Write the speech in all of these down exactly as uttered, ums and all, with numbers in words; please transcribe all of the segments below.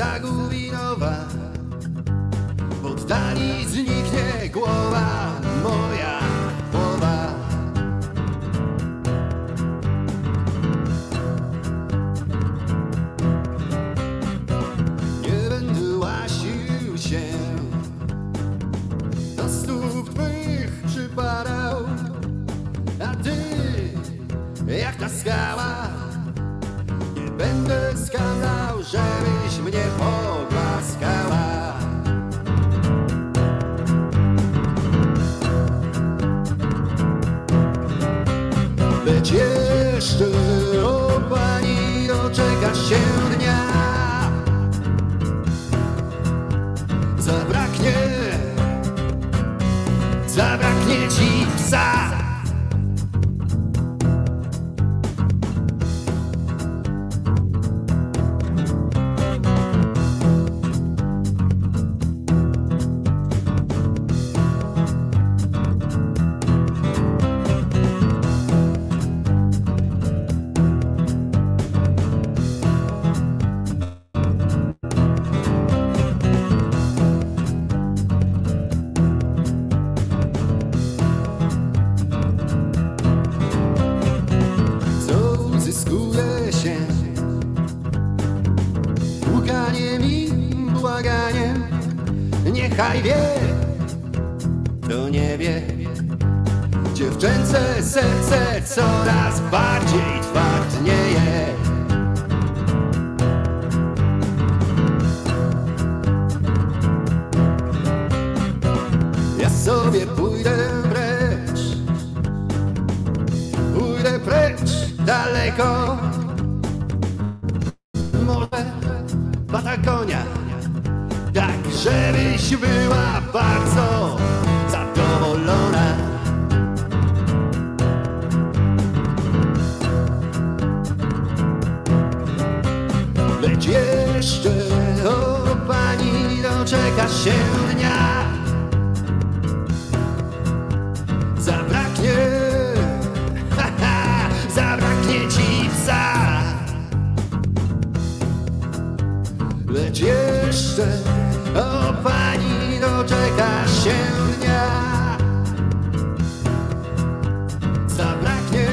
zagubi nowa. W oddali zniknie głowa, moja głowa. Nie będę łasił się do stóp twych przypadał, a ty jak ta skała. Nie będę skazał, żebyś mnie pogłaskała. Lecz jeszcze, o pani, doczekasz się dnia. Zabraknie, zabraknie ci psa. Zyskuje się pukaniem i błaganiem. Niechaj wie, to nie wie. Dziewczęce serce coraz bardziej twardnieje. Ja sobie pójdę precz, pójdę precz daleko, może Patagonia, tak żebyś była bardzo zadowolona. Lecz jeszcze, o pani, doczekasz się dnia. Zabraknie, zabraknie ci psa. Lecz jeszcze, o pani, doczekasz się dnia. Zabraknie,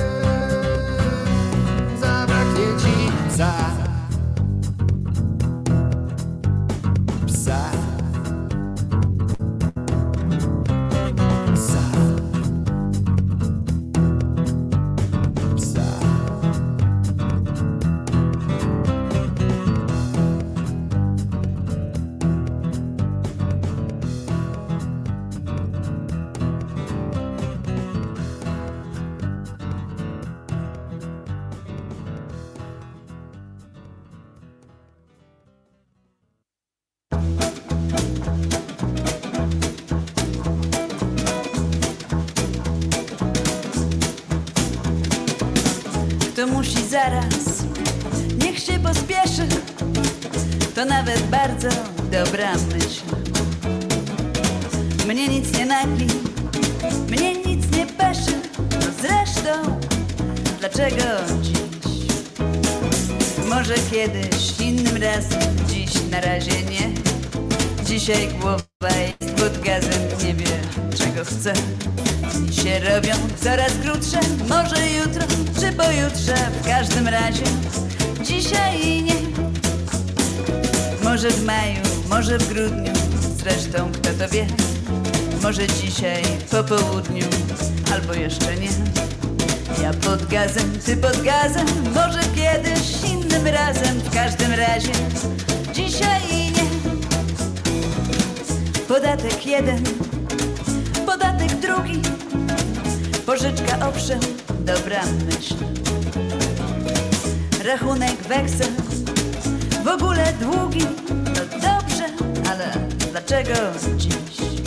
zabraknie ci psa. Psa. Psa. Kto musi zaraz, niech się pospieszy. To nawet bardzo dobra myśl. Mnie nic nie nagli, mnie nic nie peszy. No zresztą, dlaczego dziś? Może kiedyś, innym razem, dziś na razie nie. Dzisiaj głowa jest pod gazem, nie wie czego chce. Dni się robią coraz krótsze, może jutro czy pojutrze, w każdym razie dzisiaj nie. Może w maju, może w grudniu, zresztą kto to wie. Może dzisiaj po południu, albo jeszcze nie. Ja pod gazem, ty pod gazem, może kiedyś, innym razem, w każdym razie dzisiaj nie. Podatek jeden, podatek drugi, pożyczka owszem, dobra myśl. Rachunek, weksel, w ogóle długi, no dobrze, ale dlaczego dziś?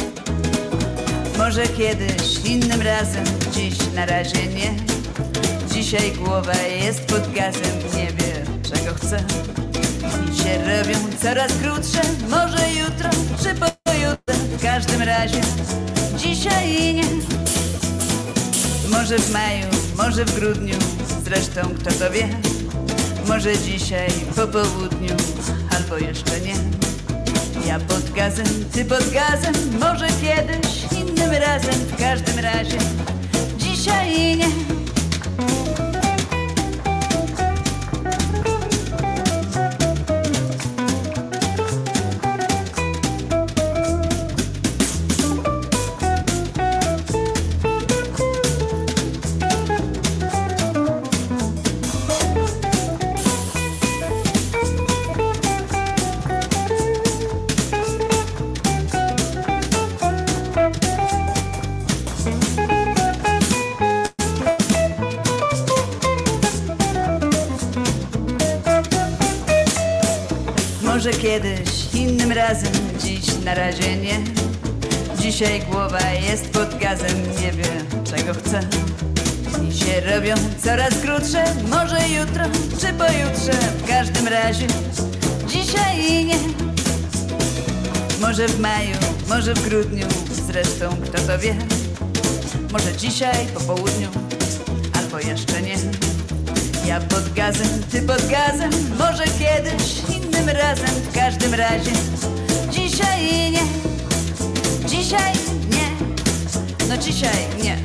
Może kiedyś, innym razem, dziś na razie nie. Dzisiaj głowa jest pod gazem, nie wie czego chce. Dni się robią coraz krótsze, może jutro czy pojutrze, w każdym razie dzisiaj nie. Może w maju, może w grudniu, zresztą kto to wie. Może dzisiaj po południu, albo albo jeszcze nie. Ja pod gazem, ty pod gazem, może kiedyś, innym razem, w każdym razie dzisiaj nie. Może kiedyś, innym razem, dziś na razie nie. Dzisiaj głowa jest pod gazem, nie wie czego chce. Dni się robią coraz krótsze, może jutro czy pojutrze, w każdym razie dzisiaj nie. Może w maju, może w grudniu, zresztą kto to wie. Może dzisiaj po południu, albo jeszcze nie. Ja pod gazem, ty pod gazem, może kiedyś, innym razem, w każdym razie dzisiaj nie. Dzisiaj nie. No dzisiaj nie.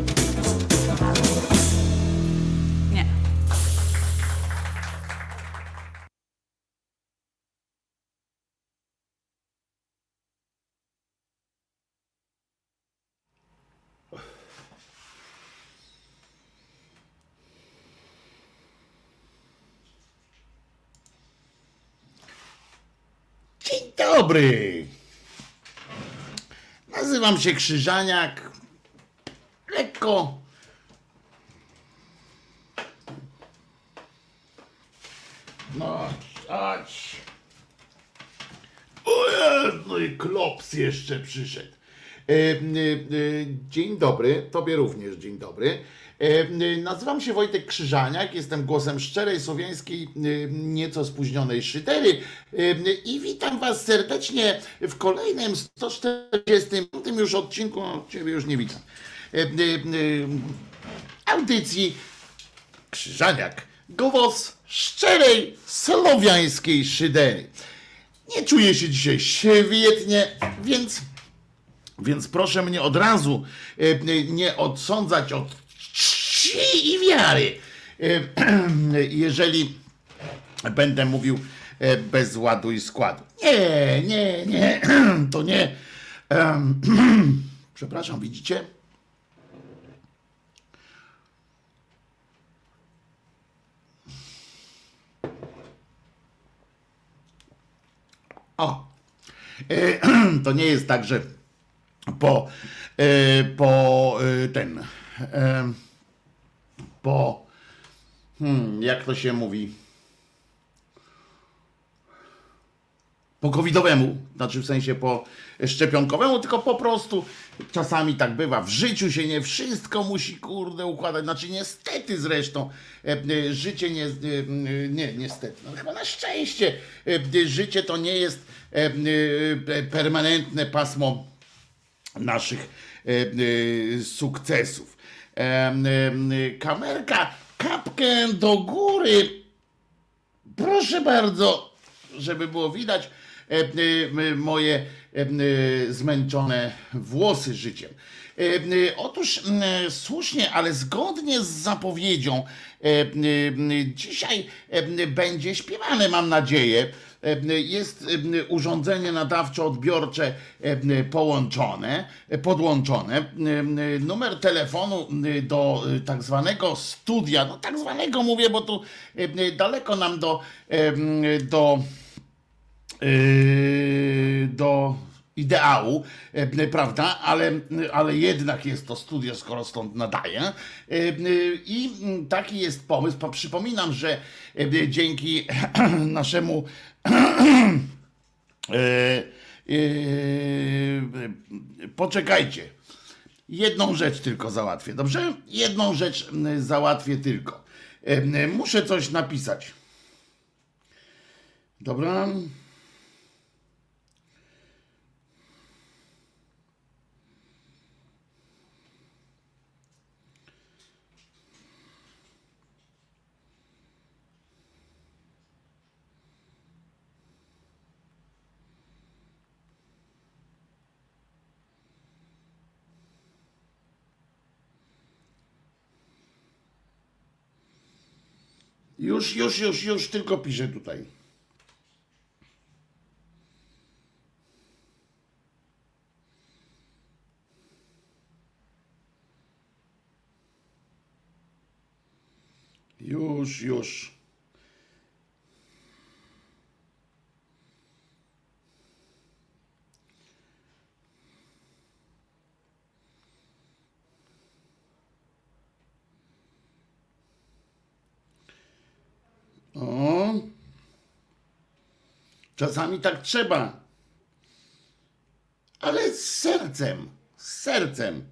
Nie. Dzień dobry. Nazywam się Krzyżaniak. Lekko. No, chodź. O Jezu, no i klops jeszcze przyszedł. E, e, e, dzień dobry, tobie również dzień dobry. E, nazywam się Wojtek Krzyżaniak, jestem głosem szczerej, słowiańskiej, e, nieco spóźnionej szydery e, i witam was serdecznie w kolejnym sto czterdziestym piątym już odcinku, no, ciebie już nie widzę, e, e, audycji Krzyżaniak, głos szczerej, słowiańskiej szydery. Nie czuję się dzisiaj świetnie, więc, więc proszę mnie od razu e, nie odsądzać od czci i wiary, e, jeżeli będę mówił e, bez ładu i składu. Nie, nie, nie, to nie. E, przepraszam, widzicie? O, e, to nie jest tak, że po, e, po e, ten, e, po, hmm, jak to się mówi, po covidowemu, znaczy w sensie po szczepionkowemu, tylko po prostu czasami tak bywa. W życiu się nie wszystko musi, kurde, układać. Znaczy niestety zresztą e, e, życie nie, e, nie, niestety, no chyba na szczęście e, życie to nie jest e, e, permanentne pasmo naszych e, e, sukcesów. E, e, kamerka, kapkę do góry. Proszę bardzo, żeby było widać e, e, moje e, zmęczone włosy życiem. E, e, otóż e, słusznie, ale zgodnie z zapowiedzią e, e, dzisiaj e, będzie śpiewane, mam nadzieję. E, jest e, urządzenie nadawczo-odbiorcze e, połączone, e, podłączone. E, numer telefonu e, do e, tak zwanego studia, no tak zwanego mówię, bo tu e, daleko nam do e, do Yy, do ideału, yy, prawda, ale, ale jednak jest to studio, skoro stąd nadaje. Yy, I taki jest pomysł. Przypominam, że yy, dzięki naszemu yy, yy, poczekajcie. Jedną rzecz tylko załatwię, dobrze? Jedną rzecz załatwię tylko. Yy, muszę coś napisać. Dobra. Już, już, już, już tylko piszę tutaj. Już, już. O. Czasami tak trzeba. Ale z sercem. Z sercem.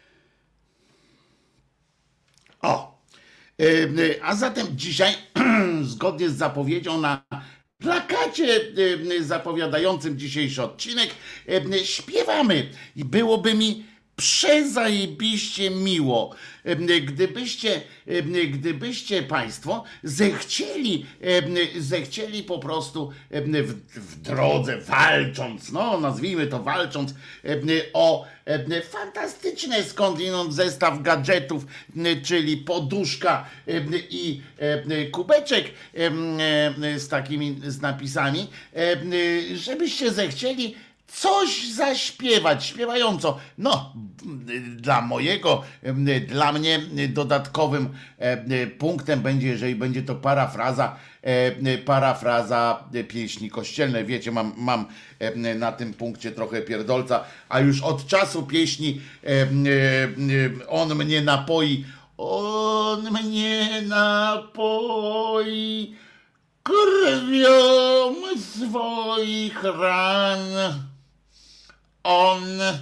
O. A zatem dzisiaj, zgodnie z zapowiedzią na plakacie zapowiadającym dzisiejszy odcinek, śpiewamy. I byłoby mi przezajebiście miło, gdybyście, gdybyście Państwo zechcieli, zechcieli po prostu w, w drodze, walcząc, no nazwijmy to walcząc, o fantastyczne skądinąd zestaw gadżetów, czyli poduszka i kubeczek z takimi z napisami, żebyście zechcieli coś zaśpiewać, śpiewająco. No, dla mojego, dla mnie dodatkowym punktem będzie, jeżeli będzie to parafraza, parafraza pieśni kościelnej. Wiecie, mam, mam na tym punkcie trochę pierdolca, a już od czasu pieśni On mnie napoi, On mnie napoi krwią swoich ran. On,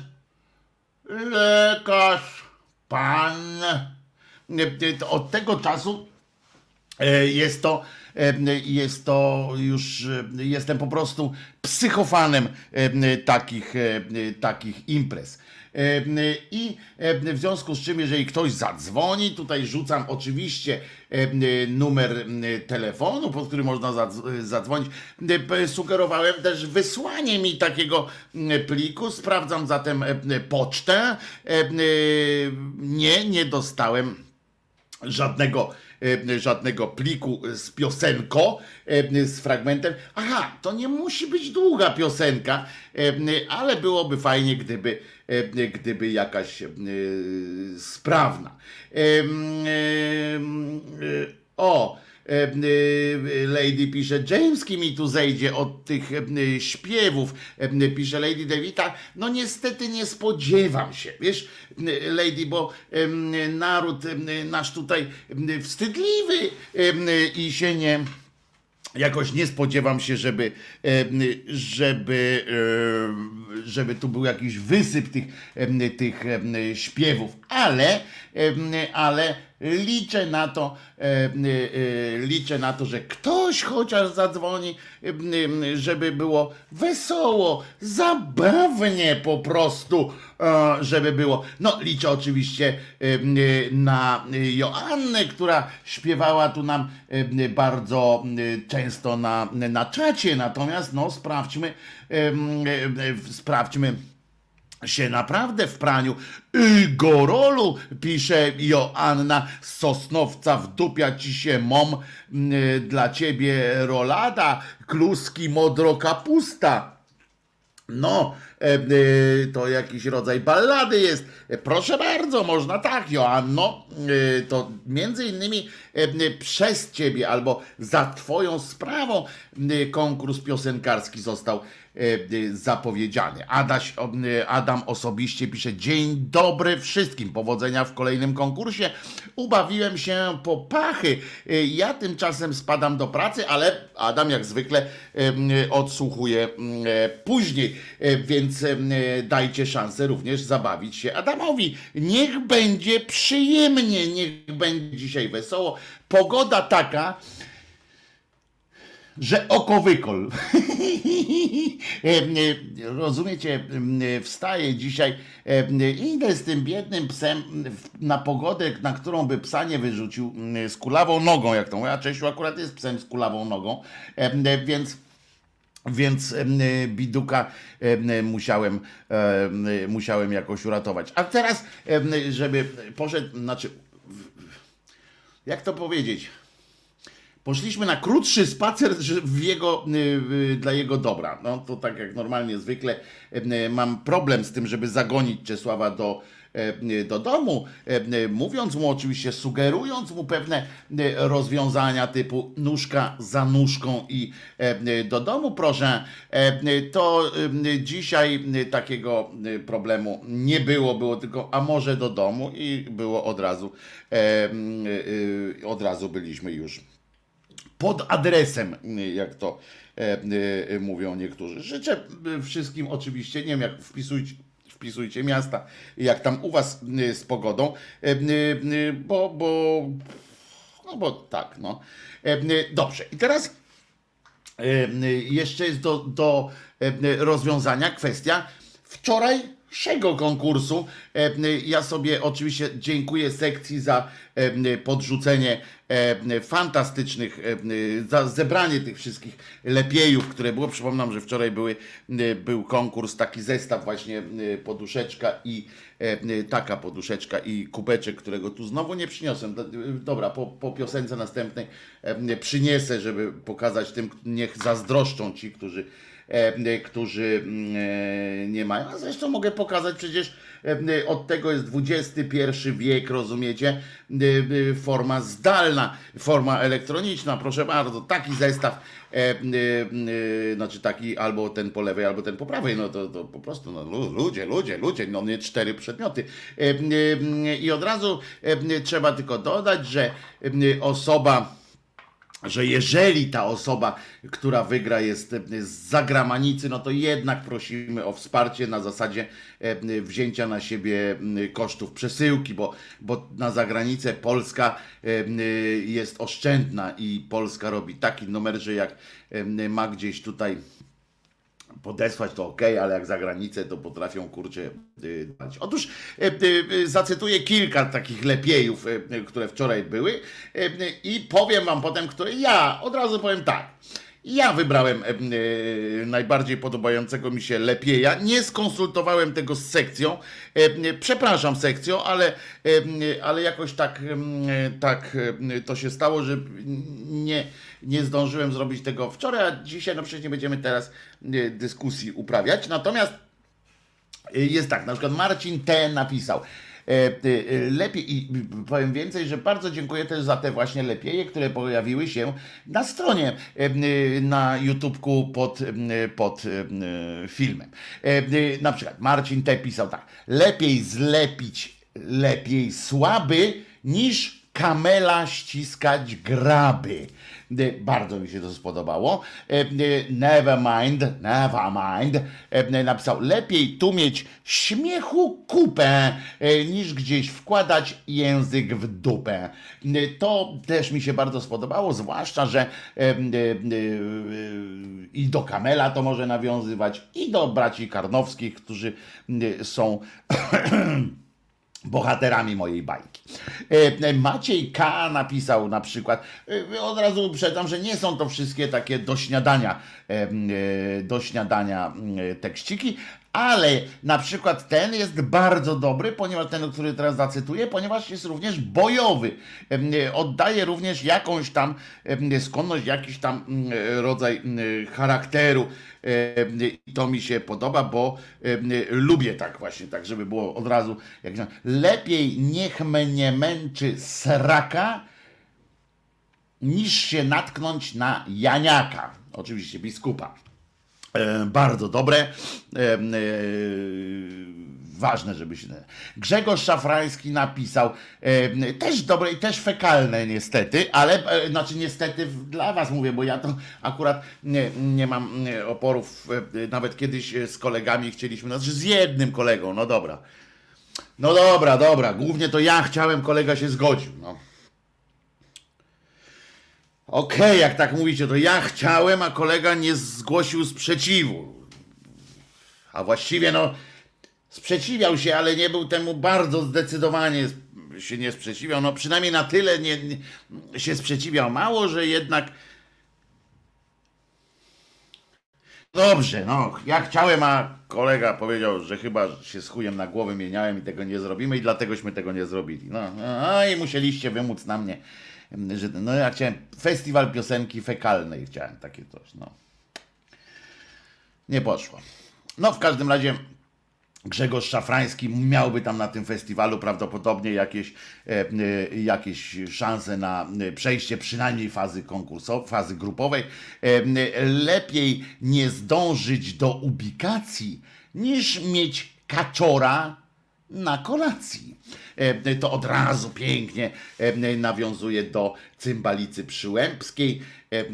lekarz, pan. Od tego czasu jest to, jest to już, jestem po prostu psychofanem takich, takich imprez. I w związku z czym, jeżeli ktoś zadzwoni, tutaj rzucam oczywiście numer telefonu, pod który można zadzwonić. Sugerowałem też wysłanie mi takiego pliku. Sprawdzam zatem pocztę. Nie, nie dostałem żadnego żadnego pliku z piosenką, z fragmentem. Aha, to nie musi być długa piosenka, ale byłoby fajnie, gdyby, gdyby jakaś sprawna. O, Lady pisze, Jameski mi tu zejdzie od tych śpiewów, pisze Lady Devita. No niestety nie spodziewam się, wiesz, Lady, bo naród nasz tutaj wstydliwy i się nie, jakoś nie spodziewam się, żeby, żeby, żeby tu był jakiś wysyp tych, tych śpiewów, ale, ale liczę na to, liczę na to, że ktoś chociaż zadzwoni, żeby było wesoło, zabawnie po prostu, żeby było. No liczę oczywiście na Joannę, która śpiewała tu nam bardzo często na, na czacie, natomiast no sprawdźmy, sprawdźmy się naprawdę w praniu. Igorolu, pisze Joanna z Sosnowca, wdupia ci się mom, dla ciebie rolada, kluski modro kapusta. No, to jakiś rodzaj ballady jest. Proszę bardzo, można tak, Joanno. To między innymi przez ciebie albo za twoją sprawą konkurs piosenkarski został zapowiedziany. Adaś, Adam osobiście pisze, dzień dobry wszystkim, powodzenia w kolejnym konkursie. Ubawiłem się po pachy. Ja tymczasem spadam do pracy, ale Adam jak zwykle odsłuchuje później, więc dajcie szansę również zabawić się Adamowi. Niech będzie przyjemnie, niech będzie dzisiaj wesoło. Pogoda taka, że oko wykol. Rozumiecie, wstaję dzisiaj, idę z tym biednym psem na pogodę, na którą by psa nie wyrzucił, z kulawą nogą, jak to moja Czesiu akurat jest psem z kulawą nogą, więc Więc biduka musiałem, musiałem jakoś uratować. A teraz, żeby poszedł, znaczy, jak to powiedzieć? Poszliśmy na krótszy spacer w jego, y, dla jego dobra. No to tak jak normalnie zwykle y, mam problem z tym, żeby zagonić Czesława do, y, do domu, y, mówiąc mu oczywiście, sugerując mu pewne y, rozwiązania typu nóżka za nóżką i y, do domu proszę, y, to y, dzisiaj y, takiego y, problemu nie było, było tylko a może do domu i było od razu, y, y, od razu byliśmy już pod adresem, jak to e, e, mówią niektórzy. Życzę wszystkim oczywiście, nie wiem jak wpisujcie, wpisujcie miasta, jak tam u was z pogodą, e, e, bo, bo, no bo tak, no. E, dobrze, i teraz e, jeszcze jest do, do rozwiązania kwestia wczorajszego konkursu. Ja sobie oczywiście dziękuję sekcji za podrzucenie fantastycznych, za zebranie tych wszystkich lepiejów, które było. Przypominam, że wczoraj były, był konkurs, taki zestaw właśnie poduszeczka i taka poduszeczka i kubeczek, którego tu znowu nie przyniosłem. Dobra, po, po piosence następnej przyniesę, żeby pokazać tym, niech zazdroszczą ci, którzy którzy nie mają. A zresztą mogę pokazać, przecież od tego jest dwudziesty pierwszy wiek, rozumiecie? Forma zdalna, forma elektroniczna, proszę bardzo, taki zestaw, znaczy taki albo ten po lewej, albo ten po prawej, no to, to po prostu no, ludzie, ludzie, ludzie, no nie cztery przedmioty. I od razu trzeba tylko dodać, że osoba że jeżeli ta osoba, która wygra jest z zagranicy, no to jednak prosimy o wsparcie na zasadzie wzięcia na siebie kosztów przesyłki, bo, bo na zagranicę Polska jest oszczędna i Polska robi taki numer, że jak ma gdzieś tutaj podesłać to ok, ale jak za granicę to potrafią kurczę dać. Otóż zacytuję kilka takich lepiejów, które wczoraj były i powiem wam potem, które ja od razu powiem tak. Ja wybrałem e, najbardziej podobającego mi się lepieja. Nie skonsultowałem tego z sekcją. E, przepraszam sekcją, ale, e, ale jakoś tak, e, tak e, to się stało, że nie, nie zdążyłem zrobić tego wczoraj, a dzisiaj no przecież nie będziemy teraz e, dyskusji uprawiać. Natomiast e, jest tak, na przykład Marcin T. napisał. Lepiej i powiem więcej, że bardzo dziękuję też za te właśnie lepieje, które pojawiły się na stronie na YouTubeku pod, pod filmem. Na przykład Marcin T. pisał tak: lepiej zlepić lepiej słaby niż kamela ściskać graby. Bardzo mi się to spodobało. Never mind, never mind. Napisał: lepiej tu mieć śmiechu kupę, niż gdzieś wkładać język w dupę. To też mi się bardzo spodobało, zwłaszcza, że i do Kamela to może nawiązywać, i do braci Karnowskich, którzy są bohaterami mojej bajki. Maciej K. napisał na przykład, od razu uprzedzam, że nie są to wszystkie takie do śniadania, do śniadania tekściki, ale na przykład ten jest bardzo dobry, ponieważ ten, który teraz zacytuję, ponieważ jest również bojowy. Oddaje również jakąś tam skłonność, jakiś tam rodzaj charakteru. I to mi się podoba, bo lubię tak właśnie, tak żeby było od razu, jak lepiej niech mnie męczy sraka, niż się natknąć na Janiaka. Oczywiście biskupa. E, bardzo dobre. E, e, ważne, żeby się... Grzegorz Szafrański napisał, e, też dobre i też fekalne niestety, ale, e, znaczy niestety dla was mówię, bo ja to akurat nie, nie mam oporów. E, nawet kiedyś z kolegami chcieliśmy, znaczy z jednym kolegą, no dobra. No dobra, dobra, głównie to ja chciałem, kolega się zgodził, no. Okej, okay, jak tak mówicie, to ja chciałem, a kolega nie zgłosił sprzeciwu. A właściwie no sprzeciwiał się, ale nie był temu bardzo zdecydowanie się nie sprzeciwiał. No przynajmniej na tyle nie, nie, się sprzeciwiał mało, że jednak... Dobrze, no ja chciałem, a kolega powiedział, że chyba się z chujem na głowę mieniałem i tego nie zrobimy i dlategośmy tego nie zrobili. No, no i musieliście wymóc na mnie że no ja chciałem festiwal piosenki fekalnej, chciałem takie coś, no. Nie poszło. No w każdym razie Grzegorz Szafrański miałby tam na tym festiwalu prawdopodobnie jakieś, e, e, jakieś szanse na przejście przynajmniej fazy konkursowej, fazy grupowej. E, lepiej nie zdążyć do ubikacji, niż mieć kaczora na kolacji. E, to od razu pięknie e, nawiązuje do cymbalicy przyłębskiej.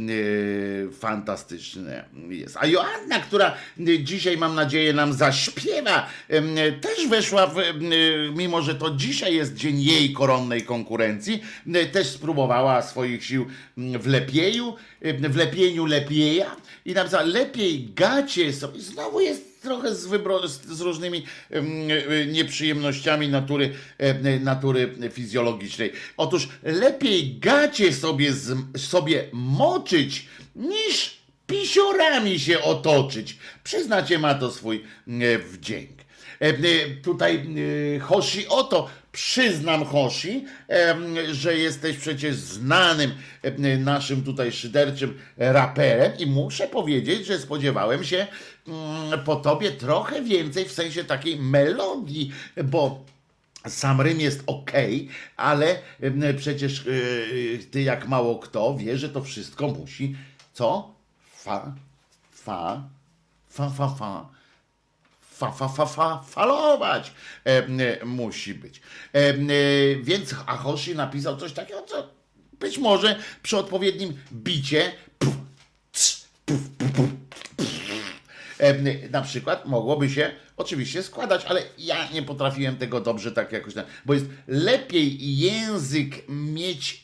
Fantastyczne jest. A Joanna, która dzisiaj mam nadzieję nam zaśpiewa, też weszła, w, mimo że to dzisiaj jest dzień jej koronnej konkurencji, też spróbowała swoich sił w Lepieju, w Lepieniu Lepieja i napisała lepiej gacie sobie. Znowu jest trochę z, wybro, z, z różnymi nieprzyjemnościami natury, natury fizjologicznej. Otóż lepiej gacie sobie, z, sobie moczyć, niż pisiorami się otoczyć. Przyznacie, ma to swój wdzięk. Tutaj Hoshi Oto, przyznam Hoshi, że jesteś przecież znanym naszym tutaj szyderczym raperem i muszę powiedzieć, że spodziewałem się po tobie trochę więcej w sensie takiej melodii, bo sam rym jest okej, ale przecież ty jak mało kto wie, że to wszystko musi co? Fa, fa, fa, fa, fa. Fa, fa, fa, fa, falować e, e, musi być. E, e, więc Ahoshi napisał coś takiego, co być może przy odpowiednim bicie puf, cs, puf, puf, puf, puf, e, na przykład mogłoby się oczywiście składać, ale ja nie potrafiłem tego dobrze tak jakoś, bo jest lepiej język mieć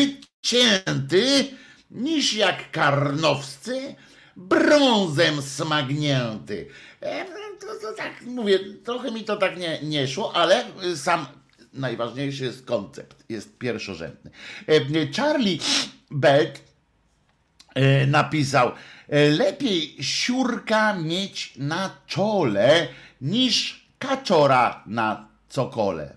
wycięty niż jak karnowscy brązem smagnięty. E, to, to tak mówię, trochę mi to tak nie, nie szło, ale sam najważniejszy jest koncept, jest pierwszorzędny. E, Charlie Belt e, napisał, lepiej siurka mieć na czole niż kaczora na cokole.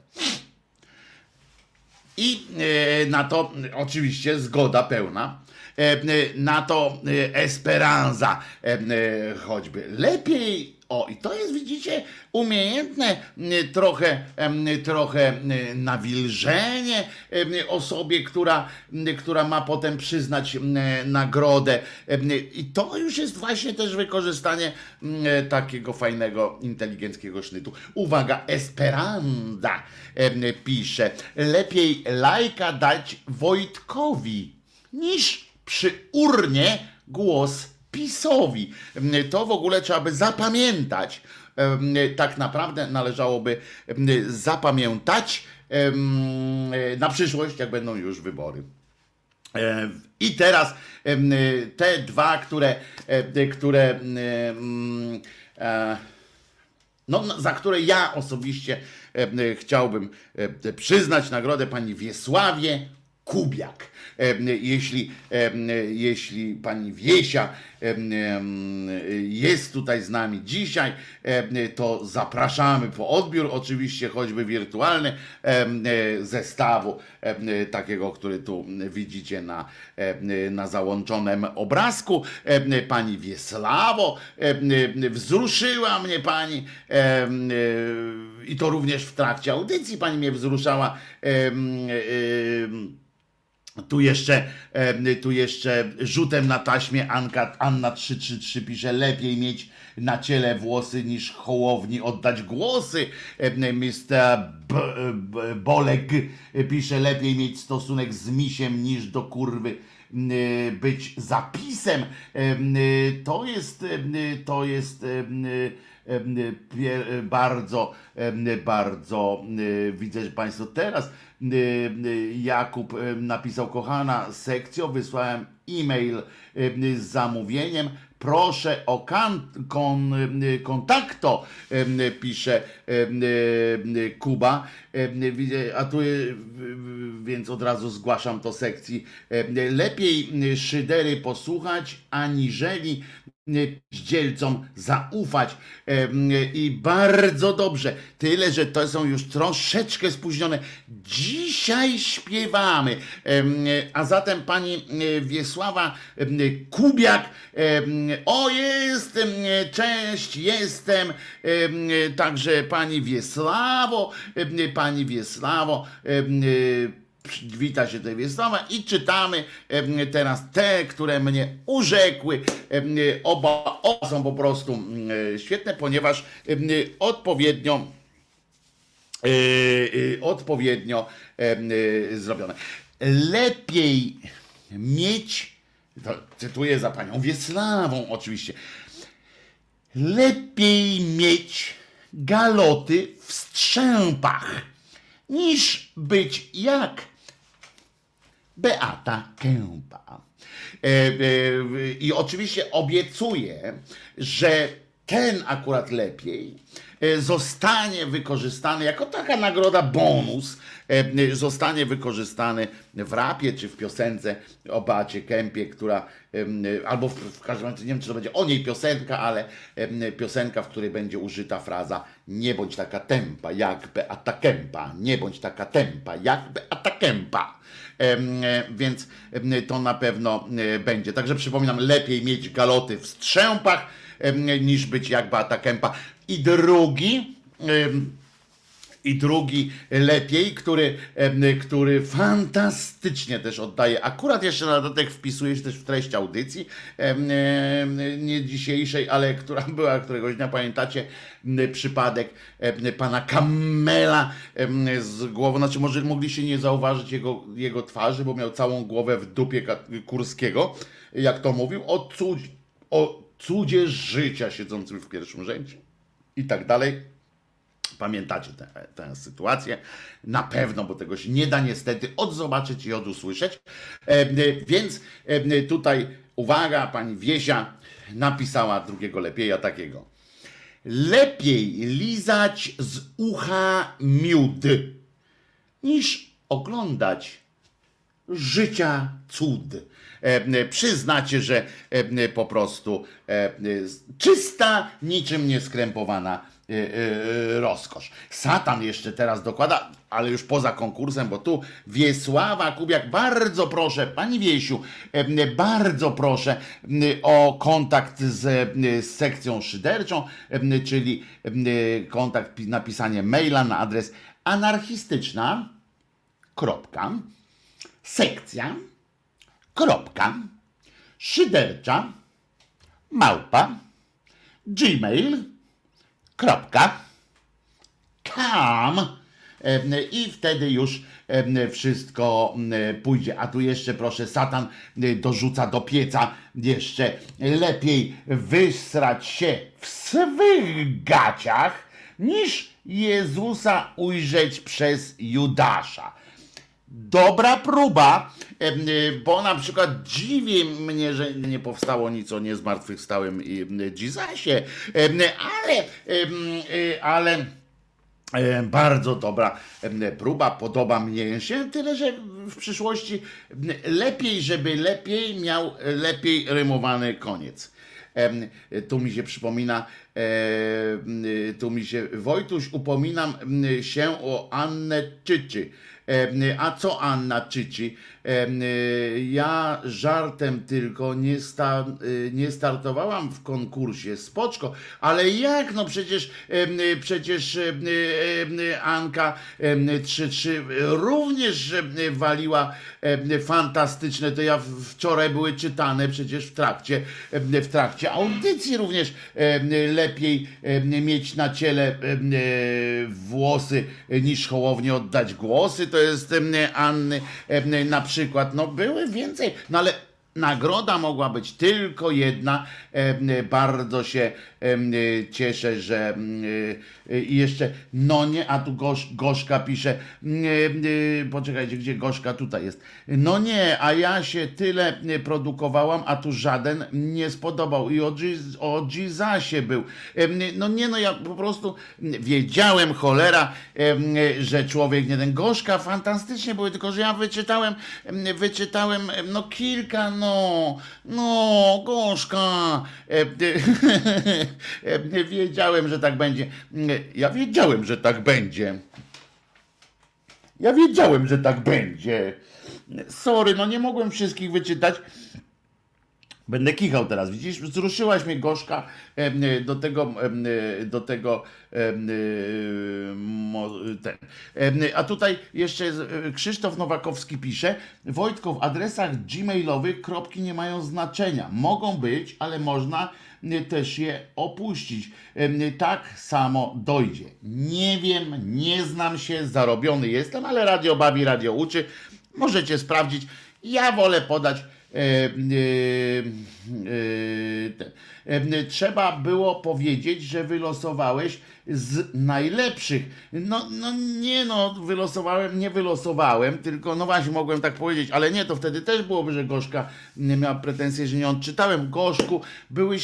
I e, na to oczywiście zgoda pełna. Na to Esperanza choćby. Lepiej, o i to jest, widzicie, umiejętne trochę, trochę nawilżenie osobie, która, która ma potem przyznać nagrodę. I to już jest właśnie też wykorzystanie takiego fajnego, inteligenckiego sznytu. Uwaga, Esperanza pisze, lepiej lajka dać Wojtkowi niż przy urnie głos PiS-owi. To w ogóle trzeba by zapamiętać. Tak naprawdę należałoby zapamiętać na przyszłość, jak będą już wybory. I teraz te dwa, które, które no, za które ja osobiście chciałbym przyznać nagrodę pani Wiesławie Kubiak. Jeśli, jeśli pani Wiesia jest tutaj z nami dzisiaj, to zapraszamy po odbiór, oczywiście choćby wirtualny, zestawu takiego, który tu widzicie na, na załączonym obrazku. Pani Wiesławo, wzruszyła mnie pani i to również w trakcie audycji pani mnie wzruszała. Tu jeszcze, tu jeszcze rzutem na taśmie Anka, Anna trzysta trzydzieści trzy pisze, lepiej mieć na ciele włosy niż Hołowni oddać głosy. mister B- B- Bolek pisze, lepiej mieć stosunek z misiem niż do kurwy być zapisem. To jest, to jest bardzo, bardzo widzę, że państwo teraz Jakub napisał, kochana sekcjo, wysłałem e-mail z zamówieniem, proszę o kan, kon, kontakto, pisze Kuba, a tu więc od razu zgłaszam to sekcji. Lepiej szydery posłuchać, aniżeli dzielcom zaufać i bardzo dobrze. Tyle, że to są już troszeczkę spóźnione. Dzisiaj śpiewamy. A zatem pani Wiesława Kubiak. O, jestem, cześć, jestem. Także pani Wiesławo, pani Wiesławo, wita się tutaj Wiesława i czytamy teraz te, które mnie urzekły. Oba, oba są po prostu świetne, ponieważ odpowiednio odpowiednio zrobione. Lepiej mieć, to cytuję za panią Wiesławą oczywiście, lepiej mieć galoty w strzępach, niż być jak Beata Kępa. E, e, I oczywiście obiecuję, że ten akurat lepiej e, zostanie wykorzystany jako taka nagroda bonus, e, zostanie wykorzystany w rapie czy w piosence o Beacie Kępie, która e, albo w, w każdym razie, nie wiem czy to będzie o niej piosenka, ale e, piosenka, w której będzie użyta fraza: nie bądź taka tempa jak Beata Kępa, nie bądź taka tempa jak Beata Kępa. Więc to na pewno będzie. Także przypominam, lepiej mieć galoty w strzępach niż być jak Beata Kępa. I drugi, i drugi lepiej, który, który fantastycznie też oddaje. Akurat jeszcze na dodatek wpisuje się też w treść audycji, nie dzisiejszej, ale która była któregoś dnia, pamiętacie, przypadek pana Kamela z głową, znaczy może mogliście nie zauważyć jego, jego twarzy, bo miał całą głowę w dupie Kurskiego, jak to mówił, o, cud, o cudzie życia siedzącym w pierwszym rzędzie i tak dalej. Pamiętacie tę, tę sytuację? Na pewno, bo tego się nie da niestety odzobaczyć i odusłyszeć. E, więc e, tutaj uwaga, pani Wiesia napisała drugiego lepiej, takiego. Lepiej lizać z ucha miód, niż oglądać życia cud. E, przyznacie, że e, po prostu e, czysta, niczym nieskrępowana rozkosz. Satan jeszcze teraz dokłada, ale już poza konkursem, bo tu Wiesława Kubiak, bardzo proszę, pani Wiesiu, bardzo proszę o kontakt z, z sekcją szyderczą, czyli kontakt, napisanie maila na adres anarchistyczna kropka sekcja kropka szydercza małpa gmail kropka com i wtedy już wszystko pójdzie. A tu jeszcze proszę, Satan dorzuca do pieca jeszcze: lepiej wysrać się w swych gaciach, niż Jezusa ujrzeć przez Judasza. Dobra próba, bo na przykład dziwi mnie, że nie powstało nic o niezmartwychwstałym Jezusie, ale, ale bardzo dobra próba, podoba mnie się, tyle że w przyszłości lepiej, żeby lepiej miał lepiej rymowany koniec. Tu mi się przypomina, tu mi się, Wojtuś, upominam się o Annę Czyczy. A co Anna Czyci? Ja żartem tylko nie, sta, nie startowałam w konkursie, spoczko, ale jak, no przecież przecież Anka trzy trzy również waliła fantastyczne, to ja wczoraj były czytane przecież w trakcie w trakcie audycji również. Lepiej mieć na ciele włosy niż Hołowni oddać głosy, to jest Anny na przykład. No były więcej, no ale nagroda mogła być tylko jedna. Bardzo się cieszę, że i jeszcze, no nie, a tu Gosz, Gorzka pisze, poczekajcie, gdzie Gorzka? Tutaj jest. No nie, a ja się tyle produkowałam, a tu żaden nie spodobał i o, o Jezusie był. No nie, no ja po prostu wiedziałem, cholera, że człowiek nie ten. Gorzka fantastycznie były, tylko że ja wyczytałem, wyczytałem no kilka, no No, no, Gorzka. E, e, wiedziałem, że tak będzie. Ja wiedziałem, że tak będzie. Ja wiedziałem, że tak będzie. Sorry, no nie mogłem wszystkich wyczytać. Będę kichał teraz, widzisz? Wzruszyłaś mnie, Gorzka, do tego, do tego, ten. A tutaj jeszcze Krzysztof Nowakowski pisze: Wojtko, w adresach gmailowych kropki nie mają znaczenia. Mogą być, ale można też je opuścić. Tak samo dojdzie. Nie wiem, nie znam się, zarobiony jestem, ale radio bawi, radio uczy. Możecie sprawdzić. Ja wolę podać E, e, e, ten. Trzeba było powiedzieć, że wylosowałeś z najlepszych. No, no nie no, wylosowałem, nie wylosowałem, tylko no właśnie mogłem tak powiedzieć, ale nie, to wtedy też byłoby, że Gorzka miała pretensje, że nie odczytałem. Gorzku, były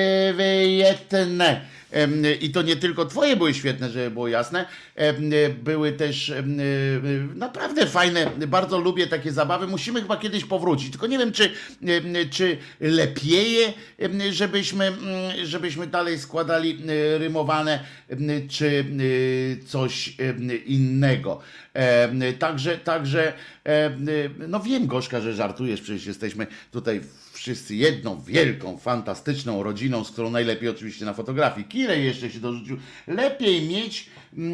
świetne. I to nie tylko twoje były świetne, żeby było jasne. Były też naprawdę fajne. Bardzo lubię takie zabawy. Musimy chyba kiedyś powrócić. Tylko nie wiem, czy, czy lepiej, żebyśmy, żebyśmy dalej składali rymowane, czy coś innego. Także, także no wiem, Gorzka, że żartujesz. Przecież jesteśmy tutaj wszyscy jedną wielką, fantastyczną rodziną, z którą najlepiej oczywiście na fotografii. Kirej jeszcze się dorzucił. Lepiej mieć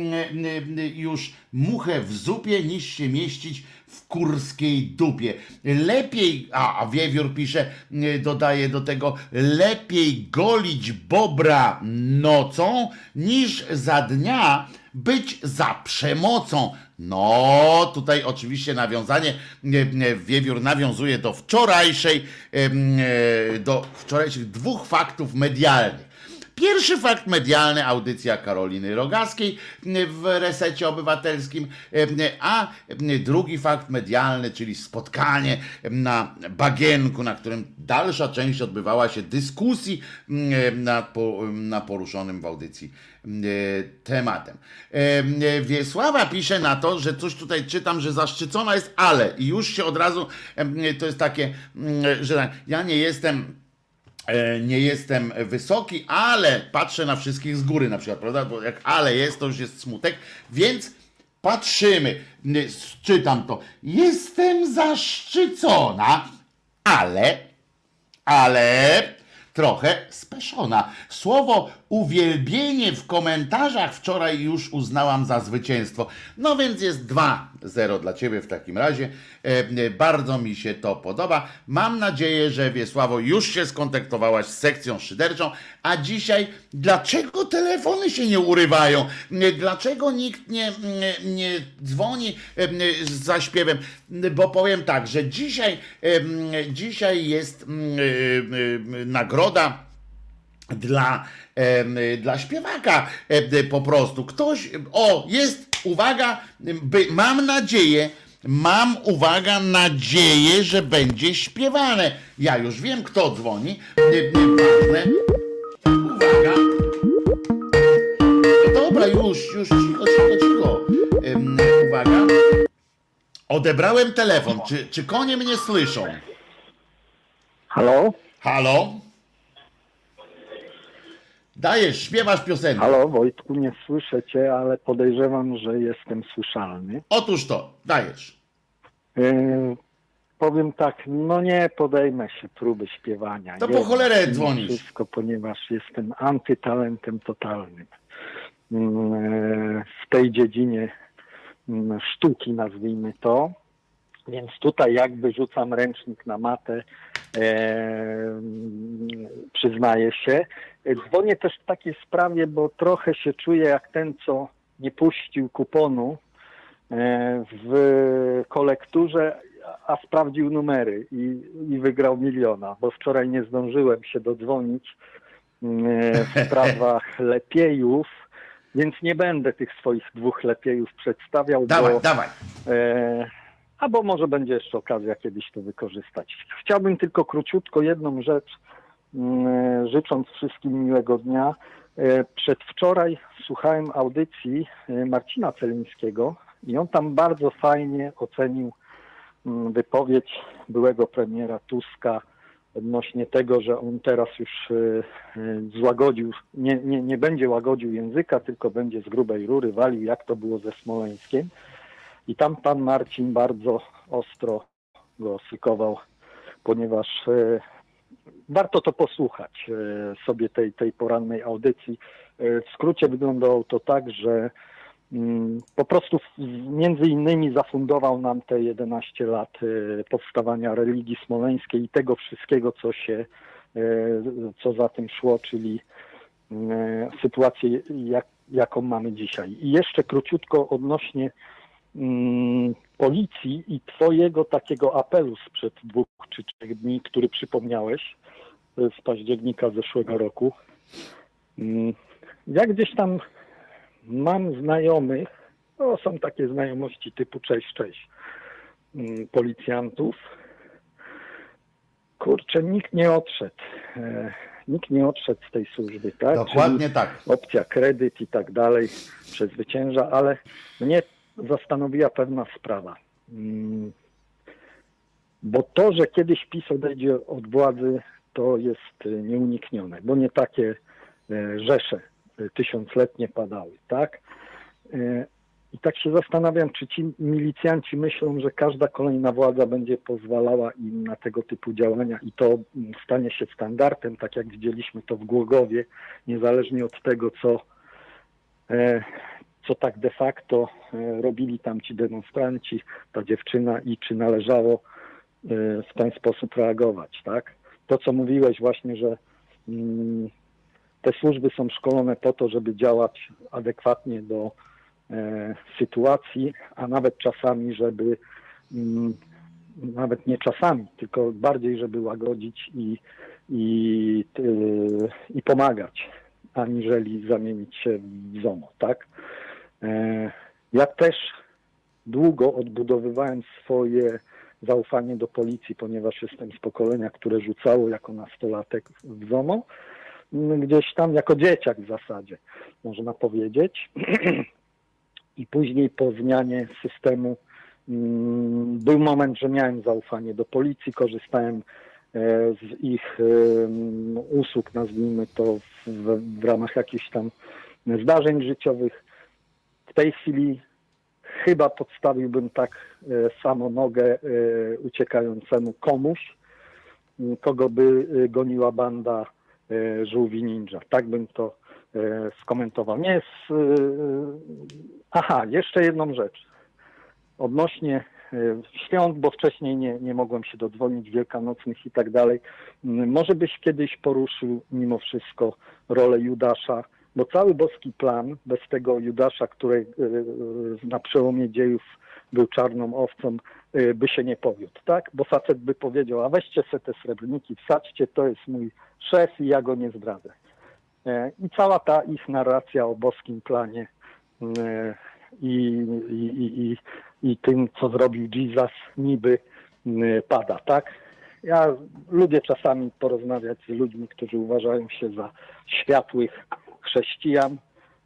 już muchę w zupie, niż się mieścić w kurskiej dupie. Lepiej, a, a Wiewiór pisze, dodaje do tego, lepiej golić bobra nocą, niż za dnia być za przemocą. No, tutaj oczywiście nawiązanie, Wiewiór nawiązuje do wczorajszej, do wczorajszych dwóch faktów medialnych. Pierwszy fakt medialny, audycja Karoliny Rogaskiej w Resecie Obywatelskim, a drugi fakt medialny, czyli spotkanie na Bagienku, na którym dalsza część odbywała się dyskusji nad, na poruszonym w audycji tematem. Wiesława pisze na to, że coś tutaj czytam, że zaszczycona jest, ale i już się od razu, to jest takie, że ja nie jestem nie jestem wysoki, ale patrzę na wszystkich z góry na przykład, prawda? Bo jak ale jest, to już jest smutek, więc patrzymy. Czytam to. Jestem zaszczycona, ale, ale trochę speszona. Słowo uwielbienie w komentarzach wczoraj już uznałam za zwycięstwo. No więc jest dwa zero dla ciebie w takim razie. E, bardzo mi się to podoba. Mam nadzieję, że Wiesławo już się skontaktowałaś z sekcją szyderczą, a dzisiaj dlaczego telefony się nie urywają? Dlaczego nikt nie, nie, nie dzwoni e, z zaśpiewem? Bo powiem tak, że dzisiaj, e, dzisiaj jest e, e, nagroda dla, e, dla śpiewaka e, po prostu. Ktoś, o jest, uwaga, by, mam nadzieję, mam, uwaga, nadzieję, że będzie śpiewane. Ja już wiem, kto dzwoni. E, e, ważne. Uwaga. Dobra, już, już, cicho, cicho, cicho. E, uwaga. Odebrałem telefon. Czy, czy konie mnie słyszą? Halo? Halo? Dajesz, śpiewasz piosenkę. Halo, Wojtku, nie słyszę cię, ale podejrzewam, że jestem słyszalny. Otóż to, dajesz. Yy, powiem tak, no nie podejmę się próby śpiewania. To po cholerę dzwonisz. Wszystko, ponieważ jestem antytalentem totalnym. Yy, w tej dziedzinie yy, sztuki, nazwijmy to. Więc tutaj jakby rzucam ręcznik na matę, e, przyznaję się. Dzwonię też w takiej sprawie, bo trochę się czuję jak ten, co nie puścił kuponu e, w kolekturze, a sprawdził numery i, i wygrał miliona, bo wczoraj nie zdążyłem się dodzwonić e, w sprawach lepiejów, więc nie będę tych swoich dwóch lepiejów przedstawiał. Dawaj, bo, dawaj. E, Albo może będzie jeszcze okazja kiedyś to wykorzystać. Chciałbym tylko króciutko jedną rzecz, życząc wszystkim miłego dnia. Przedwczoraj słuchałem audycji Marcina Celińskiego i on tam bardzo fajnie ocenił mm, wypowiedź byłego premiera Tuska odnośnie tego, że on teraz już y, y, złagodził, nie, nie, nie będzie łagodził języka, tylko będzie z grubej rury walił, jak to było ze Smoleńskiem. I tam pan Marcin bardzo ostro go sykował, ponieważ y, warto to posłuchać y, sobie tej, tej porannej audycji. Y, w skrócie wyglądało to tak, że po prostu między innymi zafundował nam te jedenaście lat powstawania religii smoleńskiej i tego wszystkiego, co się, co za tym szło, czyli sytuację, jak, jaką mamy dzisiaj. I jeszcze króciutko odnośnie um, policji i twojego takiego apelu sprzed dwóch czy trzech dni, który przypomniałeś z października zeszłego roku. Um, ja gdzieś tam mam znajomych, to są takie znajomości typu cześć, cześć, policjantów. Kurczę, nikt nie odszedł. E, nikt nie odszedł z tej służby, tak? Dokładnie Czyli tak. opcja kredyt i tak dalej przezwycięża, ale mnie zastanowiła pewna sprawa. Mm, bo to, że kiedyś PiS odejdzie od władzy, to jest nieuniknione, bo nie takie e, rzesze tysiącletnie padały, tak? I tak się zastanawiam, czy ci milicjanci myślą, że każda kolejna władza będzie pozwalała im na tego typu działania i to stanie się standardem, tak jak widzieliśmy to w Głogowie, niezależnie od tego, co, co tak de facto robili tam ci demonstranci, ta dziewczyna i czy należało w ten sposób reagować, tak? To, co mówiłeś właśnie, że te służby są szkolone po to, żeby działać adekwatnie do e, sytuacji, a nawet czasami, żeby mm, nawet nie czasami, tylko bardziej, żeby łagodzić i, i, y, i pomagać, aniżeli zamienić się w ZOMO, tak? E, ja też długo odbudowywałem swoje zaufanie do policji, ponieważ jestem z pokolenia, które rzucało jako nastolatek w ZOMO, gdzieś tam jako dzieciak w zasadzie, można powiedzieć. I później po zmianie systemu mm, był moment, że miałem zaufanie do policji, korzystałem e, z ich e, usług, nazwijmy to w, w ramach jakichś tam zdarzeń życiowych. W tej chwili chyba podstawiłbym tak e, samo nogę e, uciekającemu komuś, kogo by goniła banda żółwi ninja. Tak bym to e, skomentował. Nie jest... E, aha, jeszcze jedną rzecz. Odnośnie e, świąt, bo wcześniej nie, nie mogłem się dodzwonić, wielkanocnych i tak dalej. Może byś kiedyś poruszył mimo wszystko rolę Judasza, bo cały boski plan, bez tego Judasza, który e, na przełomie dziejów był czarną owcą, by się nie powiódł, tak? Bo facet by powiedział, a weźcie se te srebrniki, wsadźcie, to jest mój szef i ja go nie zdradzę. I cała ta ich narracja o boskim planie i, i, i, i tym, co zrobił Jesus, niby pada, tak? Ja lubię czasami porozmawiać z ludźmi, którzy uważają się za światłych chrześcijan.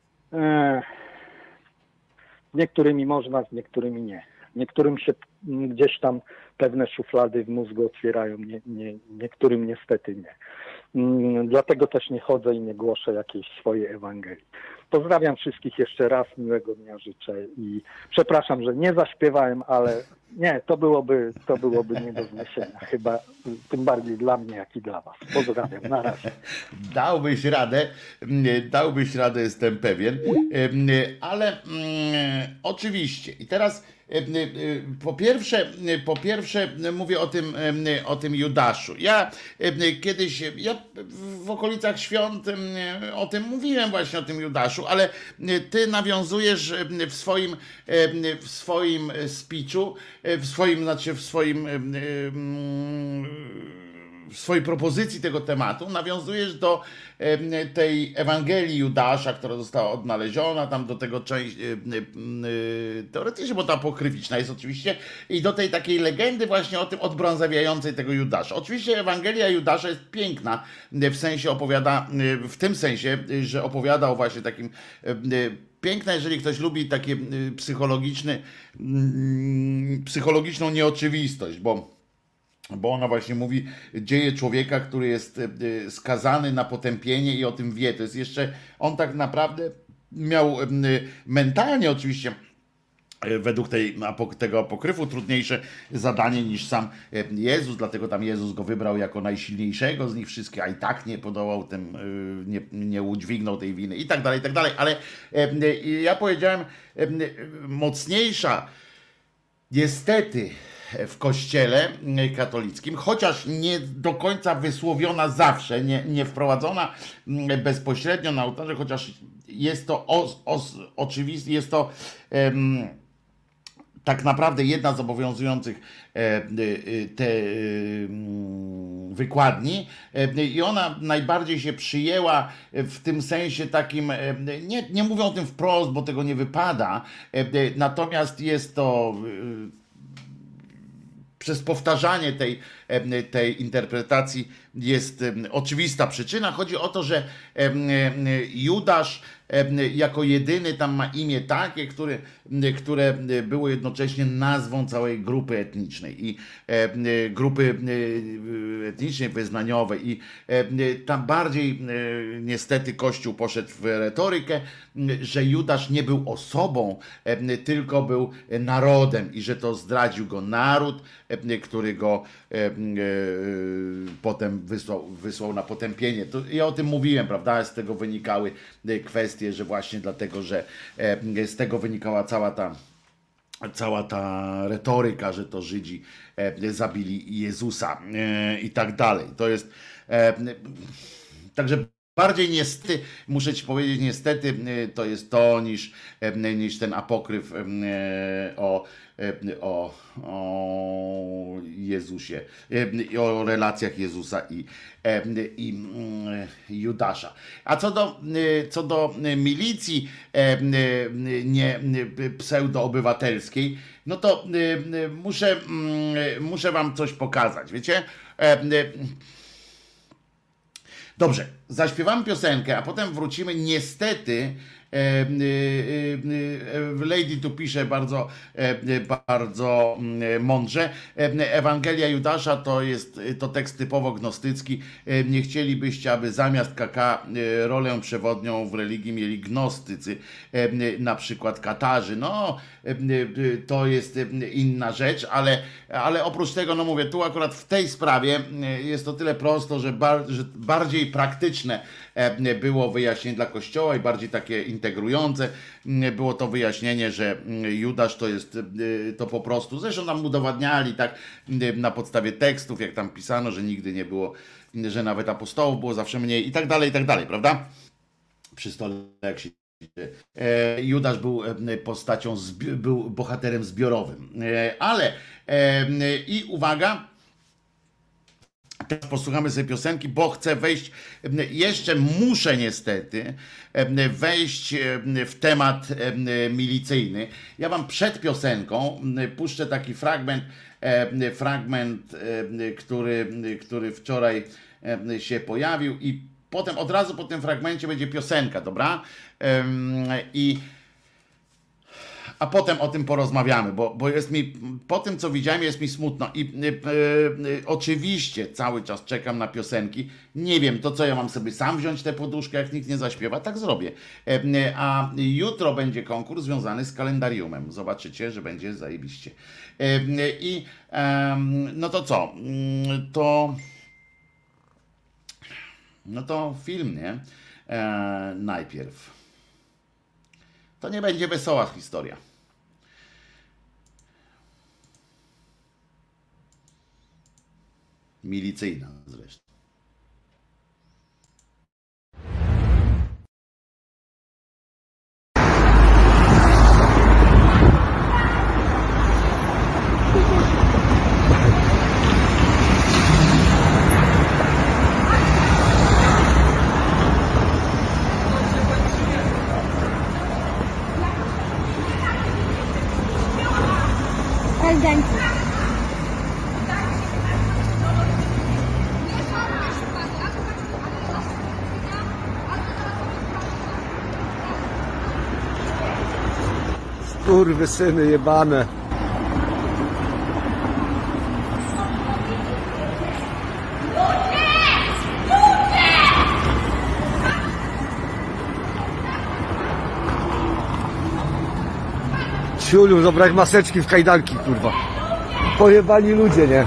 Z niektórymi można, z niektórymi nie. Niektórym się gdzieś tam pewne szuflady w mózgu otwierają, nie, nie, niektórym niestety nie. Dlatego też nie chodzę i nie głoszę jakiejś swojej Ewangelii. Pozdrawiam wszystkich jeszcze raz, miłego dnia życzę i przepraszam, że nie zaśpiewałem, ale nie, to byłoby, to byłoby nie do zniesienia, chyba tym bardziej dla mnie, jak i dla was. Pozdrawiam, na razie. Dałbyś radę, dałbyś radę, jestem pewien, ale mm, oczywiście i teraz po pierwsze, po pierwsze mówię o tym, o tym Judaszu. Ja kiedyś, ja w okolicach świąt o tym mówiłem właśnie, o tym Judaszu, ale ty nawiązujesz w swoim, w swoim speechu, w swoim, znaczy w swoim w swojej propozycji tego tematu nawiązujesz do e, tej Ewangelii Judasza, która została odnaleziona, tam do tego część e, e, teoretycznie, bo ta apokryficzna jest oczywiście, i do tej takiej legendy właśnie o tym odbrązawiającej tego Judasza. Oczywiście Ewangelia Judasza jest piękna, w sensie opowiada, w tym sensie, że opowiada o właśnie takim piękne, jeżeli ktoś lubi takie y, psychologiczny, y, psychologiczną nieoczywistość, bo, bo ona właśnie mówi dzieje człowieka, który jest y, skazany na potępienie i o tym wie. To jest jeszcze, on tak naprawdę miał y, mentalnie oczywiście według tej, tego apokryfu trudniejsze zadanie niż sam Jezus, dlatego tam Jezus go wybrał jako najsilniejszego z nich wszystkich, a i tak nie podołał tym, nie, nie udźwignął tej winy i tak dalej, i tak dalej, ale ja powiedziałem mocniejsza niestety w kościele katolickim, chociaż nie do końca wysłowiona zawsze, nie, nie wprowadzona bezpośrednio na ołtarze, chociaż jest to os, os, oczywiste, jest to um, tak naprawdę jedna z obowiązujących e, te e, wykładni e, i ona najbardziej się przyjęła w tym sensie takim, e, nie, nie mówię o tym wprost, bo tego nie wypada, e, natomiast jest to e, przez powtarzanie tej, tej interpretacji jest oczywista przyczyna. Chodzi o to, że Judasz jako jedyny tam ma imię takie, które, które było jednocześnie nazwą całej grupy etnicznej i grupy etnicznej, wyznaniowej i tam bardziej niestety Kościół poszedł w retorykę, że Judasz nie był osobą, tylko był narodem i że to zdradził go naród, który go potem wysłał, wysłał na potępienie. To ja o tym mówiłem, prawda? Z tego wynikały kwestie, że właśnie dlatego, że z tego wynikała cała ta cała ta retoryka, że to Żydzi zabili Jezusa i tak dalej. To jest także bardziej niestety, muszę ci powiedzieć, niestety to jest to niż, niż ten apokryf o, o, o Jezusie, o relacjach Jezusa i, i Judasza. A co do, co do milicji nie, pseudo-obywatelskiej, no to muszę, muszę wam coś pokazać, wiecie? Dobrze, zaśpiewamy piosenkę, a potem wrócimy. Niestety e, e, e, Lady tu pisze bardzo, e, bardzo mądrze. Ewangelia Judasza to jest to tekst typowo gnostycki. Nie chcielibyście, aby zamiast K K rolę przewodnią w religii mieli gnostycy, na przykład Katarzy. No, to jest inna rzecz, ale, ale oprócz tego, no mówię, tu akurat w tej sprawie jest to tyle prosto, że, bar, że bardziej praktyczne było wyjaśnienie dla Kościoła i bardziej takie integrujące było to wyjaśnienie, że Judasz to jest to po prostu, zresztą nam udowadniali tak na podstawie tekstów, jak tam pisano, że nigdy nie było, że nawet apostołów było zawsze mniej i tak dalej, i tak dalej, prawda? Przy stole jak się Judasz był postacią, był bohaterem zbiorowym, ale i uwaga, teraz posłuchamy sobie piosenki, bo chcę wejść, jeszcze muszę niestety wejść w temat milicyjny. Ja wam przed piosenką puszczę taki fragment, fragment, który, który wczoraj się pojawił i potem od razu po tym fragmencie będzie piosenka, dobra? I a potem o tym porozmawiamy, bo, bo jest mi, po tym co widziałem jest mi smutno i y, y, y, oczywiście cały czas czekam na piosenki, nie wiem, to co ja mam sobie sam wziąć tę poduszkę, jak nikt nie zaśpiewa, tak zrobię, y, y, a jutro będzie konkurs związany z kalendariumem, zobaczycie, że będzie zajebiście i y, y, no to co, y, to no to film, nie? E, najpierw to nie będzie wesoła historia. Milicyjna zresztą. Prezydenci. kurwy syny jebane. Ciuliu, zabrak maseczki w kajdanki, kurwa. Pojebani ludzie, nie?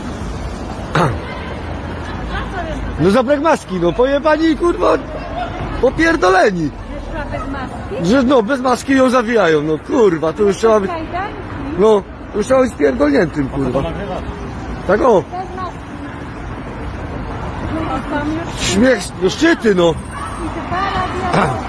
No zabrak maski, no pojebani, kurwa, popierdoleni. Bez maski? Że no, bez maski ją zawijają, no kurwa, to już trzeba być, Kajdanki? no, to już trzeba być spierdolniętym, kurwa. Tak o, Bez maski. No i tam już śmiech, no szczyty, no. i te para białe.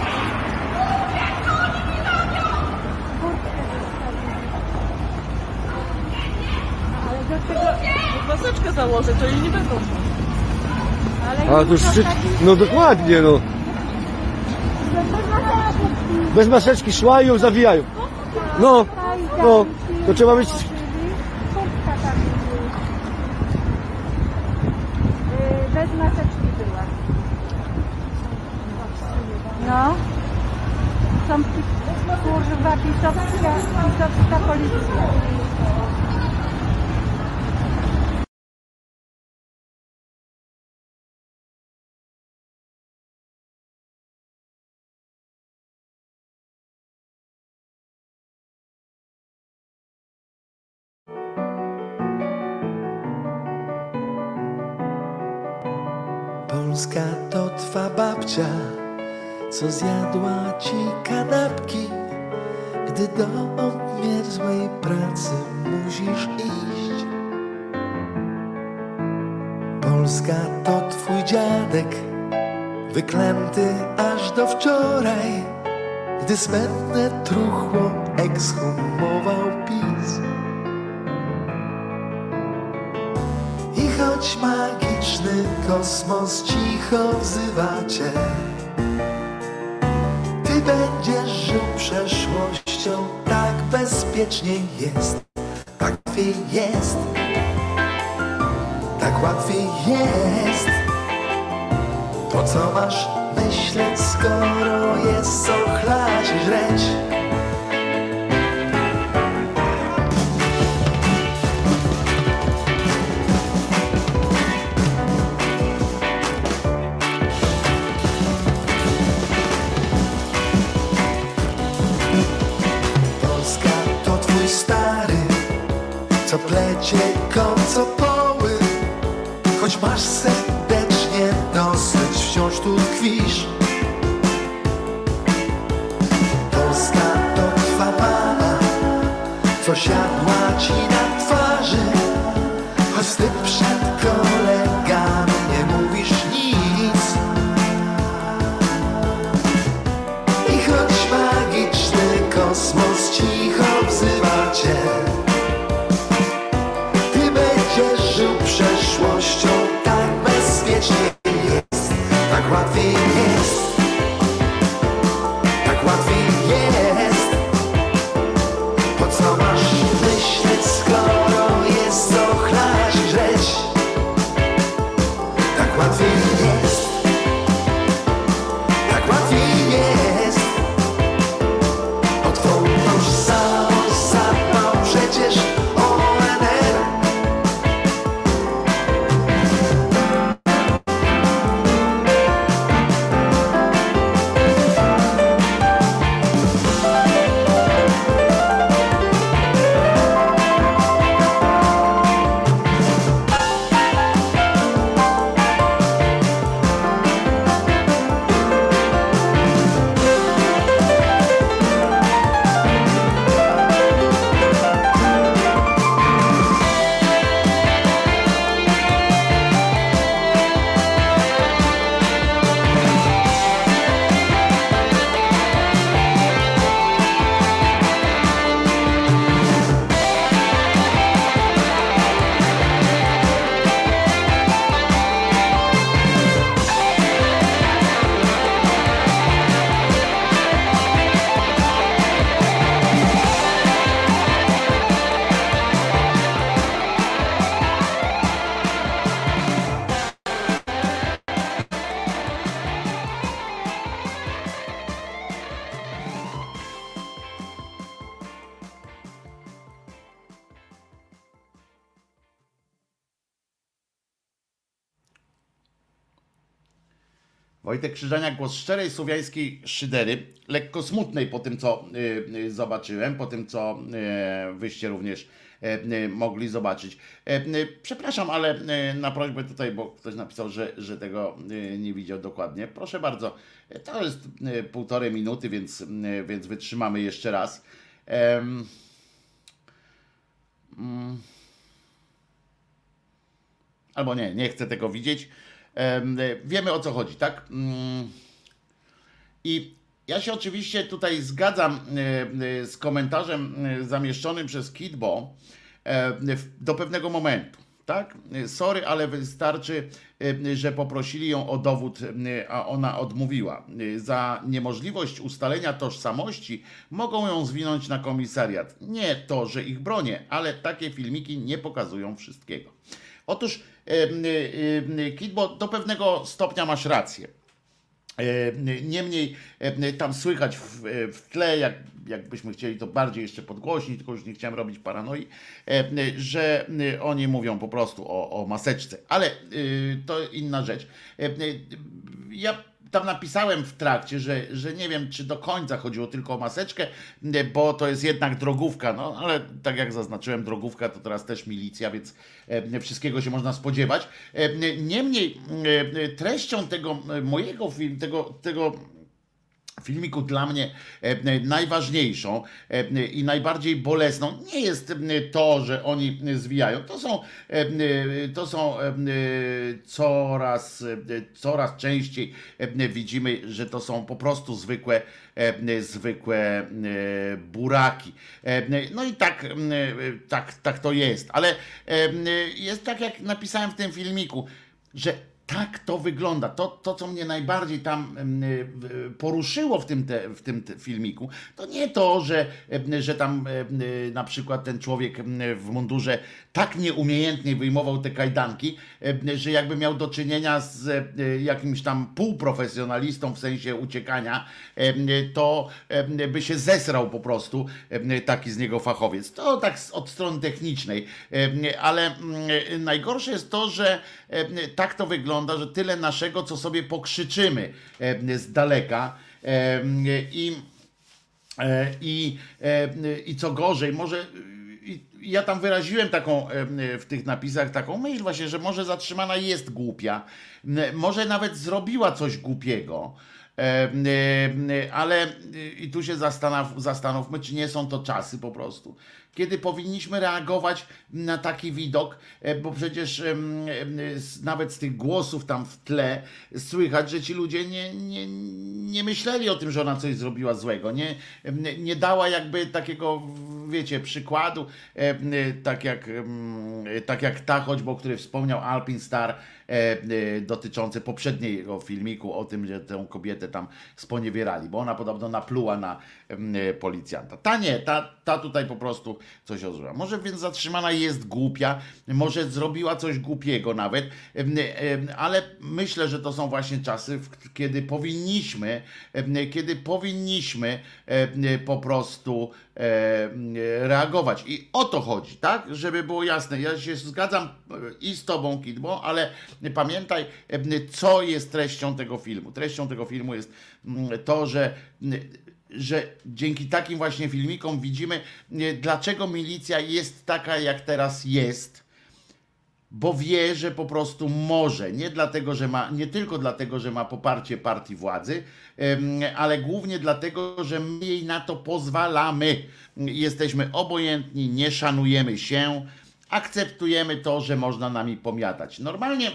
Ale do tego... Maseczkę założę, to jej nie będą. Ale A to muszą szczyt, taki- no dokładnie, no. bez maseczki. Bez maseczki szła i ją zawijają. No, no, to trzeba być... Kurtka tam yy, bez maseczki była. No. Są pi- kurwa pisowska, pisowska policja. Polska to twa babcia, co zjadła ci kanapki, gdy do obmierzłej pracy musisz iść. Polska to twój dziadek, wyklęty aż do wczoraj, gdy smętne truchło ekshumował PiS. I choć magiczny kosmos cicho wzywa cię, ty będziesz żył przeszłością, tak bezpiecznie jest, tak łatwiej jest, tak łatwiej jest. Po co masz myśleć, skoro jest co chlać i żreć? Polska to twój stary, co plecie koncopoły. Choć masz serdecznie dosyć, wciąż tu tkwisz. Polska to twa mama, co siadła ci na twarzy. Choć wstyd przed kolegami, nie mówisz nic. I choć magiczny kosmos cicho wzywa cię, ty będziesz żył przeszłością, tak bezpiecznie jest, tak łatwiej jest, tak łatwiej jest. Po co masz myśleć, skoro Wojtek Krzyżaniak, głos szczerej słowiańskiej szydery, lekko smutnej po tym, co y, y, zobaczyłem, po tym, co y, wyście również y, y, mogli zobaczyć. Y, y, przepraszam, ale y, na prośbę tutaj, bo ktoś napisał, że, że tego y, nie widział dokładnie. Proszę bardzo, y, to jest y, półtorej minuty, więc, y, więc wytrzymamy jeszcze raz. Ym, mm, albo nie, nie chcę tego widzieć. Ym, y, wiemy, o co chodzi, tak? Ym, I ja się oczywiście tutaj zgadzam y, y, z komentarzem y, zamieszczonym przez Kidbo y, w- do pewnego momentu. Tak? Y, Sorry, ale wystarczy, y, że poprosili ją o dowód, y, a ona odmówiła. Y, Za niemożliwość ustalenia tożsamości mogą ją zwinąć na komisariat. Nie to, że ich bronię, ale takie filmiki nie pokazują wszystkiego. Otóż, y, y, y, Kidbo, do pewnego stopnia masz rację. E, Niemniej e, tam słychać w, w tle, jak, jakbyśmy chcieli to bardziej jeszcze podgłośnić, tylko już nie chciałem robić paranoi, e, że e, oni mówią po prostu o, o maseczce. Ale e, to inna rzecz. E, e, Ja tam napisałem w trakcie, że, że nie wiem, czy do końca chodziło tylko o maseczkę, e, bo to jest jednak drogówka. No ale tak jak zaznaczyłem, drogówka to teraz też milicja, więc e, wszystkiego się można spodziewać. E, Niemniej e, treścią tego e, mojego filmu, tego, tego filmiku dla mnie e, najważniejszą e, i najbardziej bolesną nie jest e, to, że oni zwijają. To są, e, to są e, coraz, e, coraz częściej e, widzimy, że to są po prostu zwykłe, e, zwykłe e, buraki. E, No i tak, e, tak, tak to jest. Ale e, jest tak, jak napisałem w tym filmiku, że tak to wygląda. To, to co mnie najbardziej tam em, y, poruszyło w tym, te, w tym te filmiku, to nie to, że, em, że tam em, y, na przykład ten człowiek em, w mundurze tak nieumiejętnie wyjmował te kajdanki, em, że jakby miał do czynienia z e, jakimś tam półprofesjonalistą w sensie uciekania, em, to em, by się zesrał po prostu em, taki z niego fachowiec. To tak z- od strony technicznej, em, ale mm, najgorsze jest to, że em, tak to wygląda, że tyle naszego, co sobie pokrzyczymy em, z daleka em, i E, I, e, I co gorzej, może i- ja tam wyraziłem taką e, w tych napisach taką myśl właśnie, że może zatrzymana jest głupia, m, może nawet zrobiła coś głupiego. E, e, Ale i tu się zastanów, zastanówmy, czy nie są to czasy po prostu, kiedy powinniśmy reagować na taki widok, e, bo przecież em, em, z- nawet z tych głosów tam w tle słychać, że ci ludzie nie, nie, nie myśleli o tym, że ona coś zrobiła złego, nie, em, nie dała jakby takiego, wiecie, przykładu, em, tak jak, em, tak jak ta choćby, o której wspomniał Alpin Star, e, e, dotyczące poprzedniego filmiku o tym, że tę kobietę tam sponiewierali, bo ona podobno napluła na em, e, policjanta. Ta nie, ta, ta tutaj po prostu coś odżyła. Może więc zatrzymana jest głupia, może zrobiła coś głupiego nawet, em, em, ale myślę, że to są właśnie czasy, w- kiedy powinniśmy, em, kiedy powinniśmy em, po prostu em, reagować. I o to chodzi, tak? Żeby było jasne. Ja się zgadzam e, i z tobą, Kidbo, ale pamiętaj, em, co jest treścią tego filmu. Treścią tego filmu jest mm, to, że że dzięki takim właśnie filmikom widzimy, e, dlaczego milicja jest taka, jak teraz jest, bo wie, że po prostu może, nie dlatego, że ma, nie tylko dlatego, że ma poparcie partii władzy, em, ale głównie dlatego, że my jej na to pozwalamy. Jesteśmy obojętni, nie szanujemy się, akceptujemy to, że można nami pomiatać. Normalnie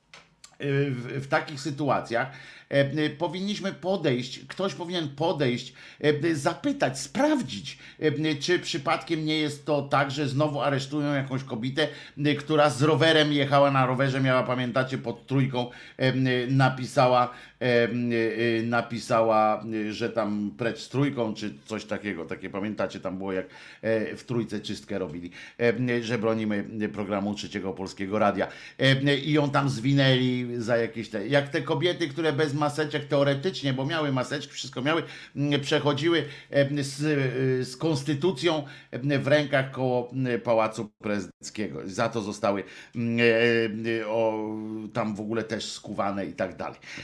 w, w takich sytuacjach e, powinniśmy podejść, ktoś powinien podejść, e, zapytać, sprawdzić, e, czy przypadkiem nie jest to tak, że znowu aresztują jakąś kobietę, e, która z rowerem jechała na rowerze, miała, pamiętacie, pod trójką, e, napisała, e, e, napisała, e, że tam precz z trójką, czy coś takiego, takie pamiętacie, tam było jak e, w trójce czystkę robili, e, że bronimy programu Trzeciego Polskiego Radia. E, I ją tam zwinęli za jakieś te, jak te kobiety, które bez maseczek teoretycznie, bo miały maseczki, wszystko miały, m, przechodziły em, z, y, z konstytucją em, w rękach koło m, Pałacu Prezydenckiego. Za to zostały m, e, o, tam w ogóle też skuwane i tak dalej. Em,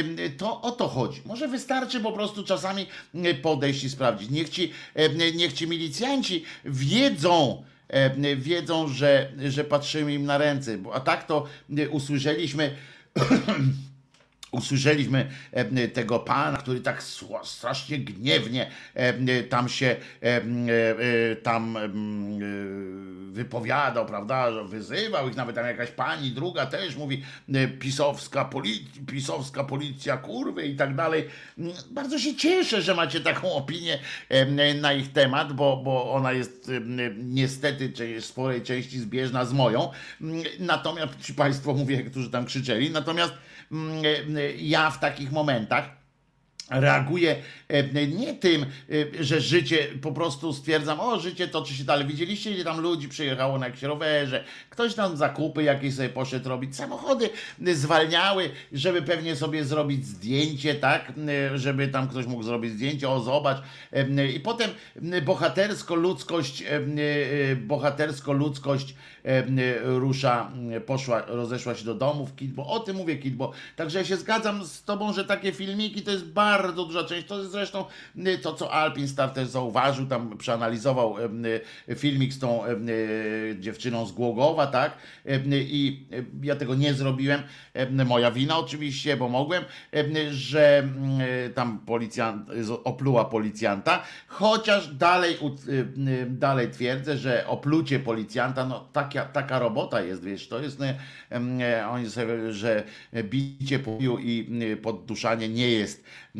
To o to chodzi. Może wystarczy po prostu czasami podejść i sprawdzić. Niech ci, niech ci milicjanci wiedzą, wiedzą, że, że patrzymy im na ręce, bo a tak to usłyszeliśmy usłyszeliśmy tego pana, który tak strasznie gniewnie tam się tam wypowiadał, prawda, że wyzywał ich, nawet tam jakaś pani, druga też mówi pisowska, poli pisowska policja, kurwy i tak dalej. Bardzo się cieszę, że macie taką opinię na ich temat, bo, bo ona jest niestety w sporej części zbieżna z moją. Natomiast ci państwo, mówię, którzy tam krzyczeli, natomiast ja w takich momentach reaguję nie tym, że życie, po prostu stwierdzam, o, życie toczy się dalej. Widzieliście, ile tam ludzi przyjechało na jakimś rowerze, ktoś tam zakupy jakieś sobie poszedł robić, samochody zwalniały, żeby pewnie sobie zrobić zdjęcie, tak, żeby tam ktoś mógł zrobić zdjęcie, o, zobacz. I potem bohatersko ludzkość, bohatersko ludzkość rusza, poszła, rozeszła się do domów, Kidbo, o tym mówię, Kidbo. Także ja się zgadzam z tobą, że takie filmiki to jest bardzo duża część, to jest zresztą to, co Alpin Star też zauważył, tam przeanalizował filmik z tą dziewczyną z Głogowa, tak, i ja tego nie zrobiłem, moja wina oczywiście, bo mogłem, że tam policjant opluła policjanta, chociaż dalej, dalej twierdzę, że oplucie policjanta, no tak Taka, taka robota jest, wiesz, to jest, e, oni sobie, że bicie po pił i podduszanie nie jest e,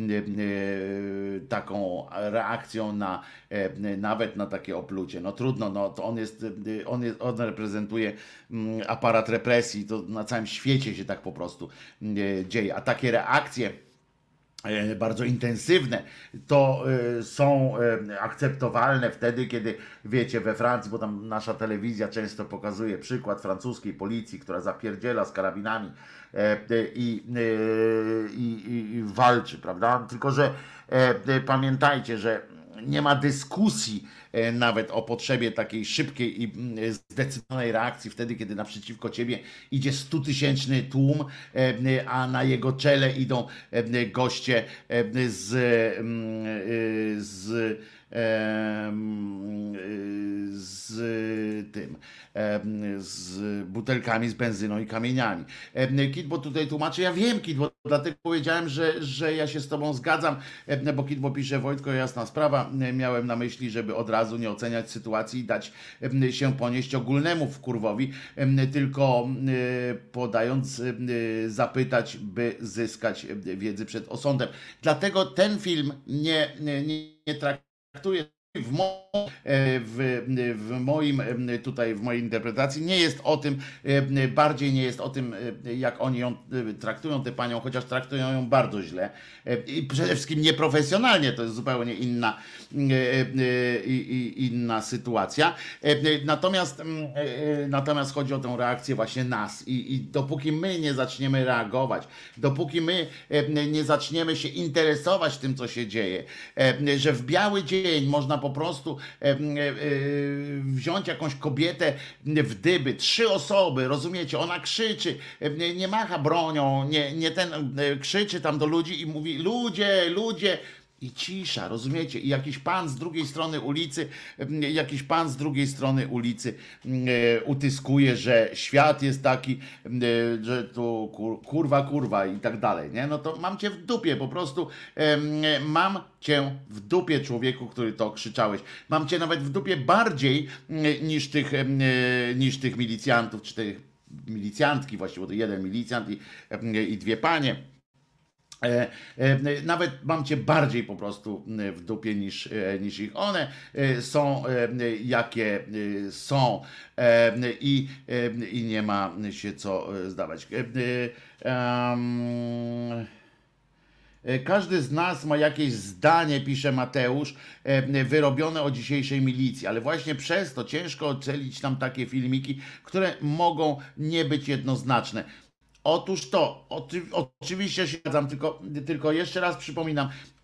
taką reakcją na e, nawet na takie oplucie. No trudno, no to on jest, on jest, on reprezentuje aparat represji, to na całym świecie się tak po prostu e, dzieje, a takie reakcje bardzo intensywne, to są akceptowalne wtedy, kiedy, wiecie, we Francji, bo tam nasza telewizja często pokazuje przykład francuskiej policji, która zapierdziela z karabinami i, i, i, i walczy, prawda? Tylko że pamiętajcie, że nie ma dyskusji nawet o potrzebie takiej szybkiej i zdecydowanej reakcji wtedy, kiedy naprzeciwko ciebie idzie stutysięczny tłum, a na jego czele idą goście z, z z tym, z butelkami z benzyną i kamieniami. Kidbo tutaj tłumaczy, ja wiem, Kidbo, dlatego powiedziałem, że, że ja się z tobą zgadzam, bo Kidbo pisze, Wojtko, jasna sprawa, miałem na myśli, żeby od razu nie oceniać sytuacji i dać się ponieść ogólnemu wkurwowi, tylko podając zapytać, by zyskać wiedzy przed osądem. Dlatego ten film nie, nie, nie traktuje traktuje w, mo, w, w moim tutaj, w mojej interpretacji nie jest o tym, bardziej nie jest o tym, jak oni ją traktują, tę panią, chociaż traktują ją bardzo źle i przede wszystkim nieprofesjonalnie, to jest zupełnie inna inna sytuacja. Natomiast natomiast chodzi o tę reakcję właśnie nas i, i dopóki my nie zaczniemy reagować, dopóki my nie zaczniemy się interesować tym, co się dzieje, że w biały dzień można po prostu wziąć jakąś kobietę w dyby, trzy osoby, rozumiecie, ona krzyczy, nie macha bronią, nie, nie ten, krzyczy tam do ludzi i mówi, ludzie, ludzie, i cisza, rozumiecie? I jakiś pan z drugiej strony ulicy, jakiś pan z drugiej strony ulicy e, utyskuje, że świat jest taki, e, że tu kur, kurwa, kurwa i tak dalej, nie? No to mam cię w dupie, po prostu e, mam cię w dupie, człowieku, który to krzyczałeś. Mam cię nawet w dupie bardziej e, niż tych, e, niż tych milicjantów, czy tych milicjantki właściwie, bo to jeden milicjant i, e, i dwie panie. E, e, nawet mam cię bardziej po prostu w dupie niż, e, niż ich. One e, są e, jakie e, są e, i, e, i nie ma się co e, zdawać. E, e, um, Każdy z nas ma jakieś zdanie, pisze Mateusz, wyrobione o dzisiejszej milicji, ale właśnie przez to ciężko ocenić tam takie filmiki, które mogą nie być jednoznaczne. Otóż to, o, oczywiście się zgadzam, tylko, tylko jeszcze raz przypominam,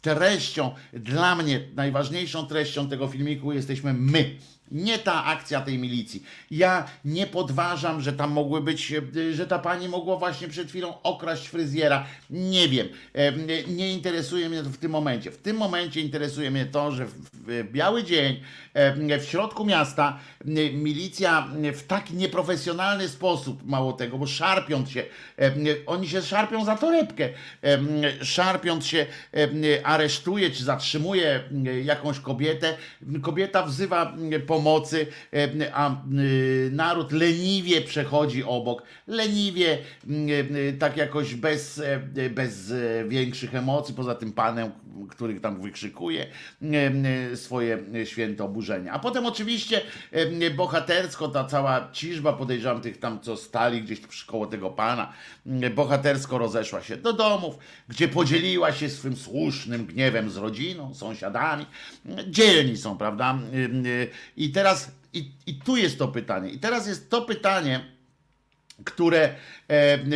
treścią, dla mnie najważniejszą treścią tego filmiku jesteśmy my. Nie ta akcja tej milicji. Ja nie podważam, że tam mogły być, że ta pani mogła właśnie przed chwilą okraść fryzjera. Nie wiem. Nie interesuje mnie to w tym momencie. W tym momencie interesuje mnie to, że w biały dzień w środku miasta milicja w tak nieprofesjonalny sposób, mało tego, bo szarpiąc się, oni się szarpią za torebkę, szarpiąc się aresztuje czy zatrzymuje jakąś kobietę. Kobieta wzywa pomocy, a naród leniwie przechodzi obok, leniwie, tak jakoś bez, bez większych emocji, poza tym panem, który tam wykrzykuje swoje święte oburzenie. A potem oczywiście bohatersko ta cała ciżba, podejrzewam tych tam, co stali gdzieś koło tego pana, bohatersko rozeszła się do domów, gdzie podzieliła się swym słusznym gniewem z rodziną, sąsiadami. Dzielni są, prawda? I teraz, i, i tu jest to pytanie. I teraz jest to pytanie, które e, e, e,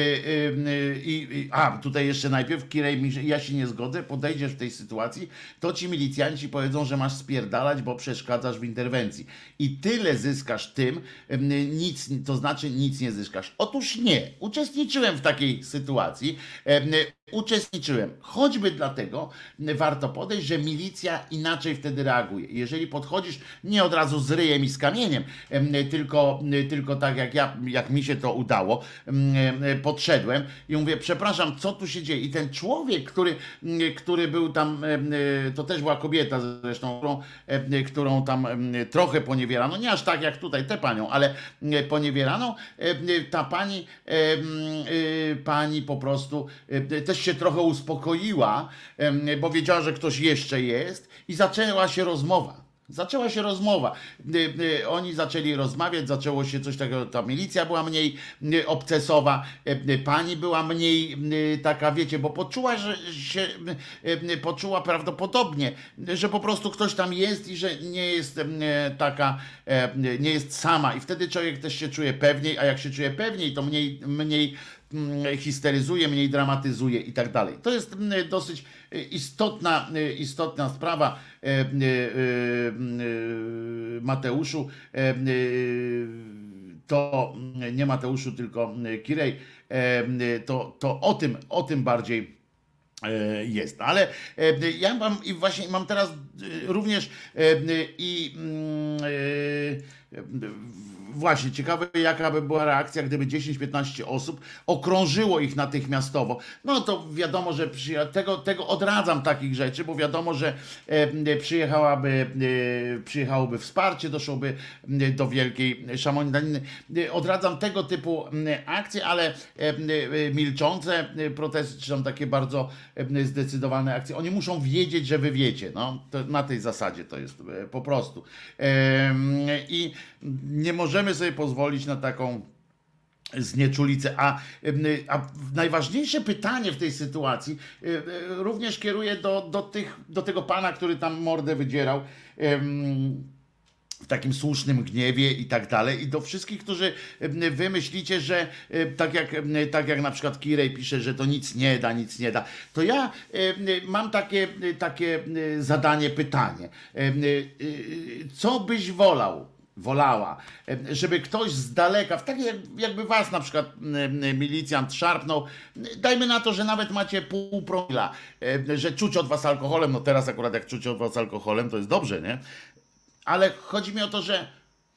i, a tutaj jeszcze najpierw Kirej, ja się nie zgodzę, podejdziesz w tej sytuacji, to ci milicjanci powiedzą, że masz spierdalać, bo przeszkadzasz w interwencji i tyle zyskasz tym, nic, to znaczy nic nie zyskasz. Otóż nie, uczestniczyłem w takiej sytuacji, uczestniczyłem, choćby dlatego warto podejść, że milicja inaczej wtedy reaguje. Jeżeli podchodzisz nie od razu z ryjem i z kamieniem, tylko, tylko tak jak ja, jak mi się to udało, podszedłem i mówię, przepraszam, co tu się dzieje? I ten człowiek, który, który był tam, to też była kobieta zresztą, którą, którą tam trochę poniewierano, nie aż tak jak tutaj tę panią, ale poniewierano, ta pani, pani po prostu też się trochę uspokoiła, bo wiedziała, że ktoś jeszcze jest i zaczęła się rozmowa. Zaczęła się rozmowa. Oni zaczęli rozmawiać, zaczęło się coś takiego, ta milicja była mniej obcesowa, pani była mniej taka, wiecie, bo poczuła, że się poczuła prawdopodobnie, że po prostu ktoś tam jest i że nie jest taka, nie jest sama i wtedy człowiek też się czuje pewniej, a jak się czuje pewniej, to mniej, mniej histeryzuje, mniej dramatyzuje i tak dalej. To jest dosyć istotna, istotna sprawa, Mateuszu. To nie Mateuszu, tylko Kirej. To, to o tym, o tym bardziej jest. Ale ja mam i właśnie mam teraz również i właśnie ciekawe, jaka by była reakcja, gdyby dziesięć piętnaście osób okrążyło ich natychmiastowo. No to wiadomo, że przyja- tego, tego odradzam takich rzeczy, bo wiadomo, że e, przyjechałaby, e, przyjechałoby wsparcie, doszłoby do wielkiej szamodaniny. Odradzam tego typu akcje, ale e, milczące protesty, czy tam takie bardzo zdecydowane akcje, oni muszą wiedzieć, że wy wiecie. No, to na tej zasadzie to jest e, po prostu. E, I nie możemy sobie pozwolić na taką znieczulicę. A, a najważniejsze pytanie w tej sytuacji również kieruję do, do, tych, do tego pana, który tam mordę wydzierał w takim słusznym gniewie i tak dalej, i do wszystkich, którzy wy myślicie, że tak jak, tak jak na przykład Kirej pisze, że to nic nie da, nic nie da, to ja mam takie, takie zadanie, pytanie. Co byś wolał? Wolała, żeby ktoś z daleka, w takiej jakby was na przykład milicjant szarpnął, dajmy na to, że nawet macie pół promila, że czuć od was alkoholem, no teraz akurat jak czuć od was alkoholem, to jest dobrze, nie? Ale chodzi mi o to, że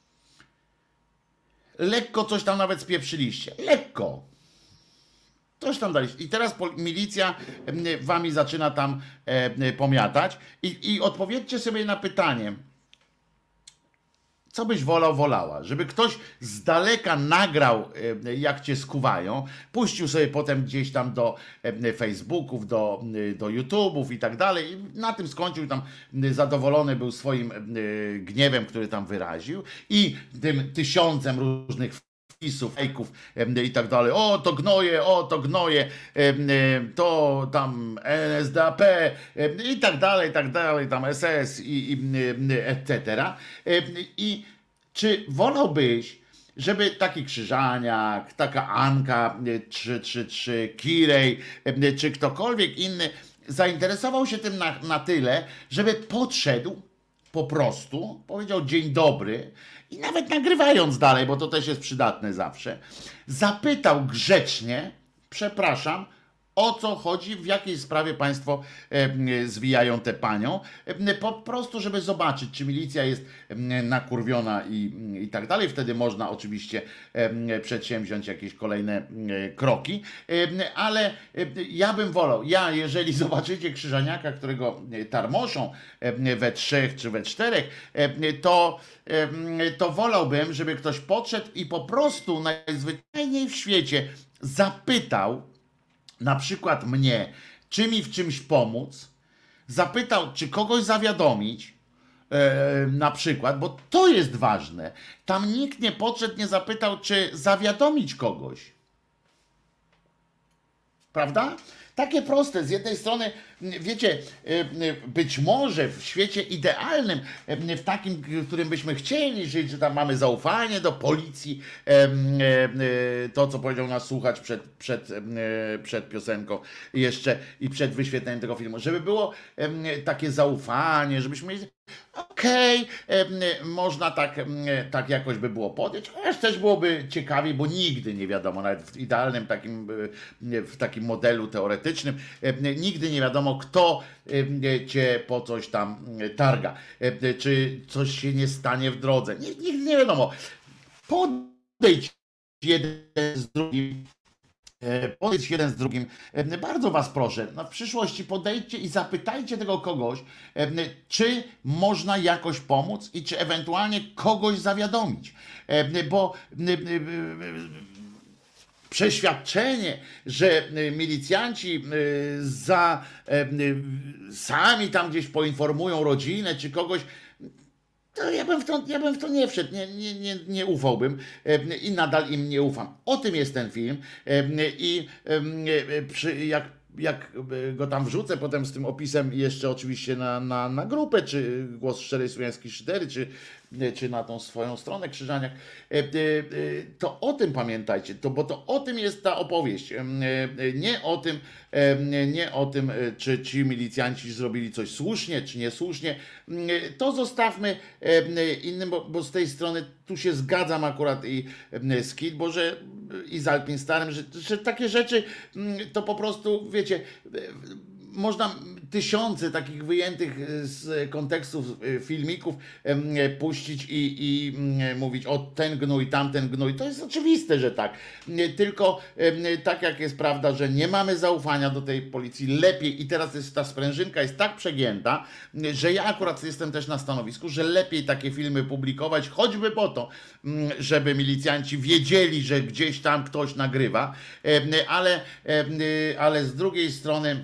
lekko coś tam nawet spieprzyliście, lekko. Coś tam daliście. I teraz milicja wami zaczyna tam pomiatać i, i odpowiedzcie sobie na pytanie, co byś wolał, wolała? Żeby ktoś z daleka nagrał, jak cię skuwają, puścił sobie potem gdzieś tam do Facebooków, do, do YouTube'ów i tak dalej. I na tym skończył, tam zadowolony był swoim gniewem, który tam wyraził i tym tysiącem różnych wpisów, fejków i tak dalej. O, to gnoje, o, to gnoje, to tam N S D A P i tak dalej, i tak dalej, tam S S i, i et cetera. I czy wolałbyś, żeby taki Krzyżaniak, taka Anka, czy, czy, czy Kirej, czy ktokolwiek inny zainteresował się tym na, na tyle, żeby podszedł po prostu, powiedział dzień dobry i nawet nagrywając dalej, bo to też jest przydatne zawsze, zapytał grzecznie, przepraszam, o co chodzi, w jakiej sprawie państwo e, zwijają tę panią, e, po prostu, żeby zobaczyć, czy milicja jest e, nakurwiona i, i tak dalej. Wtedy można oczywiście e, przedsięwziąć jakieś kolejne e, kroki, e, ale e, ja bym wolał, ja jeżeli zobaczycie Krzyżaniaka, którego tarmoszą e, we trzech czy we czterech, e, to, e, to wolałbym, żeby ktoś podszedł i po prostu najzwyczajniej w świecie zapytał, na przykład mnie, czy mi w czymś pomóc, zapytał, czy kogoś zawiadomić, e, na przykład, bo to jest ważne. Tam nikt nie podszedł, nie zapytał, czy zawiadomić kogoś. Prawda? Takie proste. Z jednej strony, wiecie, być może w świecie idealnym, w takim, w którym byśmy chcieli żyć, że tam mamy zaufanie do policji, to, co powiedział nas słuchacz przed, przed, przed piosenką jeszcze i przed wyświetleniem tego filmu, żeby było takie zaufanie, żebyśmy mieli okej, okay, można tak, tak jakoś by było podjąć, chociaż też byłoby ciekawiej, bo nigdy nie wiadomo, nawet w idealnym takim, w takim modelu teoretycznym, nigdy nie wiadomo, kto cię po coś tam targa, czy coś się nie stanie w drodze. Nigdy nie wiadomo. Podejdź jeden z drugim. Podejdź jeden z drugim. Bardzo was proszę, no w przyszłości podejdźcie i zapytajcie tego kogoś, czy można jakoś pomóc i czy ewentualnie kogoś zawiadomić. Bo przeświadczenie, że milicjanci za, sami tam gdzieś poinformują rodzinę czy kogoś, to ja bym w to, ja bym w to nie wszedł, nie, nie, nie, nie ufałbym i nadal im nie ufam. O tym jest ten film i przy, jak, jak go tam wrzucę potem z tym opisem jeszcze oczywiście na, na, na grupę, czy Głos Szczerej Słowiańskiej Szydery, czy, czy na tą swoją stronę Krzyżaniak, to o tym pamiętajcie, to, bo to o tym jest ta opowieść. Nie o tym, nie o tym, czy ci milicjanci zrobili coś słusznie, czy niesłusznie. To zostawmy innym, bo, bo z tej strony tu się zgadzam akurat i z Kit, bo że i z Alpin Starym, że, że takie rzeczy to po prostu, wiecie, można tysiące takich wyjętych z kontekstów filmików puścić i, i mówić o ten gnój, tamten gnój. To jest oczywiste, że tak. Tylko tak jak jest prawda, że nie mamy zaufania do tej policji, lepiej i teraz jest ta sprężynka jest tak przegięta, że ja akurat jestem też na stanowisku, że lepiej takie filmy publikować, choćby po to, żeby milicjanci wiedzieli, że gdzieś tam ktoś nagrywa, ale, ale z drugiej strony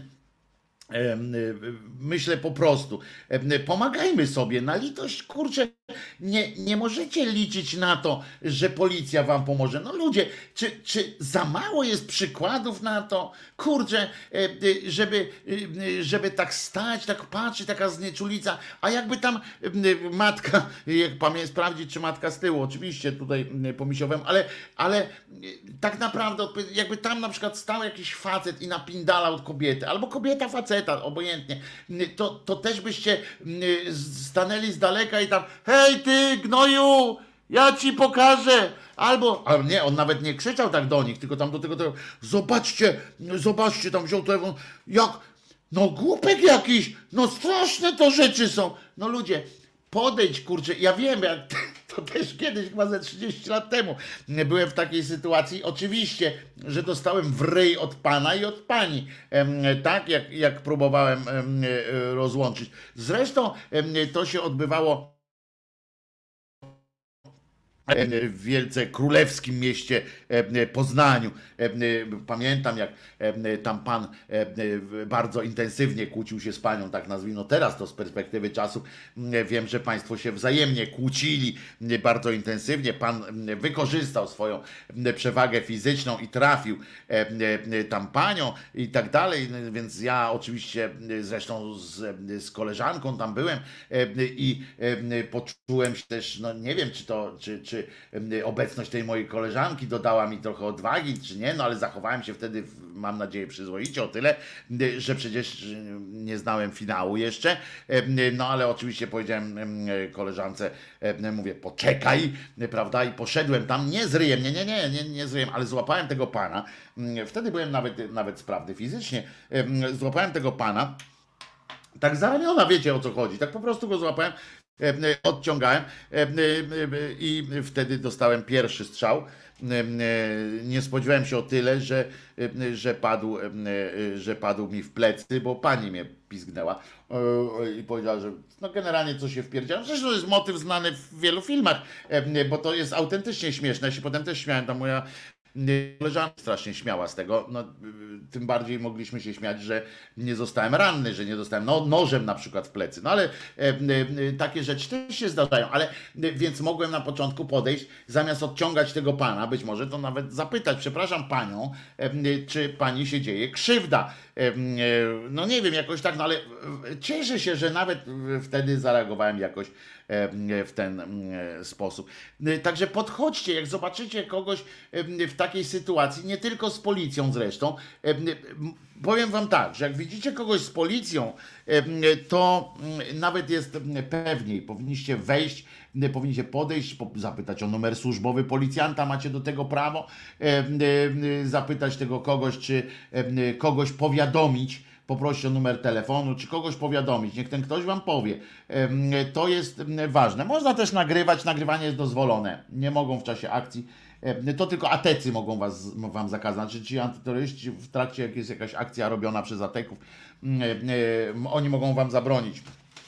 myślę po prostu, pomagajmy sobie, na litość, kurczę, nie, nie możecie liczyć na to, że policja wam pomoże. No ludzie, czy, czy za mało jest przykładów na to, kurczę, żeby, żeby tak stać, tak patrzeć, taka znieczulica, a jakby tam matka, jak pamiętam, sprawdzić, czy matka z tyłu, oczywiście tutaj pomisiowem, ale, ale tak naprawdę, jakby tam na przykład stał jakiś facet i napindalał kobietę, albo kobieta faceta, obojętnie, to, to też byście stanęli z daleka i tam, hej ty gnoju, ja ci pokażę, albo, ale nie, on nawet nie krzyczał tak do nich, tylko tam do tego, tego zobaczcie, zobaczcie, tam wziął telefon, jak, no głupek jakiś, no straszne to rzeczy są, no ludzie, podejdź, kurczę, ja wiem, ja, to też kiedyś, chyba ze trzydzieści lat temu, byłem w takiej sytuacji, oczywiście, że dostałem w ryj od pana i od pani, tak, jak, jak próbowałem rozłączyć. Zresztą to się odbywało w wielce królewskim mieście Poznaniu. Pamiętam, jak tam pan bardzo intensywnie kłócił się z panią, tak nazwijmy. No teraz to z perspektywy czasu wiem, że państwo się wzajemnie kłócili bardzo intensywnie. Pan wykorzystał swoją przewagę fizyczną i trafił tam panią i tak dalej, więc ja oczywiście zresztą z, z koleżanką tam byłem i poczułem się też, no nie wiem, czy to, czy, czy czy obecność tej mojej koleżanki dodała mi trochę odwagi, czy nie, no ale zachowałem się wtedy, mam nadzieję, przyzwoicie o tyle, że przecież nie znałem finału jeszcze, no ale oczywiście powiedziałem koleżance, mówię, poczekaj, prawda, i poszedłem tam, nie z ryjem, nie, nie, nie, nie, nie z ryjem, ale złapałem tego pana, wtedy byłem nawet, nawet sprawny fizycznie, złapałem tego pana, tak za ramiona, wiecie o co chodzi, tak po prostu go złapałem, odciągałem i wtedy dostałem pierwszy strzał. Nie spodziewałem się o tyle, że, że, padł, że padł mi w plecy, bo pani mnie pizgnęła i powiedziała, że no generalnie co się wpierdziałem. Zresztą to jest motyw znany w wielu filmach, bo to jest autentycznie śmieszne. Ja się potem też śmiałem, ta moja koleżanka strasznie śmiała z tego, no, tym bardziej mogliśmy się śmiać, że nie zostałem ranny, że nie dostałem no, nożem na przykład w plecy, no ale e, e, takie rzeczy też się zdarzają, ale e, więc mogłem na początku podejść, zamiast odciągać tego pana, być może to nawet zapytać, przepraszam panią, e, czy pani się dzieje krzywda, e, e, no nie wiem, jakoś tak, no ale cieszę się, że nawet wtedy zareagowałem jakoś w ten sposób. Także podchodźcie, jak zobaczycie kogoś w takiej sytuacji, nie tylko z policją zresztą, powiem wam tak, że jak widzicie kogoś z policją, to nawet jest pewniej, powinniście wejść, powinniście podejść, zapytać o numer służbowy policjanta, macie do tego prawo, zapytać tego kogoś, czy kogoś powiadomić, poprosić o numer telefonu, czy kogoś powiadomić, niech ten ktoś wam powie. To jest ważne. Można też nagrywać, nagrywanie jest dozwolone. Nie mogą w czasie akcji, to tylko atecy mogą was, wam zakazać, znaczy ci antyterroryści w trakcie, jak jest jakaś akcja robiona przez ateków, oni mogą wam zabronić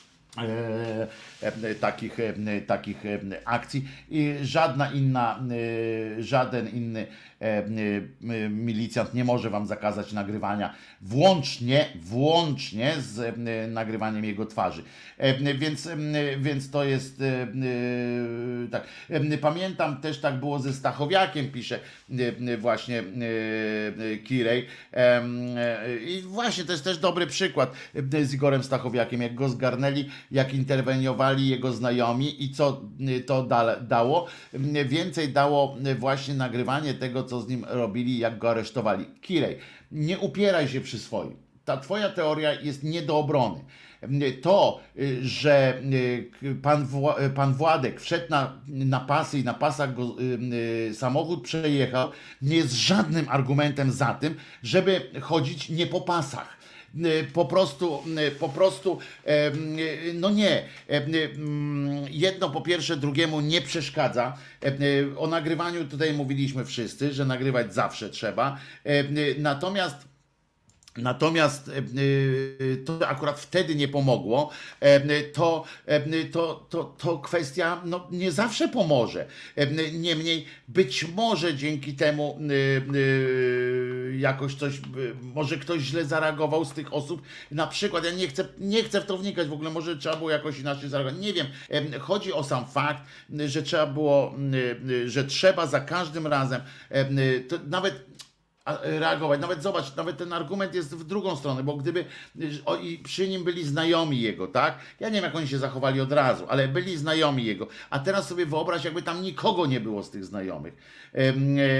takich, takich akcji i żadna inna, żaden inny milicjant nie może wam zakazać nagrywania, włącznie, włącznie z nagrywaniem jego twarzy. Więc, więc to jest tak. Pamiętam też tak było ze Stachowiakiem, pisze właśnie Kirej. I właśnie to jest też dobry przykład z Igorem Stachowiakiem, jak go zgarnęli, jak interweniowali jego znajomi i co to da, dało? Więcej dało właśnie nagrywanie tego, co z nim robili, jak go aresztowali. Kirej, nie upieraj się przy swoim. Ta twoja teoria jest nie do obrony. To, że pan, Wła, pan Władek wszedł na, na pasy i na pasach go y, samochód przejechał, nie jest żadnym argumentem za tym, żeby chodzić nie po pasach. Po prostu, po prostu, no nie, jedno po pierwsze drugiemu nie przeszkadza. O nagrywaniu tutaj mówiliśmy wszyscy, że nagrywać zawsze trzeba, natomiast Natomiast to akurat wtedy nie pomogło, to, to, to, to kwestia no, nie zawsze pomoże. Niemniej być może dzięki temu jakoś coś, może ktoś źle zareagował z tych osób, na przykład, ja nie chcę, nie chcę w to wnikać w ogóle, może trzeba było jakoś inaczej zareagować, nie wiem. Chodzi o sam fakt, że trzeba było, że trzeba za każdym razem, to nawet reagować. Nawet zobacz, nawet ten argument jest w drugą stronę, bo gdyby o, i przy nim byli znajomi jego, tak? Ja nie wiem, jak oni się zachowali od razu, ale byli znajomi jego. A teraz sobie wyobraź, jakby tam nikogo nie było z tych znajomych. E, e,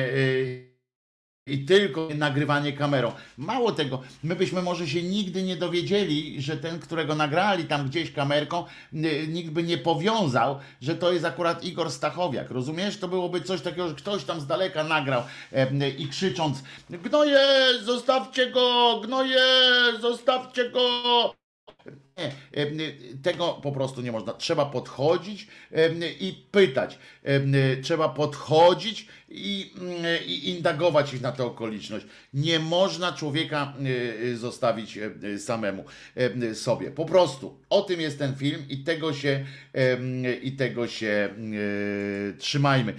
I tylko nagrywanie kamerą. Mało tego, my byśmy może się nigdy nie dowiedzieli, że ten, którego nagrali tam gdzieś kamerką, nikt by nie powiązał, że to jest akurat Igor Stachowiak. Rozumiesz? To byłoby coś takiego, że ktoś tam z daleka nagrał e, i krzycząc: gnoje, zostawcie go! Gnoje, zostawcie go! Nie, tego po prostu nie można. Trzeba podchodzić i pytać. Trzeba podchodzić i, i indagować ich na tę okoliczność. Nie można człowieka zostawić samemu sobie. Po prostu. O tym jest ten film i tego się, i tego się trzymajmy.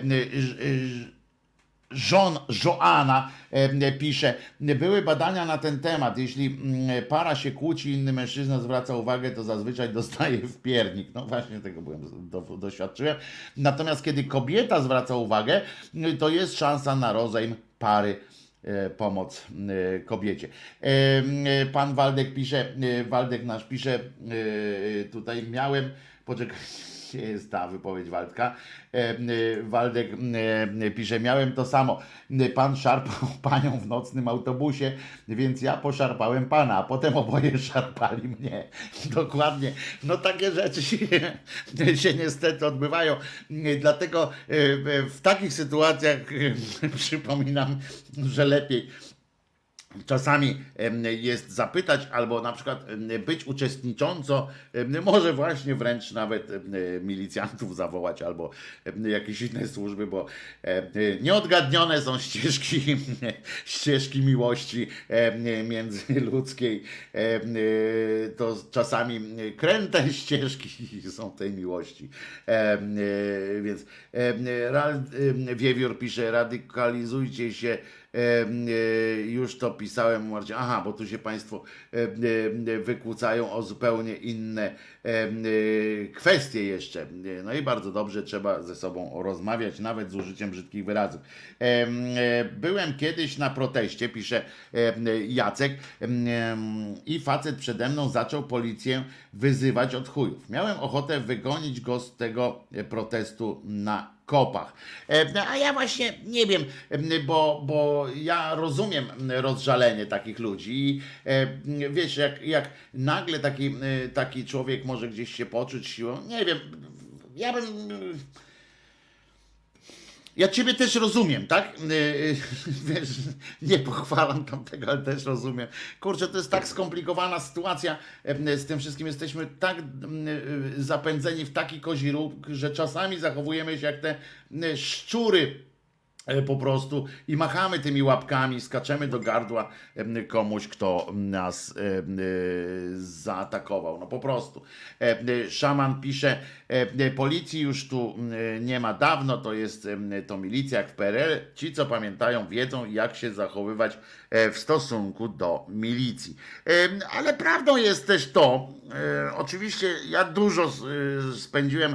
Żon Joanna e, pisze, były badania na ten temat. Jeśli mm, para się kłóci, inny mężczyzna zwraca uwagę, to zazwyczaj dostaje w piernik. No właśnie tego byłem, do, doświadczyłem. Natomiast kiedy kobieta zwraca uwagę, to jest szansa na rozejm pary. E, pomoc e, kobiecie. E, pan Waldek pisze, e, Waldek nasz pisze, e, tutaj miałem poczekajcie, jest ta wypowiedź Waldka. E, e, Waldek e, pisze, miałem to samo. Pan szarpał panią w nocnym autobusie, więc ja poszarpałem pana, a potem oboje szarpali mnie. Dokładnie. No takie rzeczy się, się niestety odbywają. Dlatego e, w takich sytuacjach e, przypominam, że lepiej czasami jest zapytać, albo na przykład być uczestnicząco, może właśnie wręcz nawet milicjantów zawołać, albo jakieś inne służby, bo nieodgadnione są ścieżki, ścieżki miłości międzyludzkiej. To czasami kręte ścieżki są tej miłości. Więc Wiewiór pisze, radykalizujcie się. Już to pisałem Marcin. Aha, bo tu się Państwo wykłócają o zupełnie inne kwestie jeszcze. No i bardzo dobrze, trzeba ze sobą rozmawiać, nawet z użyciem brzydkich wyrazów. Byłem kiedyś na proteście, pisze Jacek, i facet przede mną zaczął policję wyzywać od chujów. Miałem ochotę wygonić go z tego protestu na kopach. A ja właśnie nie wiem, bo, bo ja rozumiem rozżalenie takich ludzi i wiesz, jak, jak nagle taki, taki człowiek może gdzieś się poczuć siłą, nie wiem, ja bym... Ja ciebie też rozumiem, tak? Wiesz, nie pochwalam tamtego, ale też rozumiem. Kurczę, to jest tak skomplikowana sytuacja z tym wszystkim. Jesteśmy tak zapędzeni w taki kozi róg, że czasami zachowujemy się jak te szczury po prostu i machamy tymi łapkami, skaczemy do gardła komuś, kto nas zaatakował. No po prostu. Szaman pisze, policji już tu nie ma dawno, to jest to milicja jak w P R L. Ci, co pamiętają, wiedzą, jak się zachowywać w stosunku do milicji. Ale prawdą jest też to, oczywiście ja dużo spędziłem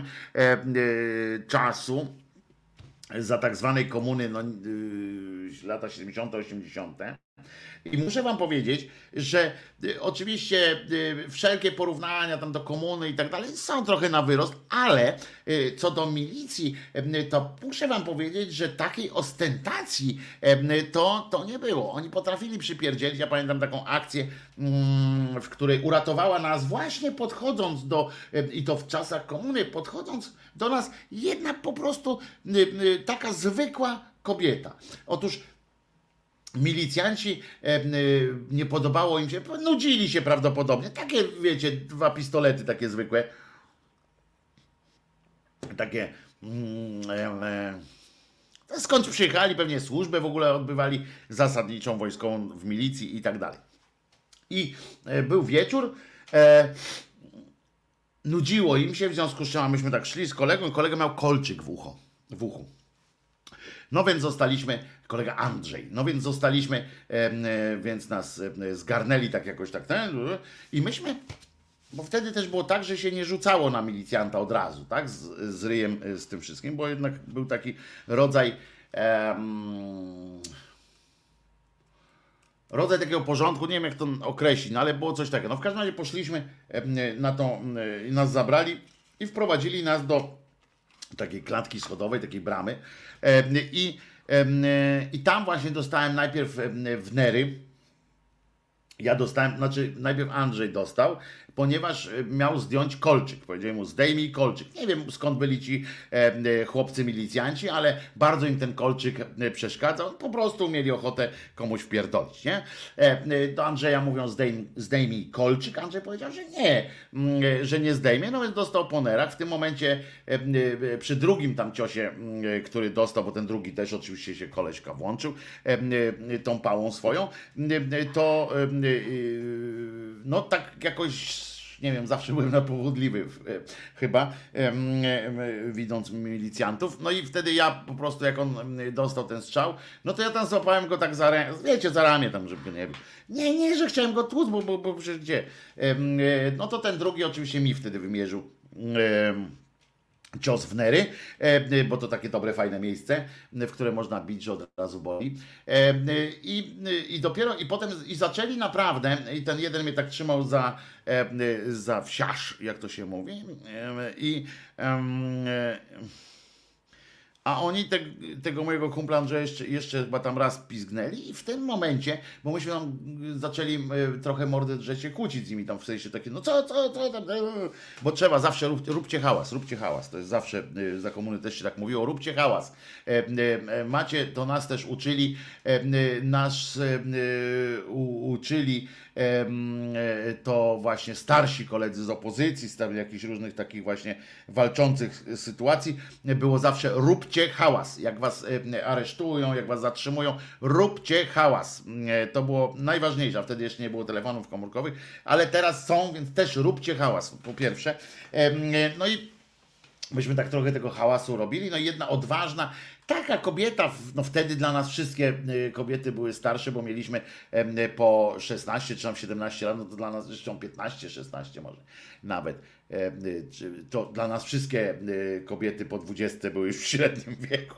czasu za tak zwanej komuny, no, yy, lata siedemdziesiąte, osiemdziesiąte. I muszę wam powiedzieć, że y, oczywiście y, wszelkie porównania tam do komuny i tak dalej są trochę na wyrost, ale y, co do milicji, y, to muszę wam powiedzieć, że takiej ostentacji y, to, to nie było. Oni potrafili przypierdzielić. Ja pamiętam taką akcję, y, w której uratowała nas właśnie podchodząc do, y, i to w czasach komuny, podchodząc do nas jedna po prostu y, y, taka zwykła kobieta. Otóż milicjanci, e, nie podobało im się, nudzili się prawdopodobnie. Takie, wiecie, dwa pistolety takie zwykłe. Takie... Mm, e, skąd przyjechali, pewnie służbę w ogóle odbywali zasadniczą wojskową w milicji i tak dalej. I e, był wieczór, e, nudziło im się, w związku z czym myśmy tak szli z kolegą i kolega miał kolczyk w ucho, w uchu. No więc zostaliśmy, kolega Andrzej, no więc zostaliśmy, e, e, więc nas e, zgarnęli tak jakoś tak, ten, i myśmy, bo wtedy też było tak, że się nie rzucało na milicjanta od razu, tak, z, z ryjem, e, z tym wszystkim, bo jednak był taki rodzaj, e, rodzaj takiego porządku, nie wiem jak to określić, no ale było coś takiego. No w każdym razie poszliśmy e, na to, e, nas zabrali i wprowadzili nas do takiej klatki schodowej, takiej bramy. I, i tam właśnie dostałem najpierw w nery. Ja dostałem, znaczy najpierw Andrzej dostał, ponieważ miał zdjąć kolczyk. Powiedziałem mu, zdejmij kolczyk. Nie wiem skąd byli ci e, chłopcy milicjanci, ale bardzo im ten kolczyk przeszkadzał. Po prostu mieli ochotę komuś wpierdolić, nie? E, do Andrzeja mówią, zdejmij, zdejmij kolczyk. Andrzej powiedział, że nie, m, że nie zdejmie. No więc dostał po nerach. W tym momencie e, przy drugim tam ciosie, e, który dostał, bo ten drugi też oczywiście się koleżka włączył, e, e, tą pałą swoją, e, to e, no tak jakoś, nie wiem, zawsze byłem napowodliwy chyba, widząc milicjantów. No i wtedy ja po prostu, jak on dostał ten strzał, no to ja tam złapałem go tak za, wiecie, za ramię tam, żeby nie wiem. Nie, nie, że chciałem go tłuc, bo, bo, bo przecież gdzie? No to ten drugi oczywiście mi wtedy wymierzył cios w nery, e, bo to takie dobre, fajne miejsce, w które można bić, że od razu boli. E, i, I dopiero, i potem, i zaczęli naprawdę, i ten jeden mnie tak trzymał za, e, za wsiarz, jak to się mówi, e, i e, a oni te, tego mojego kumpla Andrzeja jeszcze, jeszcze chyba tam raz pizgnęli i w tym momencie, bo myśmy tam zaczęli e, trochę mordy drzeć się kłócić z nimi tam w sensie takie, no co, co, co tam, bo trzeba zawsze, rób, róbcie hałas, róbcie hałas, to jest zawsze, e, za komuny też się tak mówiło, róbcie hałas. E, e, macie, to nas też uczyli, e, nas e, u, uczyli e, to właśnie starsi koledzy z opozycji, z tam jakichś różnych takich właśnie walczących sytuacji, było zawsze róbcie hałas. Jak was aresztują, jak was zatrzymują, róbcie hałas. To było najważniejsze, a wtedy jeszcze nie było telefonów komórkowych, ale teraz są, więc też róbcie hałas, po pierwsze. No i myśmy tak trochę tego hałasu robili, no i jedna odważna, taka kobieta, no wtedy dla nas wszystkie kobiety były starsze, bo mieliśmy po szesnaście czy tam siedemnaście lat, no to dla nas zresztą piętnaście, szesnaście może nawet. To dla nas wszystkie kobiety po dwudziestce były już w średnim wieku.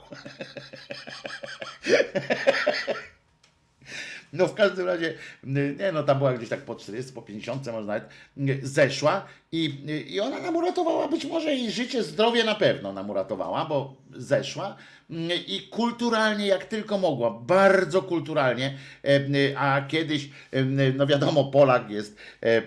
No w każdym razie, nie no, tam była gdzieś tak po czterdziestu, po pięćdziesięciu może nawet, zeszła i, i ona nam uratowała być może jej życie, zdrowie na pewno nam uratowała, bo zeszła i kulturalnie jak tylko mogła, bardzo kulturalnie, a kiedyś, no wiadomo, Polak jest,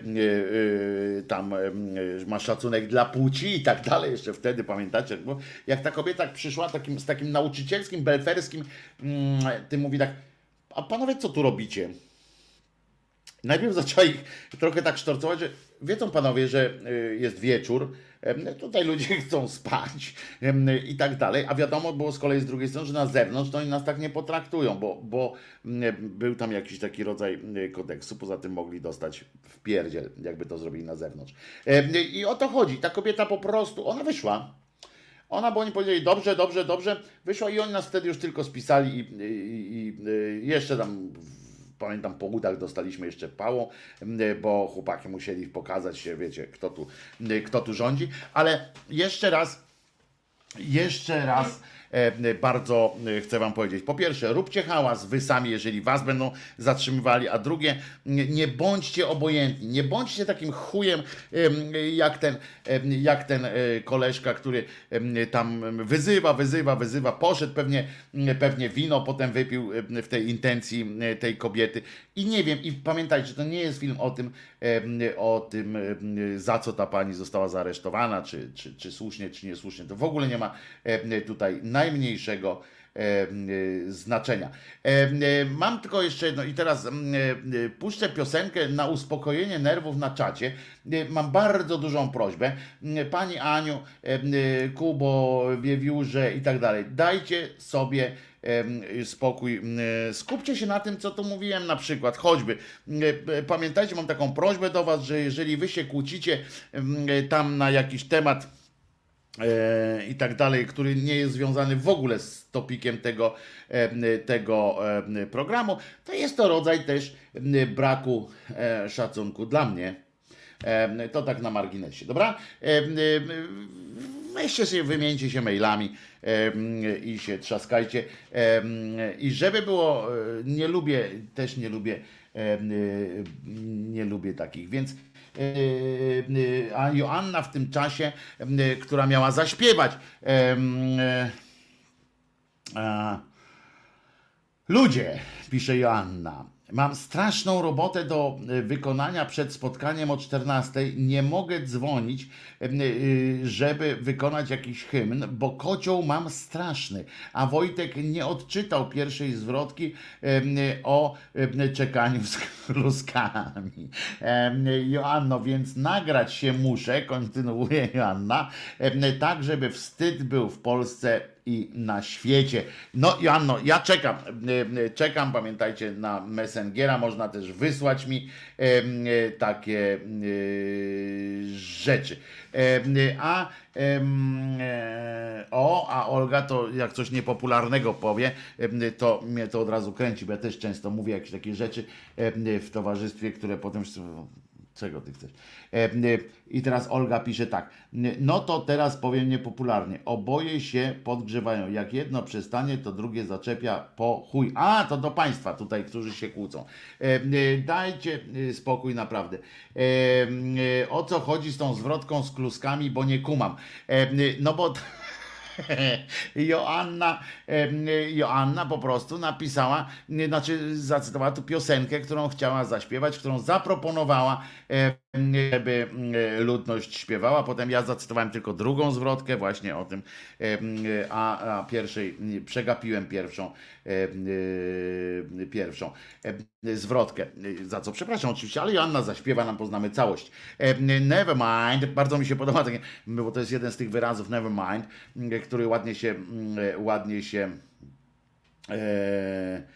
tam ma szacunek dla płci i tak dalej, jeszcze wtedy pamiętacie, bo jak ta kobieta przyszła takim, z takim nauczycielskim, belferskim, tym mówi tak, a panowie co tu robicie? Najpierw zaczęła ich trochę tak sztorcować, że wiedzą panowie, że jest wieczór, tutaj ludzie chcą spać i tak dalej, a wiadomo było z kolei z drugiej strony, że na zewnątrz to oni nas tak nie potraktują, bo, bo był tam jakiś taki rodzaj kodeksu, poza tym mogli dostać w pierdziel, jakby to zrobili na zewnątrz. I o to chodzi, ta kobieta po prostu, ona wyszła, Ona, bo oni powiedzieli dobrze, dobrze, dobrze, wyszła i oni nas wtedy już tylko spisali i, i, i jeszcze tam, pamiętam, po udach dostaliśmy jeszcze pałą, bo chłopaki musieli pokazać się, wiecie, kto tu, kto tu rządzi, ale jeszcze raz, jeszcze raz bardzo chcę wam powiedzieć, po pierwsze, róbcie hałas wy sami, jeżeli was będą zatrzymywali, a drugie, nie bądźcie obojętni, nie bądźcie takim chujem jak ten, jak ten koleżka, który tam wyzywa, wyzywa, wyzywa, poszedł pewnie, pewnie wino, potem wypił w tej intencji tej kobiety i nie wiem, i pamiętajcie, że to nie jest film o tym, o tym, za co ta pani została zaaresztowana, czy, czy, czy słusznie, czy niesłusznie, to w ogóle nie ma tutaj najmniejszego e, e, znaczenia. E, e, mam tylko jeszcze jedno i teraz e, e, puszczę piosenkę na uspokojenie nerwów na czacie. E, mam bardzo dużą prośbę. E, Pani Aniu, e, e, Kubo, Wiewiórze i tak dalej. Dajcie sobie e, spokój. E, skupcie się na tym, co tu mówiłem na przykład. Choćby. E, pamiętajcie, mam taką prośbę do was, że jeżeli wy się kłócicie e, tam na jakiś temat i tak dalej, który nie jest związany w ogóle z topikiem tego, tego programu, to jest to rodzaj też braku szacunku dla mnie. To tak na marginesie, dobra? Weźcie się, wymieńcie się mailami i się trzaskajcie. I żeby było, nie lubię, też nie lubię, nie lubię takich, więc a Joanna w tym czasie, która miała zaśpiewać ludzie, pisze Joanna, mam straszną robotę do wykonania przed spotkaniem o czternastej. Nie mogę dzwonić, żeby wykonać jakiś hymn, bo kocioł mam straszny. A Wojtek nie odczytał pierwszej zwrotki o czekaniu z kluskami. Joanno, więc nagrać się muszę, kontynuuje Joanna, tak żeby wstyd był w Polsce i na świecie. No Joanno, ja czekam, czekam, pamiętajcie, na Messengera, można też wysłać mi e, takie e, rzeczy. E, a e, o, a Olga to jak coś niepopularnego powie, e, to mnie to od razu kręci, bo ja też często mówię jakieś takie rzeczy e, w towarzystwie, które potem Czego ty chcesz? E, I teraz Olga pisze tak. No to teraz powiem niepopularnie. Oboje się podgrzewają. Jak jedno przestanie, to drugie zaczepia po chuj. A, to do państwa tutaj, którzy się kłócą. E, dajcie spokój naprawdę. E, o co chodzi z tą zwrotką z kluskami, bo nie kumam. E, no bo... Joanna, Joanna po prostu napisała, znaczy zacytowała tu piosenkę, którą chciała zaśpiewać, którą zaproponowała, żeby ludność śpiewała. Potem ja zacytowałem tylko drugą zwrotkę właśnie o tym, a, a pierwszej przegapiłem pierwszą pierwszą zwrotkę, za co przepraszam oczywiście, ale Joanna zaśpiewa, nam poznamy całość. Nevermind, bardzo mi się podoba, takie, bo to jest jeden z tych wyrazów nevermind, który ładnie się ładnie się e,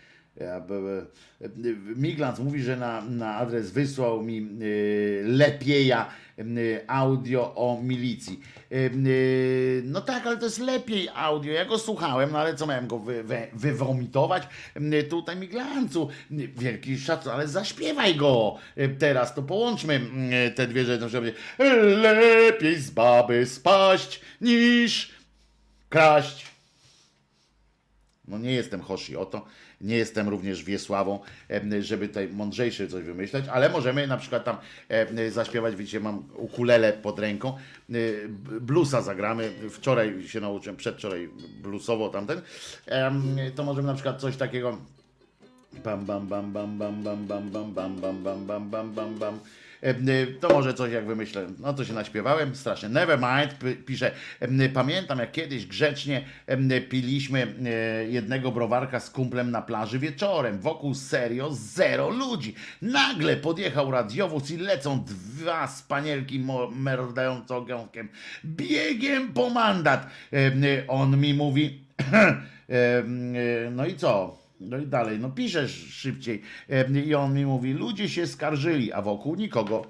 Miglans mówi, że na, na adres wysłał mi y, lepieja y, audio o milicji. Y, y, no tak, ale to jest lepiej audio. Ja go słuchałem, no ale co miałem go wy, wy, wywomitować? Y, tutaj Miglancu, y, wielki szacun, ale zaśpiewaj go y, teraz, to połączmy y, te dwie rzeczy, żeby lepiej z baby spaść niż kraść. No nie jestem Hoshi o to. Nie jestem również Wiesławą, żeby tutaj mądrzejsze coś wymyślać, ale możemy na przykład tam zaśpiewać, widzicie, mam ukulele pod ręką, bluesa zagramy, wczoraj się nauczyłem, przedwczoraj bluesowo tamten, to możemy na przykład coś takiego bam bam bam bam bam bam bam bam bam bam bam bam bam bam bam. To może coś jak wymyślę, no to się naśpiewałem, strasznie. Nevermind pisze, pamiętam jak kiedyś grzecznie piliśmy jednego browarka z kumplem na plaży wieczorem, wokół serio zero ludzi. Nagle podjechał radiowóz i lecą dwa spanielki merdające ogonkiem, biegiem po mandat. On mi mówi, no i co? No i dalej, no piszesz szybciej. I on mi mówi, ludzie się skarżyli, a wokół nikogo.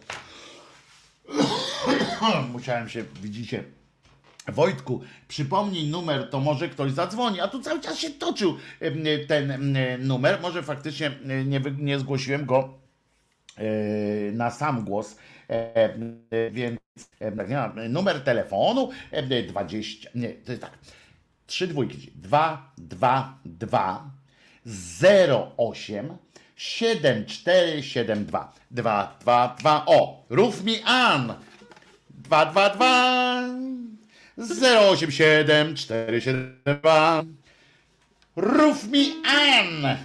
Musiałem się, widzicie, Wojtku, przypomnij numer, to może ktoś zadzwoni, a tu cały czas się toczył ten numer, może faktycznie nie, nie zgłosiłem go na sam głos, więc numer telefonu dwadzieścia, nie, to jest tak, trzy dwójki, dwa, dwa, dwa, zero osiem siedem cztery siedem dwa dwa dwa dwa. O, rów mi an dwa dwa dwa zero osiem siedem cztery siedem dwa. Rów mi an.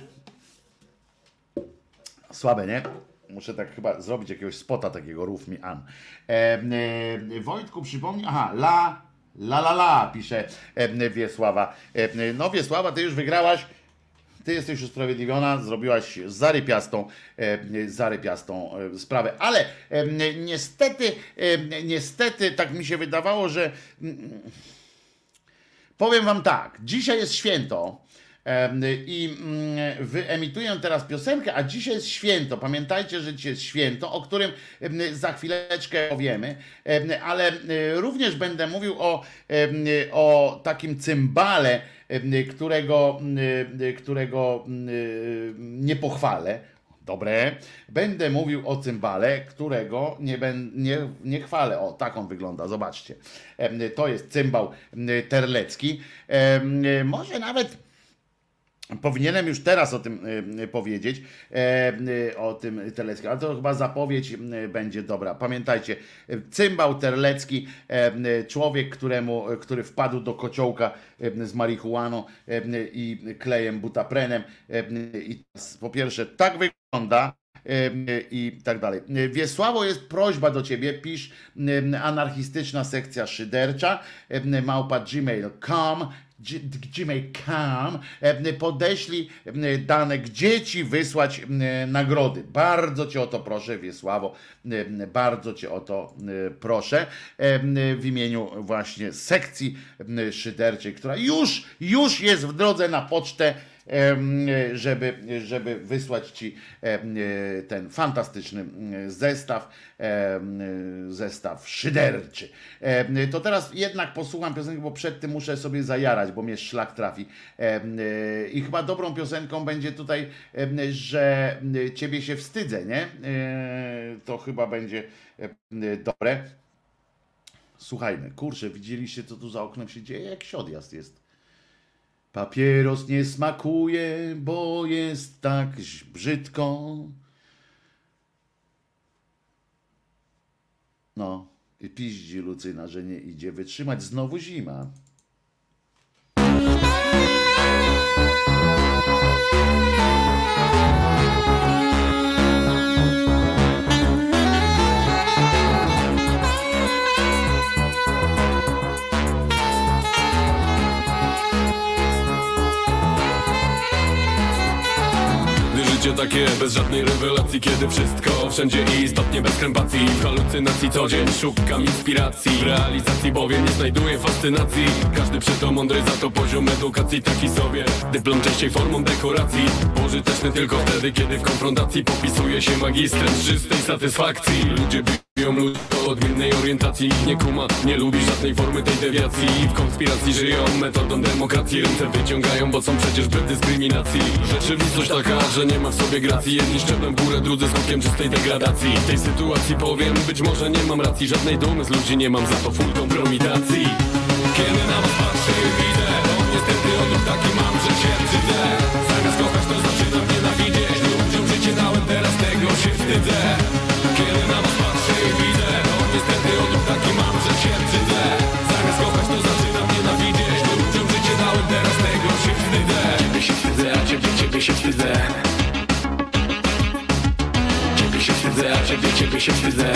Słabe, nie? Muszę tak chyba zrobić jakiegoś spota takiego, rów mi an. E, e, Wojtku, przypomnij, aha, la la la la pisze e, Wiesława. E, no Wiesława, ty już wygrałaś. Ty jesteś usprawiedliwiona, zrobiłaś zarypiastą, e, zarypiastą e, sprawę, ale e, niestety, e, niestety tak mi się wydawało, że mm, powiem wam tak, dzisiaj jest święto e, i mm, wyemituję teraz piosenkę, a dzisiaj jest święto, pamiętajcie, że dzisiaj jest święto, o którym e, za chwileczkę powiemy, e, ale e, również będę mówił o, e, o takim cymbale, którego, którego nie pochwalę. Dobre. Będę mówił o cymbale, którego nie, ben, nie, nie chwalę. O, tak on wygląda, zobaczcie. To jest cymbał terlecki. Może nawet powinienem już teraz o tym y, powiedzieć, e, y, o tym Terleckim, ale to chyba zapowiedź y, będzie dobra. Pamiętajcie, cymbał Terlecki, e, człowiek, któremu, który wpadł do kociołka e, z marihuaną e, i klejem butaprenem. E, I po pierwsze tak wygląda e, i tak dalej. Wiesławo, jest prośba do ciebie, pisz e, anarchistyczna sekcja szydercza, e, małpa gmail kropka com, gmail kropka com, podeślij dane, gdzie ci wysłać nagrody. Bardzo cię o to proszę, Wiesławo, bardzo cię o to proszę, w imieniu właśnie sekcji szyderczej, która już, już jest w drodze na pocztę żeby, żeby wysłać ci ten fantastyczny zestaw, zestaw szyderczy. To teraz jednak posłucham piosenki, bo przed tym muszę sobie zajarać, bo mnie szlak trafi. I chyba dobrą piosenką będzie tutaj, że ciebie się wstydzę, nie? To chyba będzie dobre. Słuchajmy, kurczę, widzieliście, co tu za oknem się dzieje? Jakiś odjazd jest. Papieros nie smakuje, bo jest tak brzydko. No, i piździ Lucyna, że nie idzie wytrzymać. Znowu zima. Życie takie bez żadnej rewelacji, kiedy wszystko wszędzie i istotnie bez krępacji. W halucynacji co dzień szukam inspiracji, w realizacji bowiem nie znajduję fascynacji. Każdy przy to mądry, za to poziom edukacji taki sobie. Dyplom częściej formą dekoracji, pożyteczny tylko wtedy, kiedy w konfrontacji popisuje się magistrem z czystej satysfakcji. Ludzie biją ludzi o odmiennej orientacji, nie kuma, nie lubi żadnej formy tej dewiacji. W konspiracji żyją metodą demokracji, ręce wyciągają, bo są przecież bez dyskryminacji. Rzeczywistość taka, że nie ma w sobie gracji, jedni szczeblem w górę, drudzy skokiem czystej degradacji. W tej sytuacji powiem, być może nie mam racji, żadnej dumy z ludzi nie mam, za to full kompromitacji. Kiedy na was patrzę i widzę, to niestety odruch taki mam, że się brzydzę. Zamiast kochać to zaczynam nienawidzieć, ludziom życie dałem, teraz tego się wstydzę. Kiedy na was patrzę i widzę, to niestety odruch taki mam, że się brzydzę. Zamiast kochać to zaczynam nienawidzieć, ludziom życie dałem, teraz tego się wstydzę. Ciebie się wstydzę, a ciebie, ciebie się wstydzę. Ciebie się wstydzę, a ciebie, ciebie się wstydzę.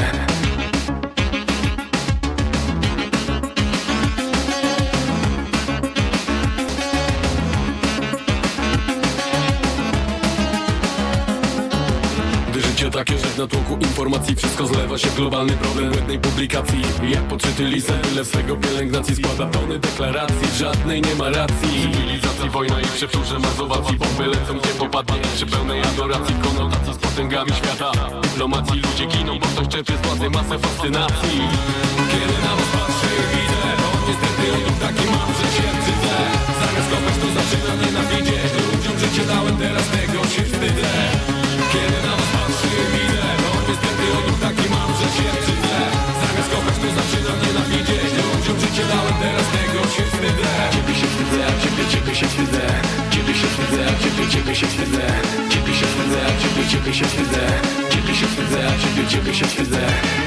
Takie, że w natłoku informacji wszystko zlewa się w globalny problem błędnej publikacji. Jak podczyty lisem, tyle swego pielęgnacji składa tony deklaracji, żadnej nie ma racji. Cywilizacji, wojna i przeprzórze mazowacji, bomby lecą gdzie popadnie, przy pełnej adoracji, konotacji z potęgami świata. Dyplomacji ludzie giną, bo ktoś czerpie z władzy masę fascynacji. Kiedy na was patrzę i widzę, to niestety odruch taki mam, że się brzydzę. Zamiast kochać to zaczynam nienawidzieć, ludziom życie dałem, teraz tego się wstydzę. Kiedy na was patrzę i widzę, to niestety odruch taki mam, że się brzydzę. Zamiast kochać to zaczynam nienawidzieć, ludziom życie dałem, teraz tego się wstydzę. Ciebie się wstydzę, a ciebie, ciebie się wstydzę. Ciebie się wstydzę, a ciebie, ciebie się wstydzę. Ciebie się wstydzę, a ciebie, ciebie się wstydzę. Ciebie się wstydzę, a ciebie, ciebie się wstydzę.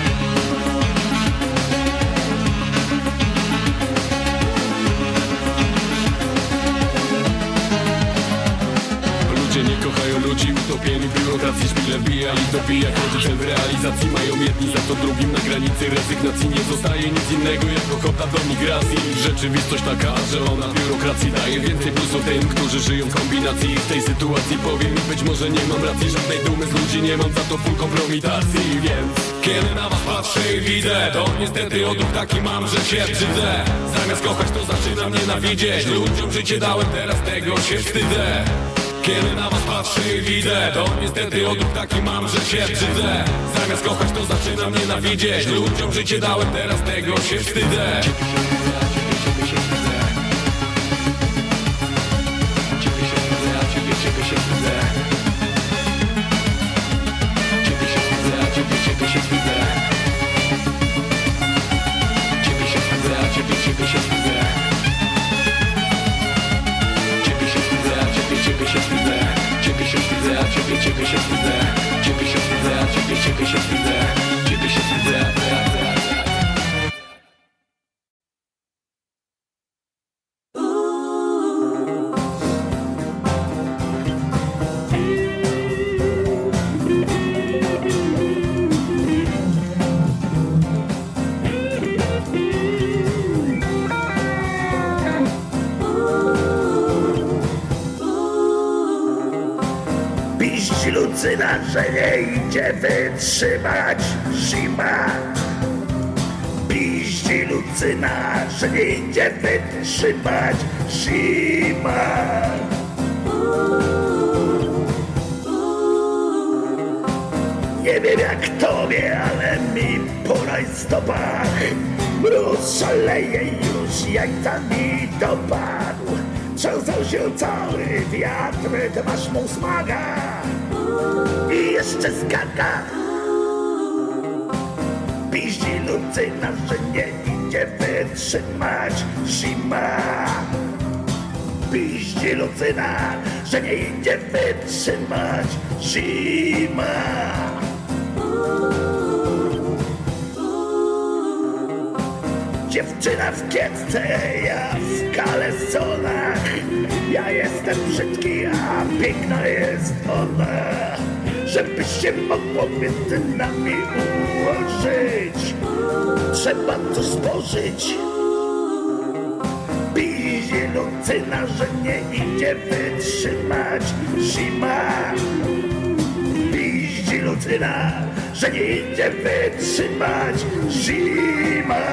Nie kochają ludzi, utopieni w biurokracji, szpile wbija i dobija. Każdy cel w realizacji mają jedni, za to drugim na granicy rezygnacji. Nie zostaje nic innego jak ochota do migracji. Rzeczywistość taka, że ona biurokracji daje więcej plusu tym, którzy żyją w kombinacji. W tej sytuacji powiem i być może nie mam racji, żadnej dumy z ludzi nie mam, za to full kompromitacji. Więc kiedy na was patrzę i widzę, to niestety odruch taki mam, że się brzydzę. Zamiast kochać to zaczynam nienawidzieć, ludziom życie dałem, teraz tego się wstydzę. Kiedy na was patrzę i widzę, to niestety odruch taki mam, że się brzydzę. Zamiast kochać to zaczynam nienawidzieć, ludziom życie dałem, teraz tego się wstydzę. Ciebie się wstydzę, ciebie się wstydzę, a ciebie, ciebie się wstydzę. Ciebie się wstydzę, a ciebie, ciebie się wstydzę. Ciebie się wstydzę, a ciebie, ciebie się wstydzę. Ciebie się wstydzę, a ciebie, ciebie się wstydzę. Ciebie się wstydzę, a ciebie, ciebie się wstydzę. Ciebie się wstydzę, a ciebie, ciebie się wstydzę. Ciebie się wstydzę, a ciebie, Lucyna, że nie idzie wytrzymać zima. Piździ Lucyna, że nie idzie wytrzymać zima. Nie wiem jak tobie, ale mi po rajstopach mróz szaleje już, jajca mi dopadł. Trzęsał się cały wiatr, ty masz mu smaga i jeszcze skaka. Piździ lucyna, że nie idzie wytrzymać zima. Piździ lucyna, że nie idzie wytrzymać zima. Dziewczyna w kiecce, ja w kalesonach. Ja jestem brzydki, a piękna jest ona. Żeby się mogło między nami ułożyć, trzeba to spożyć. Piździ lucyna, że nie idzie wytrzymać zima. Piździ lucyna, że nie idzie wytrzymać zima.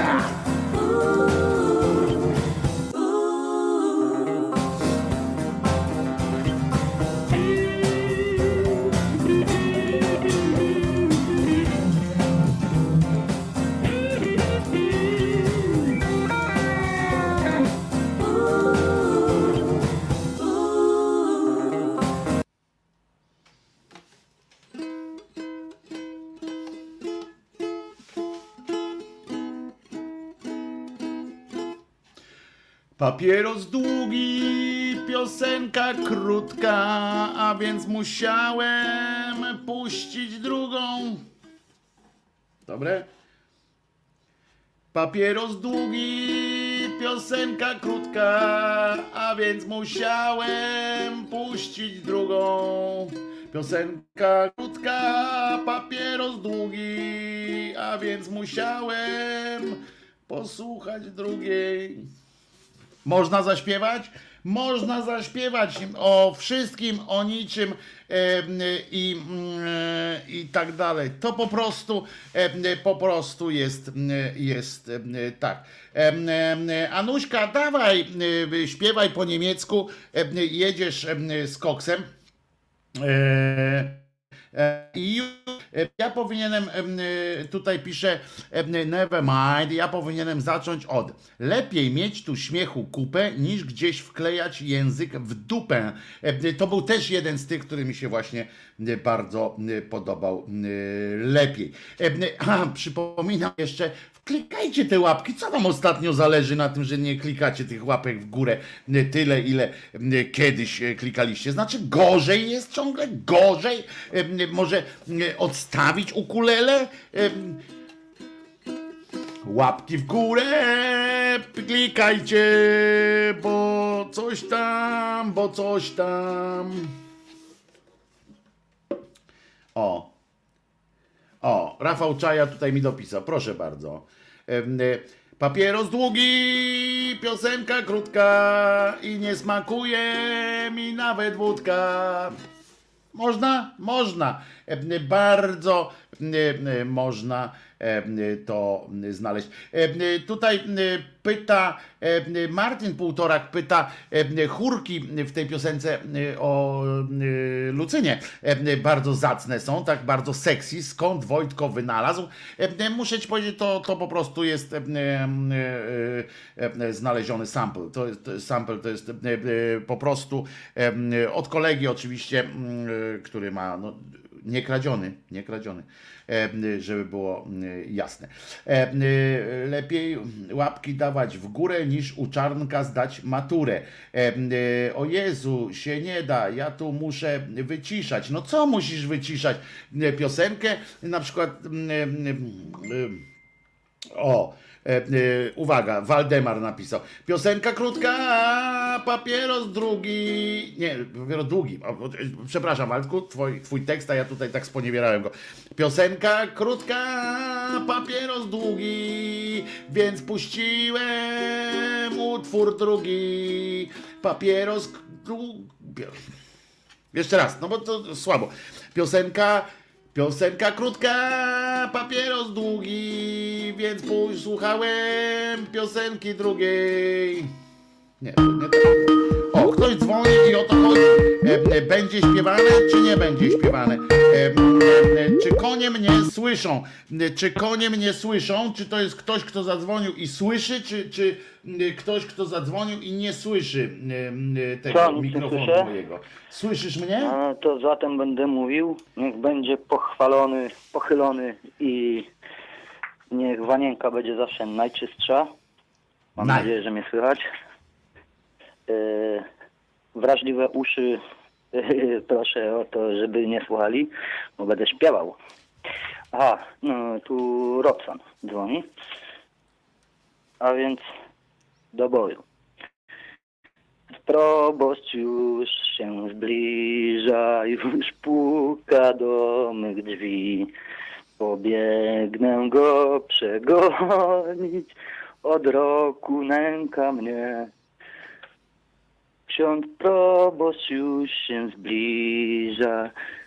Papieros długi, piosenka krótka, a więc musiałem puścić drugą. Dobre? Papieros długi, piosenka krótka, a więc musiałem puścić drugą. Piosenka krótka, papieros długi, a więc musiałem posłuchać drugiej. Można zaśpiewać? Można zaśpiewać o wszystkim, o niczym e, i, e, i tak dalej. To po prostu e, po prostu jest, jest e, tak. E, e, Anuśka, dawaj, e, śpiewaj po niemiecku, e, jedziesz e, z koksem. E, I ja powinienem, tutaj piszę never mind, ja powinienem zacząć od lepiej mieć tu śmiechu kupę, niż gdzieś wklejać język w dupę. To był też jeden z tych, który mi się właśnie bardzo podobał lepiej. A, przypominam jeszcze, klikajcie te łapki. Co wam ostatnio zależy na tym, że nie klikacie tych łapek w górę tyle, ile kiedyś klikaliście? Znaczy gorzej jest ciągle? Gorzej? Może odstawić ukulele? Łapki w górę, klikajcie, bo coś tam, bo coś tam. O. O, Rafał Czaja tutaj mi dopisał, proszę bardzo. Papieros długi, piosenka krótka i nie smakuje mi nawet wódka. Można? Można. Bardzo można to znaleźć. Tutaj pyta Martin Półtorak, pyta chórki w tej piosence o Lucynie. Bardzo zacne są, tak bardzo sexy. Skąd Wojtko wynalazł? Muszę ci powiedzieć, to, to po prostu jest znaleziony sample. To jest, sample to jest po prostu od kolegi oczywiście, który ma no, nie kradziony, nie kradziony, żeby było jasne. Lepiej łapki dawać w górę, niż u Czarnka zdać maturę. O Jezu, się nie da, ja tu muszę wyciszać. No co musisz wyciszać? Piosenkę na przykład o E, e, uwaga, Waldemar napisał. Piosenka krótka, papieros drugi. Nie, papieros długi. O, o, przepraszam, Waldku, twój, twój tekst, a ja tutaj tak sponiewierałem go. Piosenka krótka, papieros długi, więc puściłem utwór drugi. Papieros długi. Jeszcze raz, no bo to słabo. Piosenka. Piosenka krótka, papieros długi, więc posłuchałem piosenki drugiej. Nie, to nie tak. O, ktoś dzwoni i o to chodzi. E, e, będzie śpiewane, czy nie będzie śpiewane? E, e, czy konie mnie słyszą? E, czy konie mnie słyszą? Czy to jest ktoś, kto zadzwonił i słyszy, czy, czy e, ktoś, kto zadzwonił i nie słyszy e, tego Co, nic nie mikrofonu słyszę? mojego? Słyszysz mnie? A, to zatem będę mówił, niech będzie pochwalony, pochylony i niech wanienka będzie zawsze najczystsza. Mam Naj. nadzieję, że mnie słychać. E, wrażliwe uszy proszę o to, żeby nie słuchali, bo będę śpiewał. Aha, no tu Robson dzwoni. A więc do boju. Proboszcz już się zbliża, już puka do mych drzwi. Pobiegnę go przegonić, od roku nęka mnie. Ksiądz proboszcz już się zbliża,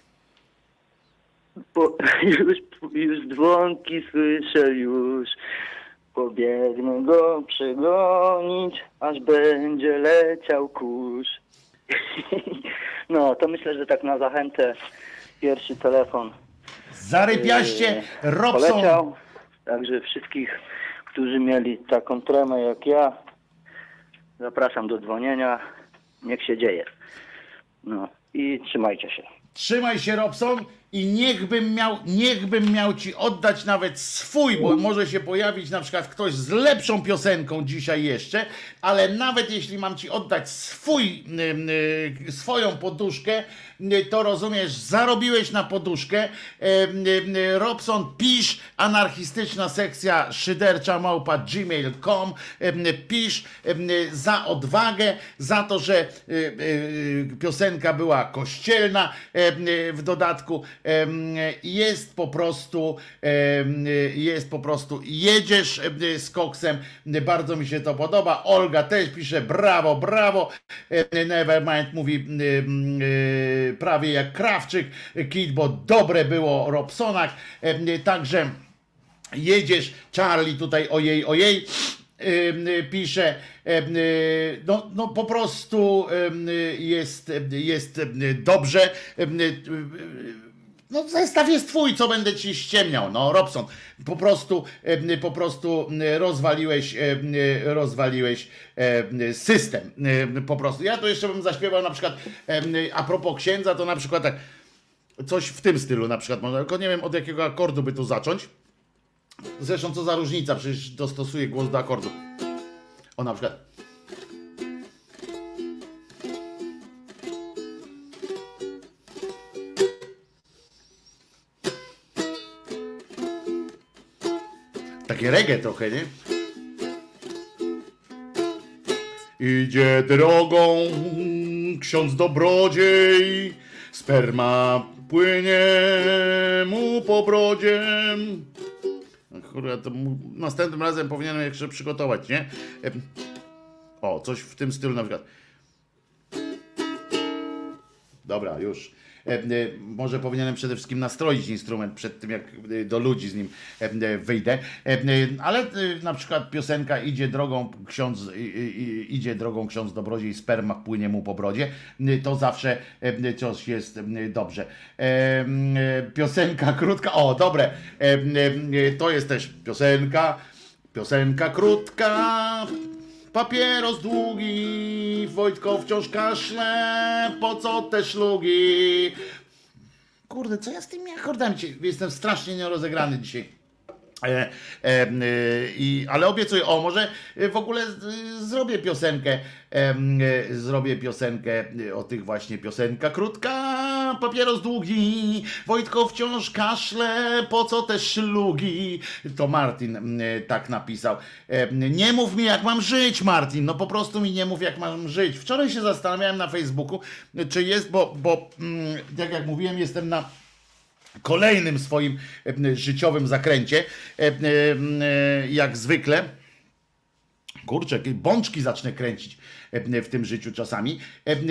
po, już, już dzwonki słyszę już. Pobiegnę go przegonić, aż będzie leciał kurz. No, to myślę, że tak na zachętę pierwszy telefon Zarypiaście yy, Robson. poleciał. Także wszystkich, którzy mieli taką tremę jak ja, zapraszam do dzwonienia. Niech się dzieje. No i trzymajcie się. Trzymaj się, Robson, i niechbym miał, niechbym miał ci oddać nawet swój, bo może się pojawić na przykład ktoś z lepszą piosenką dzisiaj jeszcze, ale nawet jeśli mam ci oddać swój, yy, swoją poduszkę, yy, to rozumiesz, zarobiłeś na poduszkę. Yy, yy, Robson, pisz, anarchistyczna sekcja szydercza małpa gmail kropka com, yy, pisz yy, za odwagę, za to, że yy, yy, piosenka była kościelna, yy, w dodatku jest po prostu jest po prostu jedziesz z koksem, bardzo mi się to podoba. Olga też pisze brawo, brawo. Nevermind mówi prawie jak Krawczyk Kid, bo dobre było o Robsonach, także jedziesz. Charlie tutaj ojej, ojej pisze, no, no po prostu jest, jest dobrze. No zestaw jest twój, co będę ci ściemniał, no Robson, po prostu, po prostu rozwaliłeś, rozwaliłeś system, po prostu. Ja to jeszcze bym zaśpiewał na przykład, a propos księdza, to na przykład tak, coś w tym stylu na przykład, może, tylko nie wiem od jakiego akordu by tu zacząć. Zresztą co za różnica, przecież dostosuję głos do akordu. O, na przykład. Takie reggae trochę, nie? Idzie drogą ksiądz dobrodziej, sperma płynie mu po brodzie. Kurwa, to następnym razem powinienem jeszcze przygotować, nie? O, coś w tym stylu na przykład. Dobra, już. Może powinienem przede wszystkim nastroić instrument przed tym, jak do ludzi z nim wyjdę. Ale na przykład piosenka Idzie drogą ksiądz, idzie drogą ksiądz dobrodziej, sperma płynie mu po brodzie. To zawsze coś jest dobrze. Piosenka krótka. O, dobre. To jest też piosenka. Piosenka krótka. Papieros długi, Wojtko wciąż kaszle, po co te szlugi? Kurde, co ja z tymi akordami dzisiaj? Jestem strasznie nierozegrany dzisiaj. E, e, e, i, ale obiecuję, o może w ogóle z, zrobię piosenkę, e, e, zrobię piosenkę o tych właśnie, piosenka krótka, papieros długi, Wojtko wciąż kaszle, po co te szlugi? To Martin e, tak napisał. E, nie mów mi jak mam żyć, Martin, no po prostu mi nie mów jak mam żyć. Wczoraj się zastanawiałem na Facebooku, czy jest, bo, bo mm, tak jak mówiłem, jestem na kolejnym swoim życiowym zakręcie, jak zwykle. Kurczę, bączki zacznę kręcić w tym życiu czasami.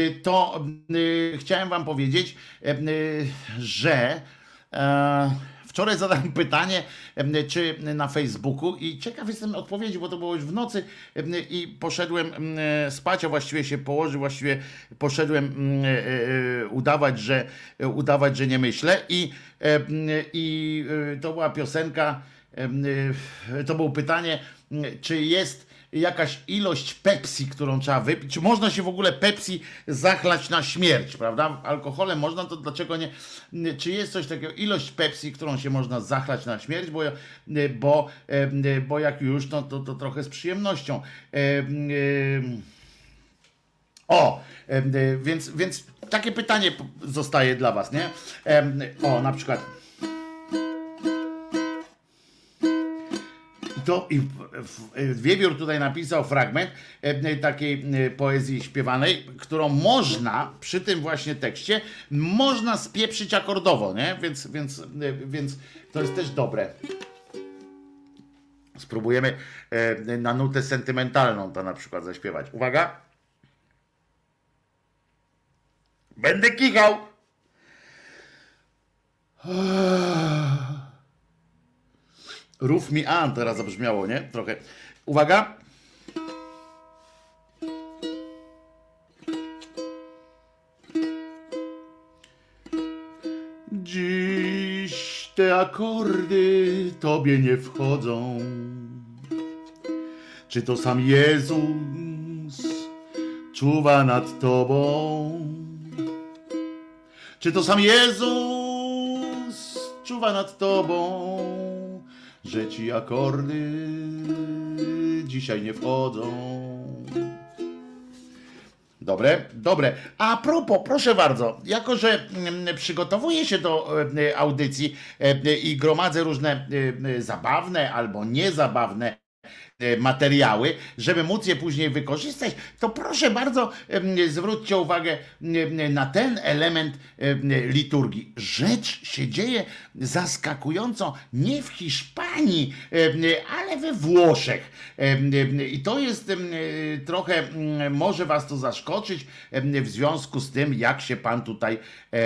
To chciałem wam powiedzieć, że w Wczoraj zadałem pytanie, czy na Facebooku i ciekaw jestem odpowiedzi, bo to było już w nocy i poszedłem spać, a właściwie się położył, właściwie poszedłem udawać, że udawać, że nie myślę i, i to była piosenka, to było pytanie, czy jest jakaś ilość Pepsi, którą trzeba wypić, czy można się w ogóle Pepsi zachlać na śmierć, prawda? Alkoholem można, to dlaczego nie? Czy jest coś takiego, ilość Pepsi, którą się można zachlać na śmierć, bo, bo, bo jak już, no to, to trochę z przyjemnością. O, więc, więc takie pytanie zostaje dla was, nie? O, na przykład to i Wiewiór tutaj napisał fragment takiej poezji śpiewanej, którą można przy tym właśnie tekście można spieprzyć akordowo, nie? Więc, więc, więc to jest też dobre. Spróbujemy na nutę sentymentalną to na przykład zaśpiewać. Uwaga! Będę kichał! Rów mi a, teraz zabrzmiało, nie? Trochę. Uwaga. Dziś te akordy tobie nie wchodzą. Czy to sam Jezus czuwa nad tobą? Czy to sam Jezus czuwa nad tobą? Że ci akordy dzisiaj nie wchodzą. Dobre, dobre. A propos, proszę bardzo, jako że przygotowuję się do audycji i gromadzę różne zabawne albo niezabawne materiały, żeby móc je później wykorzystać, to proszę bardzo zwróćcie uwagę na ten element liturgii. Rzecz się dzieje zaskakująco nie w Hiszpanii, ale we Włoszech. I to jest trochę, może was to zaskoczyć w związku z tym, jak się Pan tutaj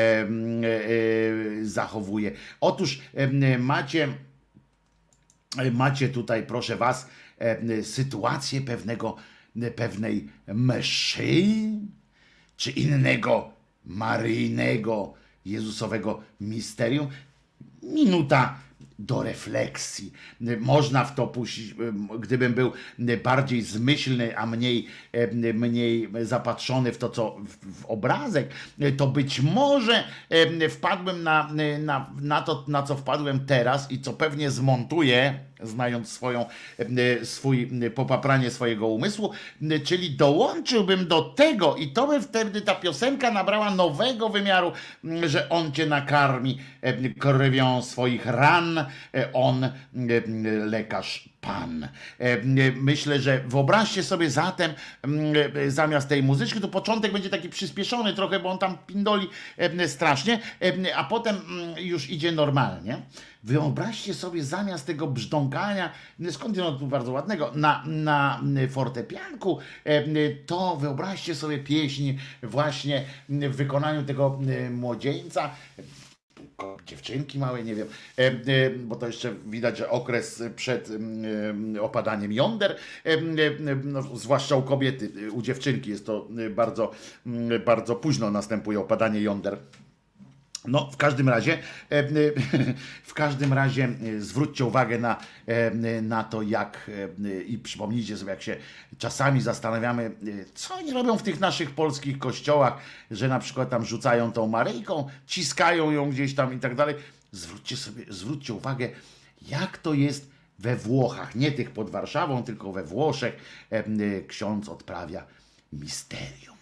zachowuje. Otóż macie Macie tutaj, proszę was, sytuację pewnego, pewnej mszy, czy innego maryjnego, Jezusowego misterium. Minuta do refleksji. Można w to puścić, gdybym był bardziej zmyślny, a mniej, mniej zapatrzony w to, co w, w obrazek, to być może wpadłem na, na, na to, na co wpadłem teraz i co pewnie zmontuję, znając swoją, swój popapranie swojego umysłu, czyli dołączyłbym do tego i to by wtedy ta piosenka nabrała nowego wymiaru, że on cię nakarmi krwią swoich ran, on lekarz Pan. Myślę, że wyobraźcie sobie zatem zamiast tej muzyczki, to początek będzie taki przyspieszony trochę, bo on tam pindoli strasznie, a potem już idzie normalnie. Wyobraźcie sobie zamiast tego brzdąkania, skądinąd bardzo ładnego, na, na fortepianku, to wyobraźcie sobie pieśń właśnie w wykonaniu tego młodzieńca, dziewczynki małe, nie wiem, bo to jeszcze widać, że okres przed opadaniem jąder, no, zwłaszcza u kobiety, u dziewczynki jest to bardzo, bardzo późno następuje opadanie jąder. No, w każdym razie, w każdym razie zwróćcie uwagę na, na to, jak i przypomnijcie sobie, jak się czasami zastanawiamy, co oni robią w tych naszych polskich kościołach, że na przykład tam rzucają tą Maryjką, ciskają ją gdzieś tam i tak dalej. Zwróćcie sobie, zwróćcie uwagę, jak to jest we Włochach, nie tych pod Warszawą, tylko we Włoszech. Ksiądz odprawia misterium.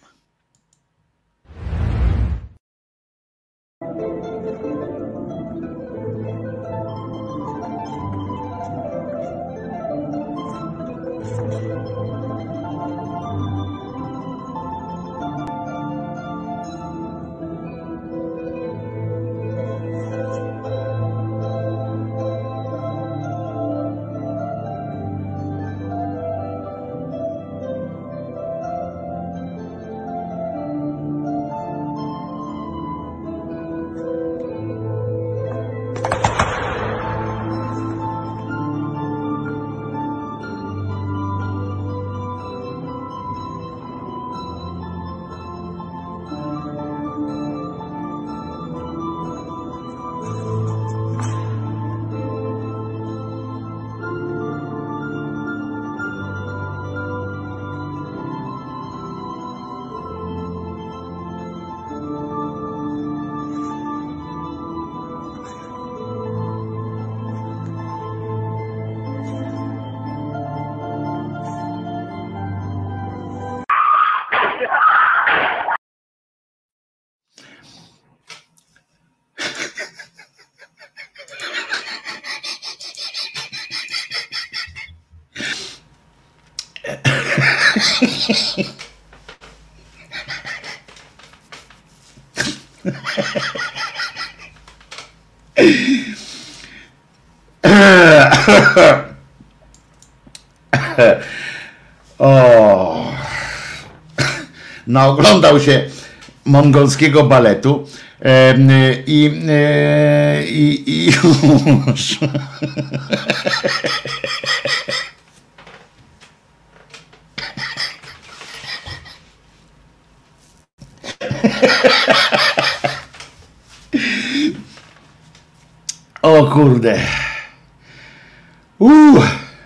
O, naoglądał się mongolskiego baletu e, i, e, i, i już. O kurde. Uuu.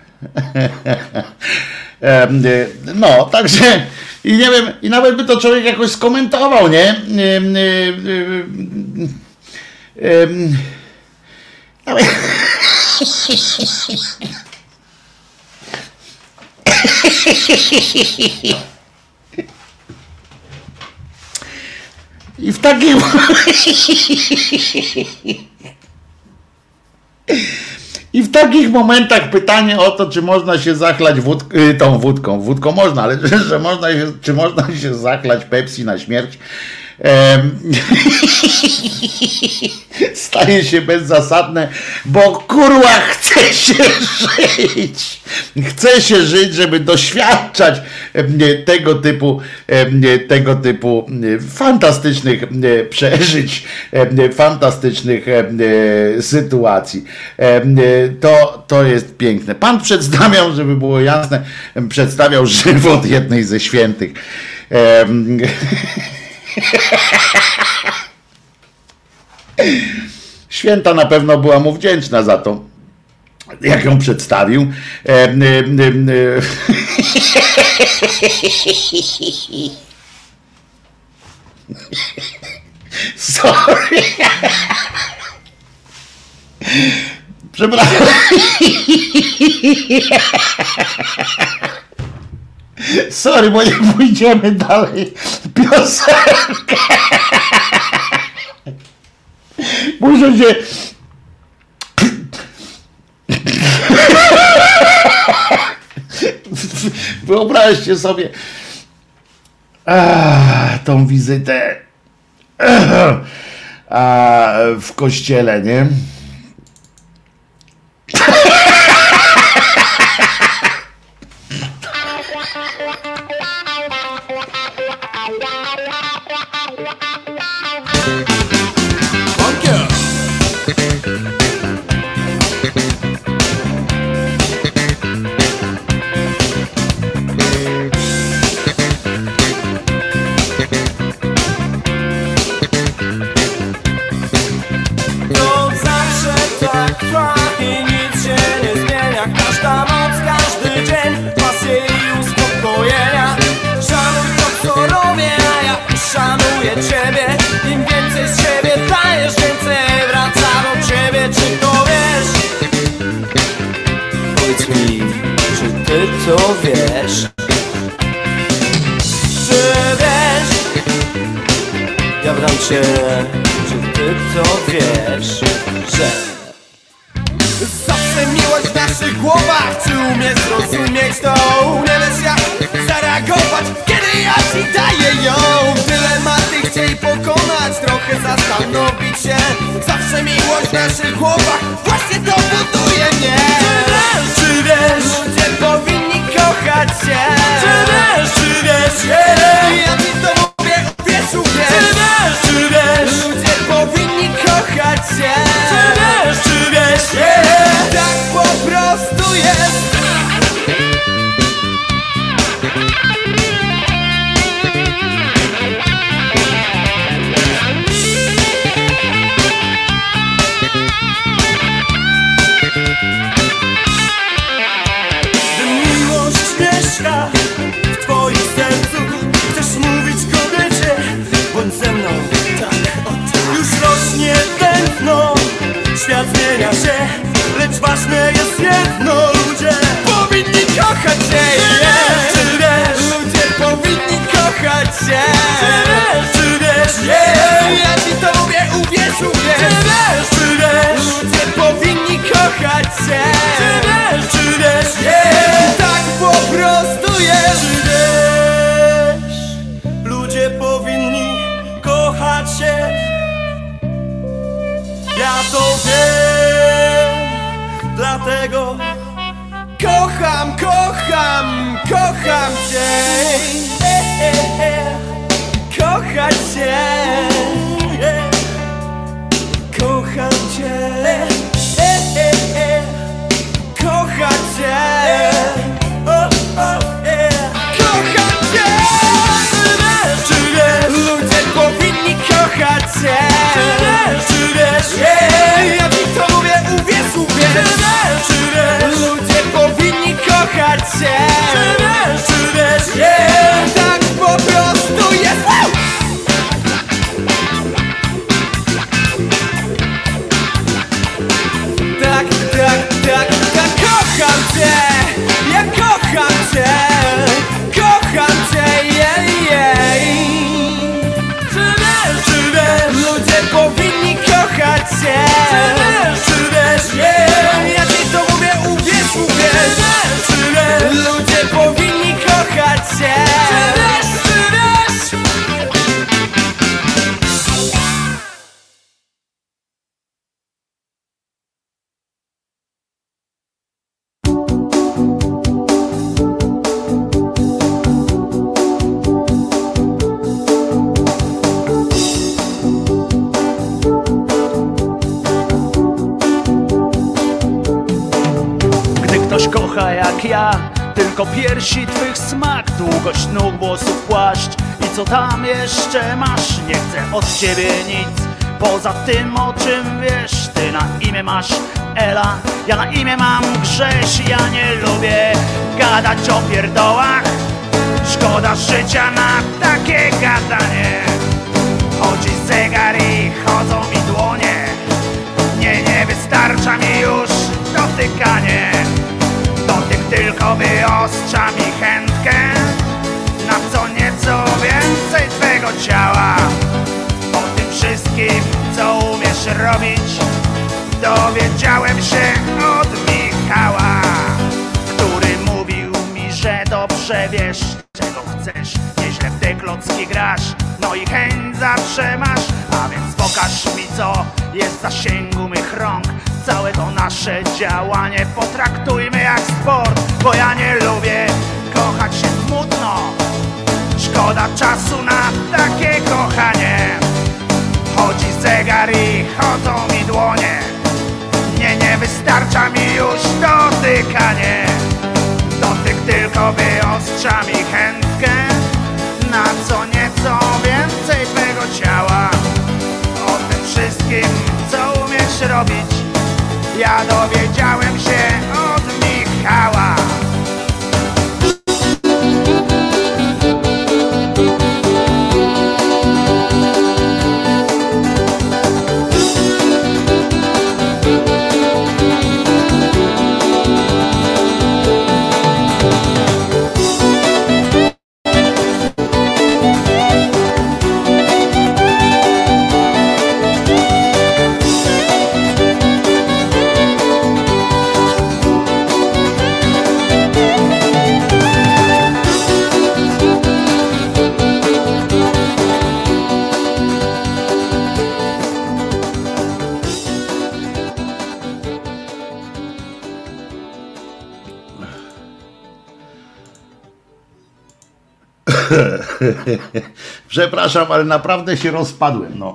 No, także i nie wiem, i nawet by to człowiek jakoś skomentował, nie? Nawet... I w takim I w takich momentach pytanie o to, czy można się zachlać wód, tą wódką. Wódką można, ale że, że można się, czy można się zachlać Pepsi na śmierć, em, staje się bezzasadne, bo kurwa chce się żyć. Chce się żyć, żeby doświadczać tego typu, tego typu fantastycznych przeżyć, fantastycznych sytuacji. To, to jest piękne. Pan przedstawiał, żeby było jasne, przedstawiał żywot jednej ze świętych. Święta na pewno była mu wdzięczna za to, jak ją przedstawił. Sorry. Przepraszam. Sorry, bo nie pójdziemy dalej. Piosenkę. Muszę się... Wyobraźcie sobie a, tą wizytę a, w kościele, nie? To wiesz, czy wiesz, ja bram cię, czy ty to wiesz, że zawsze miłość w naszych głowach, czy umiesz zrozumieć to? Nie wiesz jak zareagować, kiedy ja ci daję ją. Dylematy chcieli pokonać, trochę zastanowić się. Zawsze miłość w naszych głowach, właśnie to buduje mnie. Czy wiesz, czy wiesz, ludzie powinni kochać się. Czy wiesz, czy wiesz, yeah. Ja ci to mówię, wiesz, wiesz. Czy wiesz, czy wiesz, ludzie powinni kochać się. Czy wiesz, czy wiesz, yeah. Tak po prostu jest. Miłość mieszka jak ja, tylko piersi twych smak, długość nóg, włosów, płaszcz. I co tam jeszcze masz? Nie chcę od ciebie nic poza tym, o czym wiesz. Ty na imię masz Ela, ja na imię mam Grześ. Ja nie lubię gadać o pierdołach, szkoda życia na takie gadanie. Chodzi zegar i chodzą mi dłonie, nie, nie wystarcza mi już dotykanie. Dotyk tylko wyostrza mi chętkę na co nieco więcej twego ciała. O tym wszystkim, co umiesz robić, dowiedziałem się od Michała, który mówił mi, że dobrze wiesz, czego chcesz. Nieźle w te klocki grasz, no i chęć zawsze masz. A więc pokaż mi, co jest w zasięgu mych rąk. Całe to nasze działanie potraktujmy jak sport, bo ja nie lubię kochać się smutno. Szkoda czasu na takie kochanie. Chodzi zegar i chodzą mi dłonie, nie, nie wystarcza mi już dotykanie. Dotyk tylko wyostrza mi chętkę na co nieco więcej twego ciała. O tym wszystkim, co umiesz robić, ja dowiedziałem się od Michała. Przepraszam, ale naprawdę się rozpadłem. No.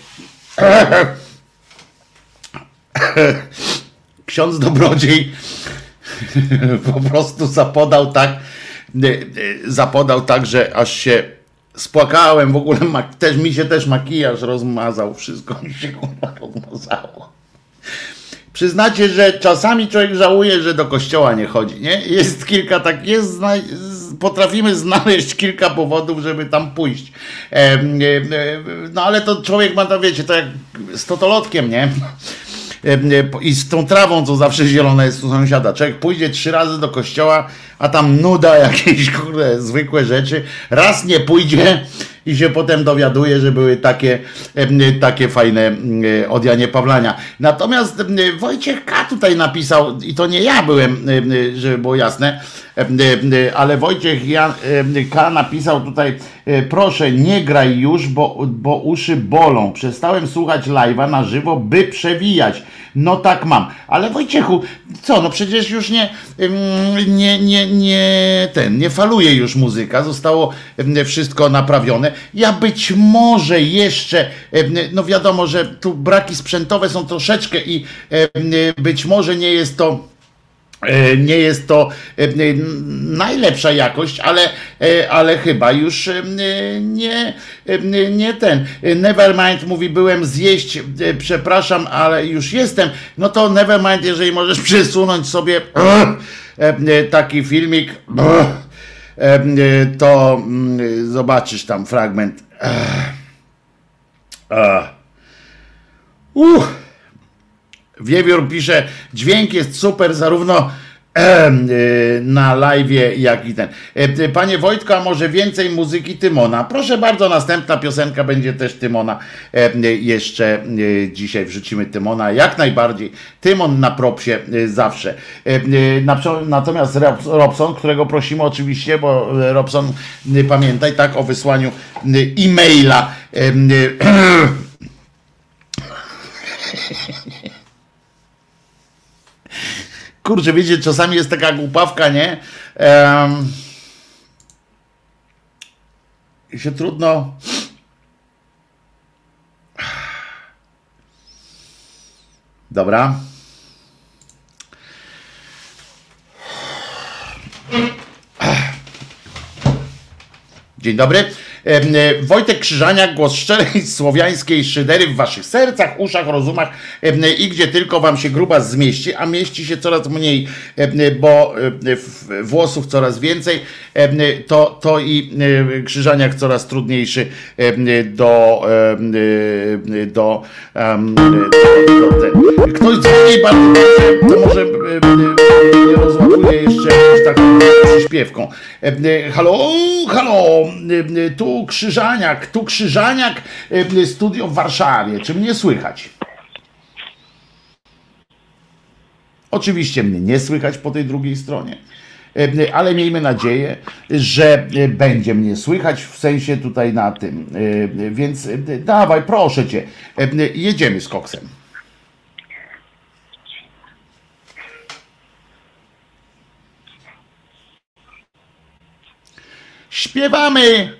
Ksiądz Dobrodziej po prostu zapodał tak, zapodał tak, że aż się spłakałem. W ogóle też mi się też makijaż rozmazał, wszystko mi się rozmazało. Przyznacie, że czasami człowiek żałuje, że do kościoła nie chodzi, nie? Jest kilka tak, jest, potrafimy znaleźć kilka powodów, żeby tam pójść. E, e, no ale to człowiek ma, to wiecie, to jak z totolotkiem, nie? E, I z tą trawą, co zawsze zielona jest u sąsiada. Człowiek pójdzie trzy razy do kościoła, a tam nuda, jakieś kurde zwykłe rzeczy. Raz nie pójdzie i się potem dowiaduje, że były takie, takie fajne od Janie Pawlania. Natomiast Wojciech K. tutaj napisał, i to nie ja byłem, żeby było jasne, ale Wojciech K. napisał tutaj: proszę, nie graj już, bo, bo uszy bolą. Przestałem słuchać live'a na żywo, by przewijać. No tak mam. Ale Wojciechu, co, no przecież już nie, nie, nie, nie, ten, nie faluje już muzyka. Zostało wszystko naprawione. Ja być może jeszcze, no wiadomo, że tu braki sprzętowe są troszeczkę i być może nie jest to nie jest to najlepsza jakość, ale, ale chyba już nie, nie ten. Nevermind mówi, byłem zjeść, przepraszam, ale już jestem. No to Nevermind, jeżeli możesz przesunąć sobie taki filmik, to zobaczysz tam fragment. Uff. Wiewiór pisze, dźwięk jest super zarówno e, na live'ie, jak i ten. E, panie Wojtko, a może więcej muzyki Tymona? Proszę bardzo, następna piosenka będzie też Tymona. E, jeszcze e, dzisiaj wrzucimy Tymona, jak najbardziej. Tymon na propsie e, zawsze. E, na, natomiast Robson, którego prosimy oczywiście, bo Robson, e, pamiętaj, tak, o wysłaniu e, e-maila. E, e, Kurczę, wiecie, czasami jest taka głupawka, nie? Um, I się trudno... Dobra. Dzień dobry. Wojtek Krzyżaniak, głos szczerej słowiańskiej szydery w waszych sercach, uszach, rozumach i gdzie tylko wam się grubas zmieści, a mieści się coraz mniej, bo włosów coraz więcej, to, to i Krzyżaniak coraz trudniejszy do do, do, do ten. Ktoś dzwoni bardzo dobrze, to może rozładuje jeszcze jakąś taką przyśpiewką. Halo, halo, tu Krzyżaniak, tu Krzyżaniak, studio w Warszawie. Czy mnie słychać? Oczywiście mnie nie słychać po tej drugiej stronie, ale miejmy nadzieję, że będzie mnie słychać w sensie tutaj na tym. Więc dawaj, proszę cię, jedziemy z koksem. Śpiewamy!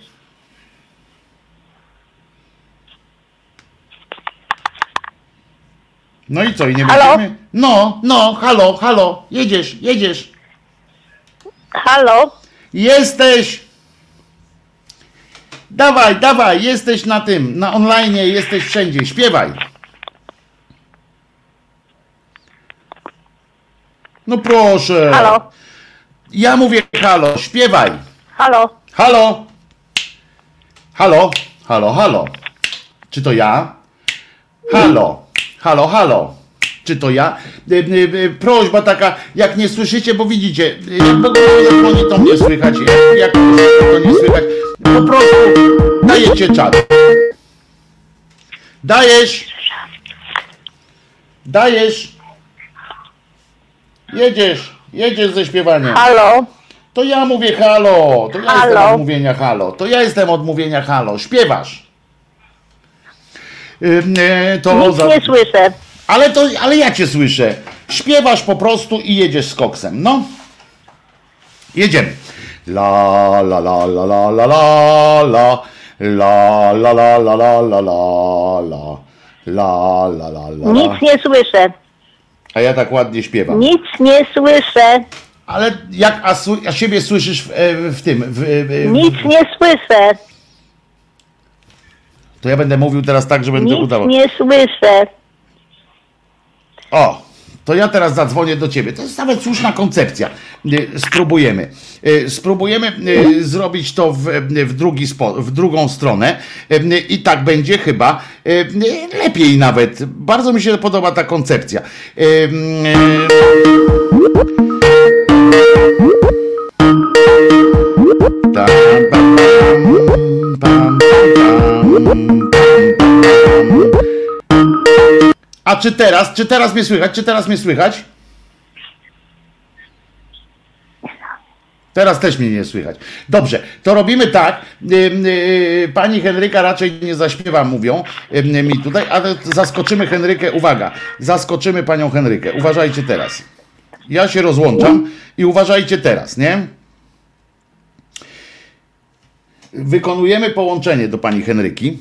No i co, i nie będziemy? No, no, halo, halo, jedziesz, jedziesz. Halo? Jesteś! Dawaj, dawaj, jesteś na tym, na online, jesteś wszędzie, śpiewaj. No proszę. Halo? Ja mówię halo, śpiewaj. Halo? Halo? Halo? Halo, halo. Czy to ja? Halo? Halo, halo. Czy to ja? Prośba taka, jak nie słyszycie, bo widzicie, jak Bogdanowi to mnie słychać, jak, jak to nie słychać, po prostu dajecie czat. Dajesz. Dajesz. Jedziesz. Jedziesz ze śpiewaniem. Halo? To ja mówię halo. To ja halo? jestem od mówienia halo. To ja jestem od mówienia halo. Śpiewasz. Yy, to Nic za... nie słyszę. Ale, to, ale ja cię słyszę. Śpiewasz po prostu i jedziesz z koksem. No. Jedziemy. La la la la la la la la la la la la la la la la la la la. Nic nie słyszę. A ja tak ładnie śpiewam. Nic nie słyszę. Ale jak a, a siebie słyszysz w, w tym? W, w, Nic nie słyszę. To ja będę mówił teraz tak, że będę Nic udawał. nie słyszę. O, to ja teraz zadzwonię do ciebie. To jest nawet słuszna koncepcja. Spróbujemy. Spróbujemy zrobić to w, w, drugi spo, w drugą stronę i tak będzie chyba lepiej nawet. Bardzo mi się podoba ta koncepcja. A czy teraz, czy teraz mnie słychać? Czy teraz mnie słychać? Teraz też mnie nie słychać. Dobrze, to robimy tak. Pani Henryka raczej nie zaśpiewa, mówią mi tutaj, ale zaskoczymy Henrykę. Uwaga, zaskoczymy panią Henrykę. Uważajcie teraz. Ja się rozłączam i uważajcie teraz, nie? Wykonujemy połączenie do pani Henryki.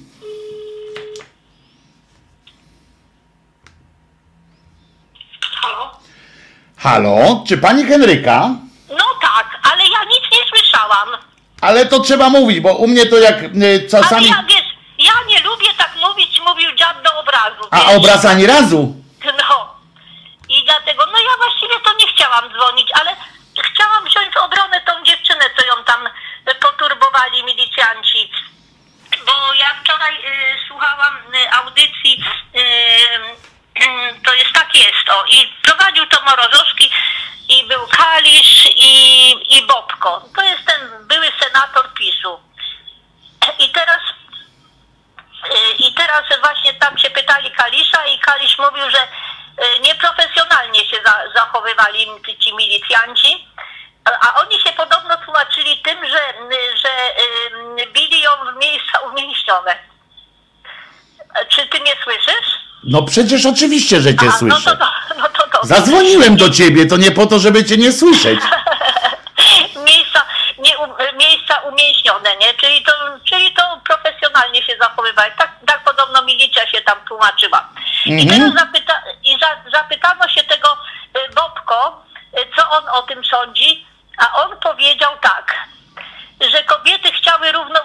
Halo, czy pani Henryka? No tak, ale ja nic nie słyszałam. Ale to trzeba mówić, bo u mnie to jak y, czasami... Ale ja, wiesz, ja nie lubię tak mówić, mówił dziad do obrazu. A wiesz? obraz ani razu? No. I dlatego, no ja właściwie to nie chciałam dzwonić, ale chciałam wziąć w obronę tą dziewczynę, co ją tam poturbowali milicjanci. Bo ja wczoraj y, słuchałam y, audycji, y, y, to jest tak jest, o, i prowadził to Morozowski i był Kalisz i, i Bobko. To jest ten były senator PiSu. I teraz y, i teraz właśnie tam się pytali Kalisza i Kalisz mówił, że y, nieprofesjonalnie się za, zachowywali ci milicjanci. A oni się podobno tłumaczyli tym, że, że y, bili ją w miejsca umięśnione. Czy ty mnie słyszysz? No przecież oczywiście, że cię A, słyszę. No to, no to, to, Zadzwoniłem do ciebie, to nie po to, żeby cię nie słyszeć. miejsca, nie, um, miejsca umięśnione, nie? Czyli to, czyli to profesjonalnie się zachowywali. Tak, tak podobno milicja się tam tłumaczyła. I Mhm. teraz zapyta, i za, zapytano się tego y, Bobko, y, co on o tym sądzi, a on powiedział tak, że kobiety chciały równo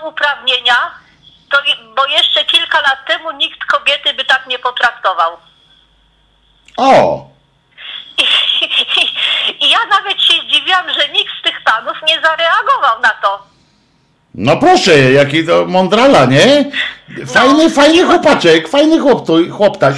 zdziwienia, to, bo jeszcze kilka lat temu nikt kobiety by tak nie potraktował. O! I, i, I ja nawet się zdziwiłam, że nikt z tych panów nie zareagował na to. No proszę, jaki to mądrala, nie? Fajny, no, fajny chłopaczek, fajny chłop, chłoptaś.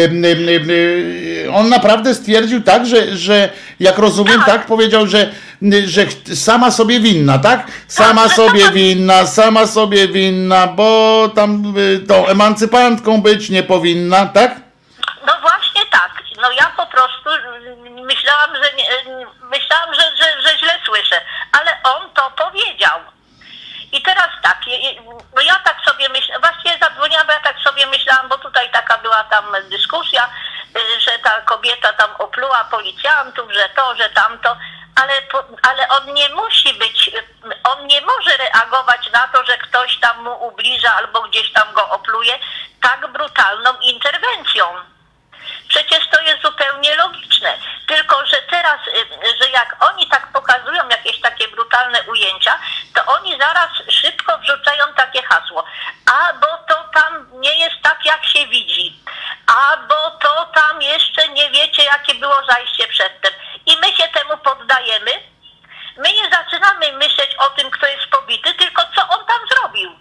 On naprawdę stwierdził tak, że, że jak rozumiem, tak, tak powiedział, że, że sama sobie winna, tak? Sama tak, sobie tak, winna, sama sobie winna, bo tam tą emancypantką być nie powinna, tak? No właśnie tak. No ja po prostu myślałam, że nie, myślałam, że, że, że źle słyszę, ale on to powiedział. I teraz tak, bo ja tak sobie myślę, właściwie zadzwoniłam, bo ja tak sobie myślałam, bo tutaj taka była tam dyskusja, że ta kobieta tam opluła policjantów, że to, że tamto, ale, ale on nie musi być, on nie może reagować na to, że ktoś tam mu ubliża albo gdzieś tam go opluje tak brutalną interwencją. Przecież to jest zupełnie logiczne. Tylko, że teraz, że jak oni tak pokazują jakieś takie brutalne ujęcia, to oni zaraz szybko wrzucają takie hasło. A bo to tam nie jest tak, jak się widzi. A bo to tam jeszcze nie wiecie, jakie było zajście przedtem. I my się temu poddajemy. My nie zaczynamy myśleć o tym, kto jest pobity, tylko co on tam zrobił.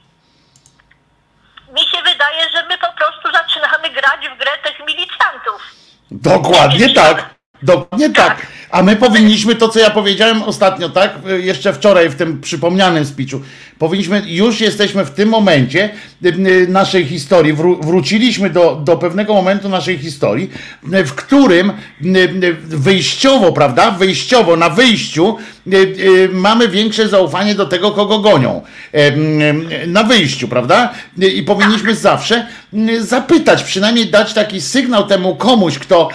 Mi się wydaje, że my po prostu zaczynamy grać w grę tych milicjantów. Dokładnie tak. Dokładnie tak. tak. A my powinniśmy to, co ja powiedziałem ostatnio, tak? Jeszcze wczoraj w tym przypomnianym speechu. Powinniśmy, już jesteśmy w tym momencie naszej historii, wró- wróciliśmy do, do pewnego momentu naszej historii, w którym wyjściowo, prawda, wyjściowo, na wyjściu mamy większe zaufanie do tego, kogo gonią. Na wyjściu, prawda? I powinniśmy zawsze zapytać, przynajmniej dać taki sygnał temu komuś, kto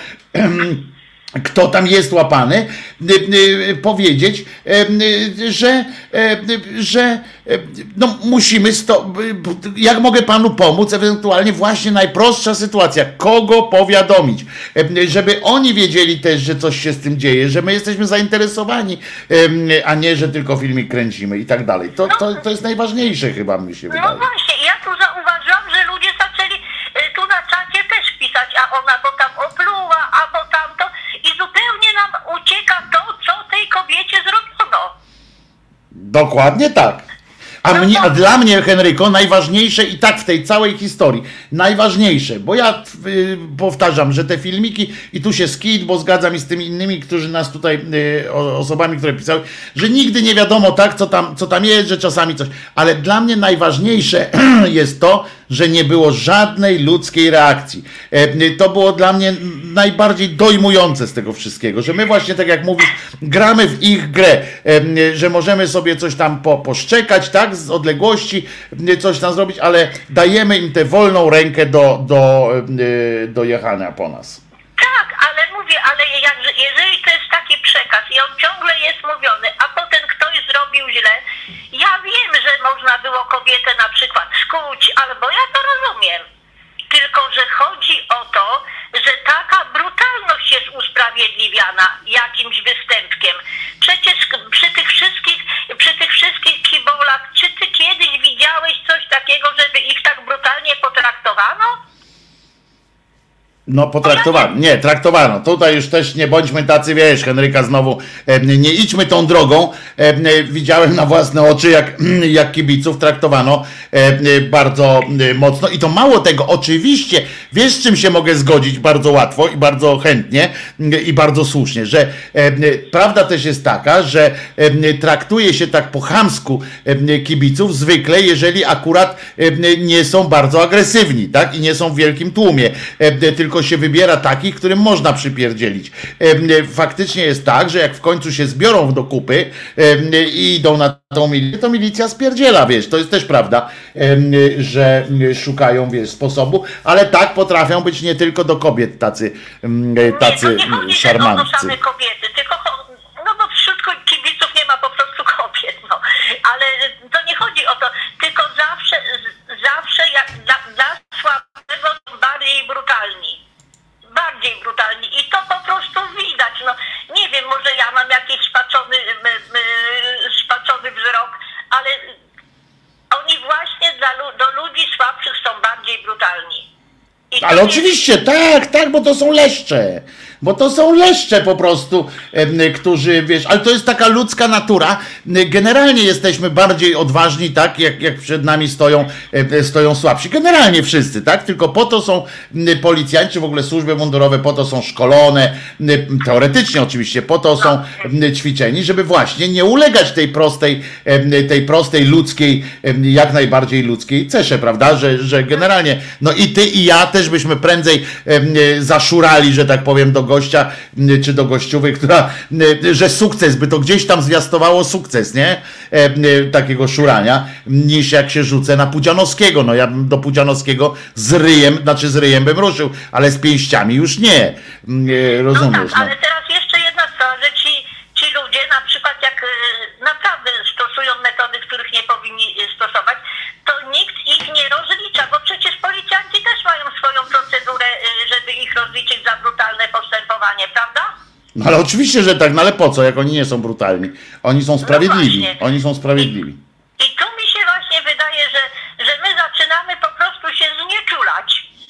kto tam jest łapany, powiedzieć, że, że no musimy, sto, jak mogę panu pomóc, ewentualnie właśnie najprostsza sytuacja, kogo powiadomić, żeby oni wiedzieli też, że coś się z tym dzieje, że my jesteśmy zainteresowani, a nie, że tylko filmik kręcimy i tak dalej. To, to, to jest najważniejsze chyba, mi się wydaje. No właśnie, ja tu zauważyłam, że ludzie zaczęli tu na czacie też pisać, a ona to tam opluła, a bo tamto. I zupełnie nam ucieka to, co tej kobiecie zrobiono. Dokładnie tak. A, no mnie, a dla mnie, Henryko, najważniejsze i tak w tej całej historii, najważniejsze, bo ja y, powtarzam, że te filmiki, i tu się skit, bo zgadzam i z tymi innymi, którzy nas tutaj, y, osobami, które pisały, że nigdy nie wiadomo tak, co tam, co tam jest, że czasami coś, ale dla mnie najważniejsze jest to, że nie było żadnej ludzkiej reakcji. To było dla mnie najbardziej dojmujące z tego wszystkiego, że my właśnie, tak jak mówisz, gramy w ich grę, że możemy sobie coś tam po, poszczekać, tak, z odległości, coś tam zrobić, ale dajemy im tę wolną rękę do, do, do jechania po nas. Tak, ale mówię, ale jak, jeżeli to jest taki przekaz i on ciągle jest mówiony, a potem ktoś zrobił źle, ja wiem, że można było kobietę na przykład skuć, albo ja to rozumiem. Tylko, że chodzi o to, że taka brutalność jest usprawiedliwiana jakimś występkiem. Przecież przy tych wszystkich, przy tych wszystkich kibolach, czy ty kiedyś widziałeś coś takiego, żeby ich tak brutalnie potraktowano? No potraktowano, nie, traktowano. Tutaj już też nie bądźmy tacy, wiesz, Henryka, znowu nie idźmy tą drogą. Widziałem na własne oczy, jak, jak kibiców traktowano bardzo mocno i to mało tego, oczywiście, wiesz, z czym się mogę zgodzić bardzo łatwo i bardzo chętnie i bardzo słusznie, że prawda też jest taka, że traktuje się tak po chamsku kibiców zwykle, jeżeli akurat nie są bardzo agresywni, tak, i nie są w wielkim tłumie, tylko się wybiera takich, którym można przypierdzielić. Faktycznie jest tak, że jak w końcu się zbiorą do kupy i idą na tą milicję, to milicja spierdziela, wiesz, to jest też prawda, że szukają, wiesz, sposobu, ale tak potrafią być nie tylko do kobiet tacy, tacy nie, to nie szarmantcy. To same kobiety, tylko, no bo wśród kibiców nie ma po prostu kobiet, no, ale to nie chodzi o to, tylko zawsze, zawsze jak dla, dla słabego bardziej brutalni. Bardziej brutalni i to po prostu widać, no nie wiem, może ja mam jakiś spaczony, m, m, spaczony wzrok, ale oni właśnie Ale oczywiście, tak, tak, bo to są leszcze. Bo to są leszcze po prostu, e, którzy, wiesz, ale to jest taka ludzka natura. Generalnie jesteśmy bardziej odważni, tak, jak, jak przed nami stoją, e, stoją słabsi. Generalnie wszyscy, tak, tylko po to są policjanci, w ogóle służby mundurowe, po to są szkolone, teoretycznie oczywiście, po to są ćwiczeni, żeby właśnie nie ulegać tej prostej, tej prostej ludzkiej, jak najbardziej ludzkiej cesze, prawda, że, że generalnie, no i ty i ja też byśmy prędzej zaszurali, że tak powiem, do gościa, czy do gościuwy, która, że sukces, by to gdzieś tam zwiastowało sukces, nie? Takiego szurania, niż jak się rzucę na Pudzianowskiego. No ja bym do Pudzianowskiego z ryjem, znaczy z ryjem bym ruszył, ale z pięściami już nie. Rozumiesz? No tak, ale teraz jeszcze jedna sprawa, że ci, ci ludzie na przykład jak naprawdę stosują metody, których nie powinni stosować, to nikt ich nie rozlicza, bo przecież policjanci też mają swoją procedurę, żeby ich rozliczyć za brutalne postępowanie, prawda? No ale oczywiście, że tak, no ale po co, jak oni nie są brutalni? Oni są sprawiedliwi, no oni są sprawiedliwi. I, I tu mi się właśnie wydaje, że, że my zaczynamy po prostu się znieczulać.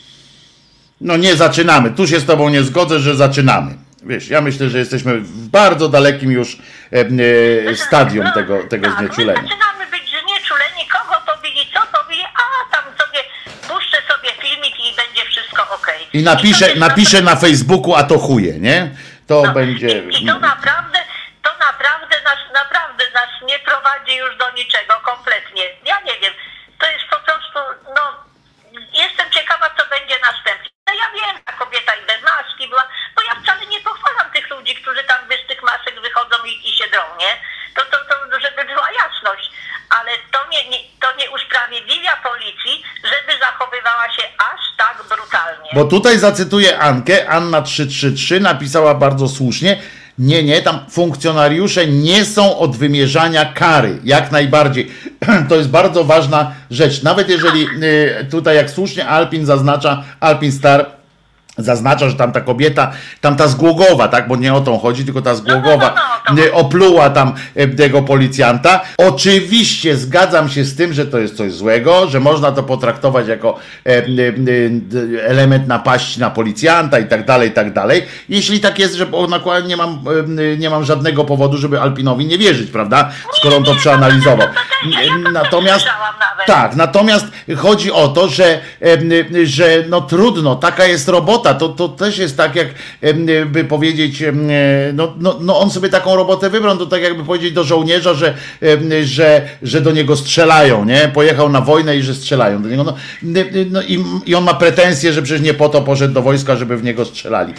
No nie zaczynamy, tu się z tobą nie zgodzę, że zaczynamy. Wiesz, ja myślę, że jesteśmy w bardzo dalekim już e, e, stadium tego, tego tak, znieczulenia. My zaczynamy być znieczuleni, kogo pobili, co pobili, a tam sobie puszczę sobie filmik i będzie wszystko okej. I napiszę, I napiszę na Facebooku, a to chuje, nie? To no, będzie... I, I to naprawdę, to naprawdę nas, naprawdę nas nie prowadzi już do niczego, kompletnie. Ja nie wiem, to jest po prostu, no, jestem ciekawa, co będzie następnie. No ja wiem, ta kobieta i bez maski była, bo ja wcale nie pochwalam tych ludzi, którzy tam bez tych masek wychodzą i, i się drą, nie? To, to, to, żeby była jasność. Ale to nie, nie, to nie usprawiedliwia policji, żeby zachowywała się aż tak brutalnie. Bo tutaj zacytuję Ankę, Anna trzysta trzydzieści trzy napisała bardzo słusznie, nie, nie, tam funkcjonariusze nie są od wymierzania kary, jak najbardziej. To jest bardzo ważna rzecz. Nawet jeżeli tutaj, jak słusznie Alpin zaznacza, Alpin Star zaznacza, że tam ta kobieta, tam ta z Głogowa, tak, bo nie o tą chodzi, tylko ta z Głogowa no, no, no, opluła tam tego policjanta. Oczywiście zgadzam się z tym, że to jest coś złego, że można to potraktować jako element napaści na policjanta i tak dalej, i tak dalej. Jeśli tak jest, że nie mam, nie mam żadnego powodu, żeby Alpinowi nie wierzyć, prawda, skoro on to przeanalizował. Natomiast tak, natomiast chodzi o to, że, że no trudno, taka jest robota. To, to też jest tak, jak by powiedzieć, no, no, no on sobie taką robotę wybrał, to tak jakby powiedzieć do żołnierza, że, że, że do niego strzelają, nie? Pojechał na wojnę i że strzelają do niego. No, no i, i on ma pretensje, że przecież nie po to poszedł do wojska, żeby w niego strzelali.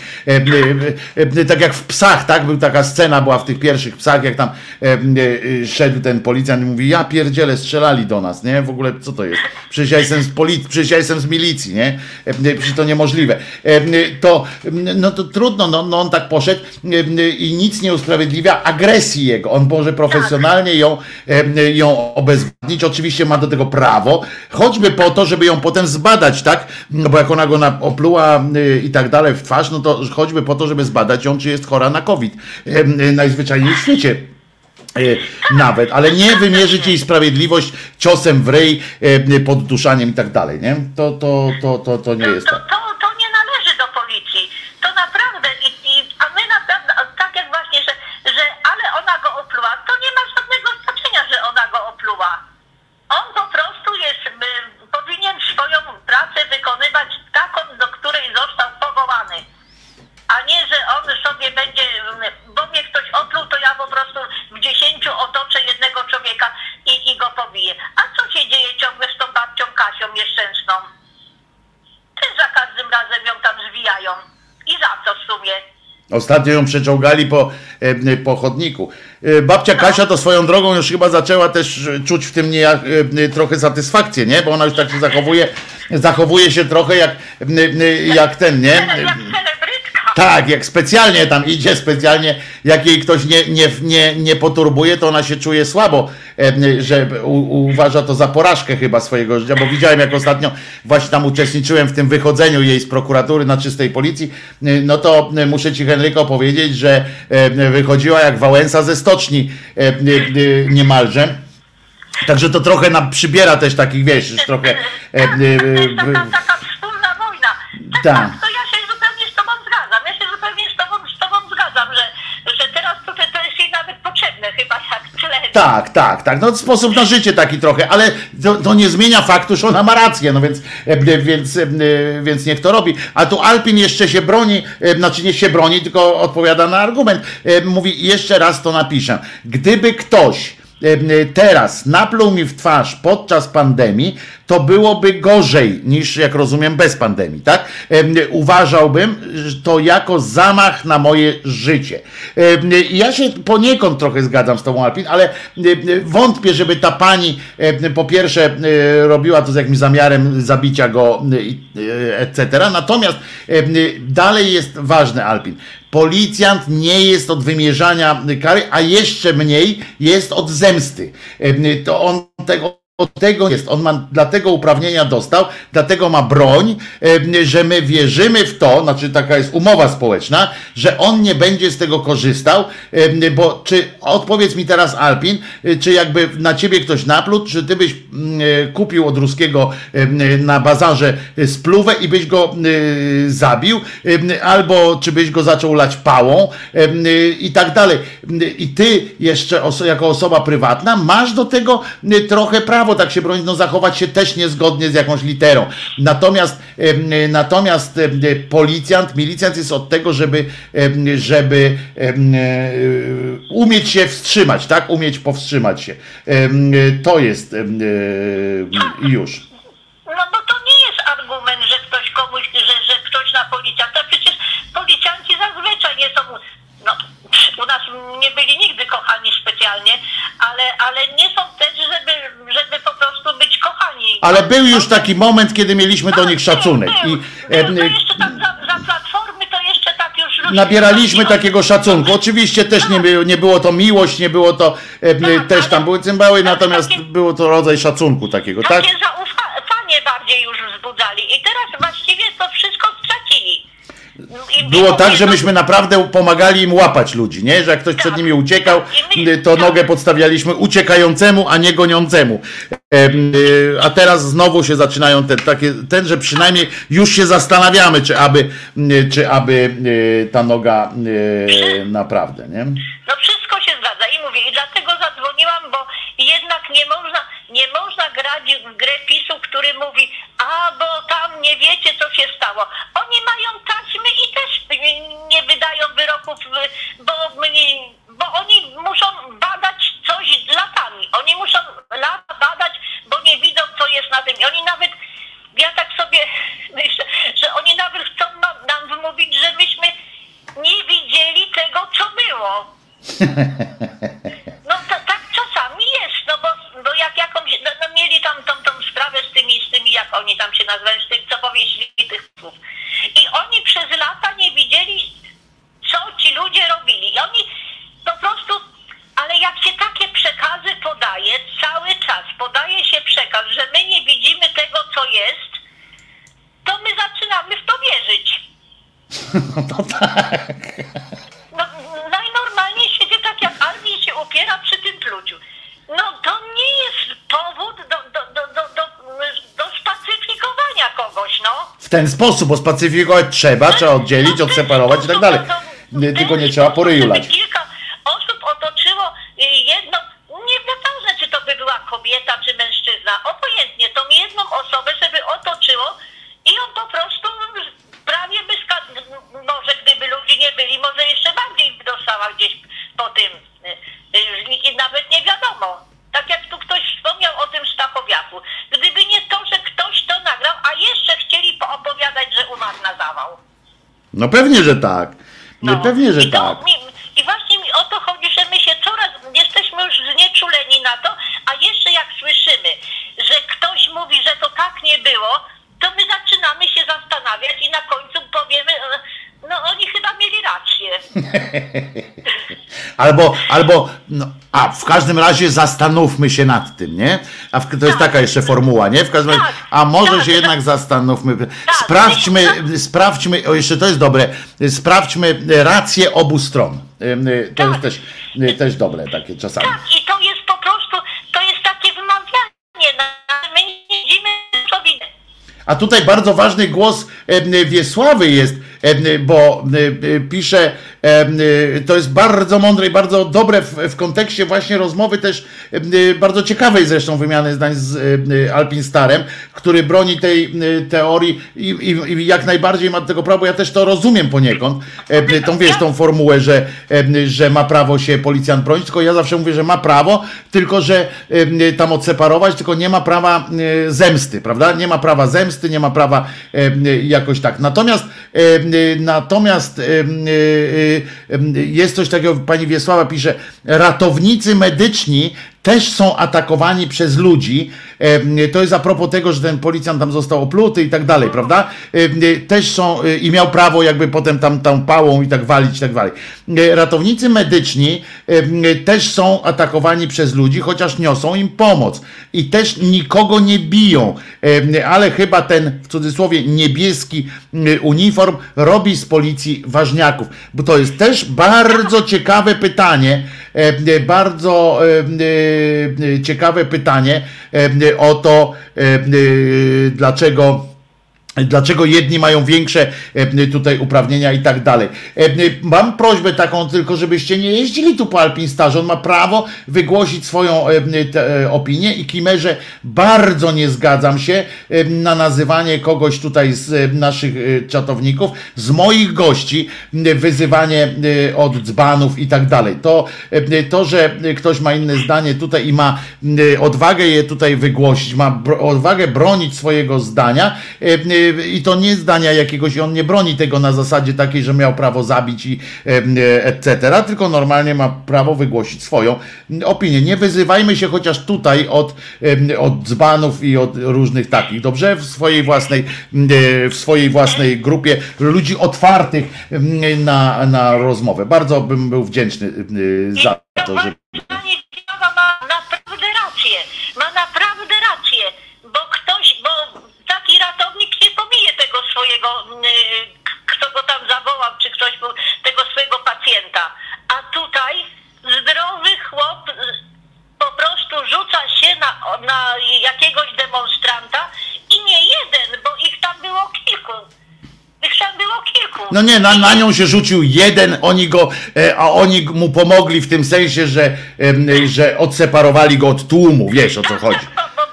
Tak jak w Psach, tak? Był taka scena, była w tych pierwszych Psach, jak tam szedł ten policjant i mówi, ja pierdzielę, strzelali do nas, nie? W ogóle co to jest? Przecież ja jestem z policji, przecież ja jestem z milicji, nie? Przecież to niemożliwe. To, no to trudno, no, no on tak poszedł i nic nie usprawiedliwia agresji jego. On może profesjonalnie ją, ją obezwładnić, oczywiście ma do tego prawo, choćby po to, żeby ją potem zbadać, tak? No bo jak ona go na, opluła i tak dalej w twarz, no to choćby po to, żeby zbadać ją, czy jest chora na COVID. Najzwyczajniej w świecie. Nawet, ale nie wymierzyć jej sprawiedliwość ciosem w ryj, podduszaniem i tak dalej, nie? To, to, to, to, to nie jest tak. To, to nie należy do policji. To naprawdę, i, i, a my naprawdę, tak jak właśnie, że, że ale ona go opluła, to nie ma żadnego znaczenia, że ona go opluła. On po prostu jest, by, powinien swoją pracę wykonywać taką, do której został powołany. A nie, że on sobie będzie, bo mnie ktoś opluł, to ja po prostu w dziesięciu otoczę jednego człowieka i, i go pobiję. A co się dzieje ciągle z tą babcią Kasią nieszczęsną? Też za każdym razem ją tam zwijają. I za co w sumie? Ostatnio ją przeczołgali po, po chodniku. Babcia Kasia to swoją drogą już chyba zaczęła też czuć w tym nie, trochę satysfakcję, nie? Bo ona już tak się zachowuje, zachowuje się trochę jak, jak ten, nie? Tak, jak specjalnie tam idzie, specjalnie jak jej ktoś nie, nie, nie, nie poturbuje, to ona się czuje słabo, że u, uważa to za porażkę chyba swojego życia, bo widziałem, jak ostatnio właśnie tam uczestniczyłem w tym wychodzeniu jej z prokuratury na czystej policji, no to muszę ci, Henryko, powiedzieć, że wychodziła jak Wałęsa ze stoczni niemalże. Także to trochę nam przybiera też takich, wiesz, już trochę... Taka wspólna wojna. Tak. To ja się zupełnie z tobą zgadzam. Ja się zupełnie z tobą, z tobą zgadzam, że, że teraz tutaj to jest jej nawet potrzebne chyba jak tlen. Tak, tak, tak. No sposób na życie taki trochę, ale to, to nie zmienia faktu, że ona ma rację, no więc, więc, więc niech to robi. A tu Alpin jeszcze się broni, znaczy nie się broni, tylko odpowiada na argument. Mówi, jeszcze raz to napiszę. Gdyby ktoś teraz napluł mi w twarz podczas pandemii, to byłoby gorzej niż, jak rozumiem, bez pandemii, tak? Uważałbym to jako zamach na moje życie. Ja się poniekąd trochę zgadzam z tobą, Alpin, ale wątpię, żeby ta pani po pierwsze robiła to z jakimś zamiarem zabicia go, et cetera. Natomiast dalej jest ważne, Alpin. Policjant nie jest od wymierzania kary, a jeszcze mniej jest od zemsty. To on tego Od tego jest, on ma dlatego uprawnienia dostał, dlatego ma broń, że my wierzymy w to, znaczy taka jest umowa społeczna, że on nie będzie z tego korzystał, bo czy, odpowiedz mi teraz, Alpin, czy jakby na ciebie ktoś napluł, czy ty byś kupił od ruskiego na bazarze spluwę i byś go zabił, albo czy byś go zaczął lać pałą i tak dalej. I ty jeszcze jako osoba prywatna masz do tego trochę prawa, tak się bronić, no zachować się też niezgodnie z jakąś literą. Natomiast natomiast policjant, milicjant jest od tego, żeby żeby umieć się wstrzymać, tak? Umieć powstrzymać się. To jest i już. No bo to nie jest argument, że ktoś komuś, że, że ktoś na policjanta, przecież policjanci zazwyczaj nie są, no u nas nie byli nigdy kochani specjalnie, ale, ale nie są też, żeby, żeby po prostu być kochani. Ale był już taki moment, kiedy mieliśmy do nich szacunek. I to jeszcze tam za, za platformy to jeszcze tak już... nabieraliśmy takiego szacunku. Oczywiście też nie było, nie było to miłość, nie było to, też tam były cymbały, natomiast było to rodzaj szacunku takiego, tak? Takie zaufanie bardziej już wzbudzali i teraz właściwie to wszystko stracili. Było tak, że myśmy naprawdę pomagali im łapać ludzi, nie? Że jak ktoś przed nimi uciekał, to nogę podstawialiśmy uciekającemu, a nie goniącemu. A teraz znowu się zaczynają te, takie, ten, że przynajmniej już się zastanawiamy, czy aby, czy aby ta noga naprawdę, nie? No wszystko się zgadza i mówię, i dlatego zadzwoniłam, bo jednak nie można, nie można grać w grę PiSu, który mówi, a bo tam nie wiecie, co się stało. Oni mają taśmy i też nie wydają wyroków, bo, bo oni muszą badać coś latami. Oni muszą lata badać, bo nie widzą, co jest na tym. I oni nawet, ja tak sobie myślę, że oni nawet chcą nam wmówić, że myśmy nie widzieli tego, co było. No to, tak czasami jest, no bo, bo jak jakąś, no, no mieli tam tą, tą sprawę z tymi, z tymi, jak oni tam się nazywają, z tym, co powieślili tych słów. I oni przez lata nie widzieli, co ci ludzie robili. I oni po prostu, ale jak się takie przekazy podaje, cały czas podaje się przekaz, że my nie widzimy tego, co jest, to my zaczynamy w to wierzyć. No tak. No, najnormalniej siedzi tak jak Alvin się upiera przy tym pluciu. No to nie jest powód do, do, do, do, do, do spacyfikowania kogoś, no. W ten sposób, bo spacyfikować trzeba, trzeba oddzielić, odseparować i tak dalej. Tylko nie trzeba po ryju lać. Kilka osób otoczyło jedną, nieważne czy to by była kobieta czy mężczyzna, obojętnie, tą jedną osobę żeby otoczyło i on po prostu prawie by, ska- może gdyby ludzie nie byli, może jeszcze bardziej by dostała gdzieś po tym, i nawet nie wiadomo. Tak jak tu ktoś wspomniał o tym Stachowiaku. Gdyby nie to, że ktoś to nagrał, a jeszcze chcieli poopowiadać, że umarł na zawał. No pewnie, że tak. No. Pewnie, że I to, tak. Mi, I właśnie mi o to chodzi, że my się coraz, jesteśmy już znieczuleni na to, a jeszcze jak słyszymy, że ktoś mówi, że to tak nie było, to my zaczynamy się zastanawiać i na końcu powiemy, no oni chyba mieli rację. Albo, albo no, a w każdym razie zastanówmy się nad tym, nie? A w, to jest taka jeszcze formuła, nie? W każdym razie, a może się jednak zastanówmy. Sprawdźmy, sprawdźmy, o jeszcze to jest dobre, sprawdźmy rację obu stron. To jest też, też dobre takie czasami. Tak, i to jest po prostu, to jest takie wymawianie, my nie widzimy, co widać. A tutaj bardzo ważny głos Wiesławy jest, bo pisze, to jest bardzo mądre i bardzo dobre w, w kontekście właśnie rozmowy też bardzo ciekawej zresztą wymiany zdań z Alpinstarem, który broni tej teorii i, i, i jak najbardziej ma do tego prawo, ja też to rozumiem poniekąd, tą wiesz, tą formułę, że, że ma prawo się policjant bronić, tylko ja zawsze mówię, że ma prawo, tylko że tam odseparować, tylko nie ma prawa zemsty, prawda? Nie ma prawa zemsty, nie ma prawa jakoś tak. Natomiast natomiast jest coś takiego, pani Wiesława pisze, ratownicy medyczni też są atakowani przez ludzi. To jest a propos tego, że ten policjant tam został opluty i tak dalej, prawda? Też są i miał prawo jakby potem tam, tam pałą i tak walić i tak dalej. Ratownicy medyczni też są atakowani przez ludzi, chociaż niosą im pomoc. I też nikogo nie biją. Ale chyba ten, w cudzysłowie, niebieski uniform robi z policji ważniaków. Bo to jest też bardzo ciekawe pytanie. Bardzo ciekawe pytanie o to, dlaczego Dlaczego jedni mają większe tutaj uprawnienia i tak dalej. Mam prośbę taką tylko, żebyście nie jeździli tu po Alpinstarze. On ma prawo wygłosić swoją opinię i Kimerze, bardzo nie zgadzam się na nazywanie kogoś tutaj z naszych czatowników, z moich gości, wyzywanie od dzbanów i tak dalej. To, to, że ktoś ma inne zdanie tutaj i ma odwagę je tutaj wygłosić, ma odwagę bronić swojego zdania, i to nie zdania jakiegoś, on nie broni tego na zasadzie takiej, że miał prawo zabić i et cetera, tylko normalnie ma prawo wygłosić swoją opinię. Nie wyzywajmy się chociaż tutaj od, od dzbanów i od różnych takich, dobrze? W swojej własnej, w swojej własnej grupie ludzi otwartych na, na rozmowę. Bardzo bym był wdzięczny za to, że... Pani Kijowa ma naprawdę rację, ma naprawdę rację, bo ktoś, bo taki ratownik nie pomije tego swojego, kto go tam zawołał, czy ktoś był, tego swojego pacjenta. A tutaj zdrowy chłop po prostu rzuca się na, na jakiegoś demonstranta i nie jeden, bo ich tam było kilku. Ich tam było kilku. No nie, na, na nią się rzucił jeden, oni go, a oni mu pomogli w tym sensie, że, że odseparowali go od tłumu, wiesz o co chodzi.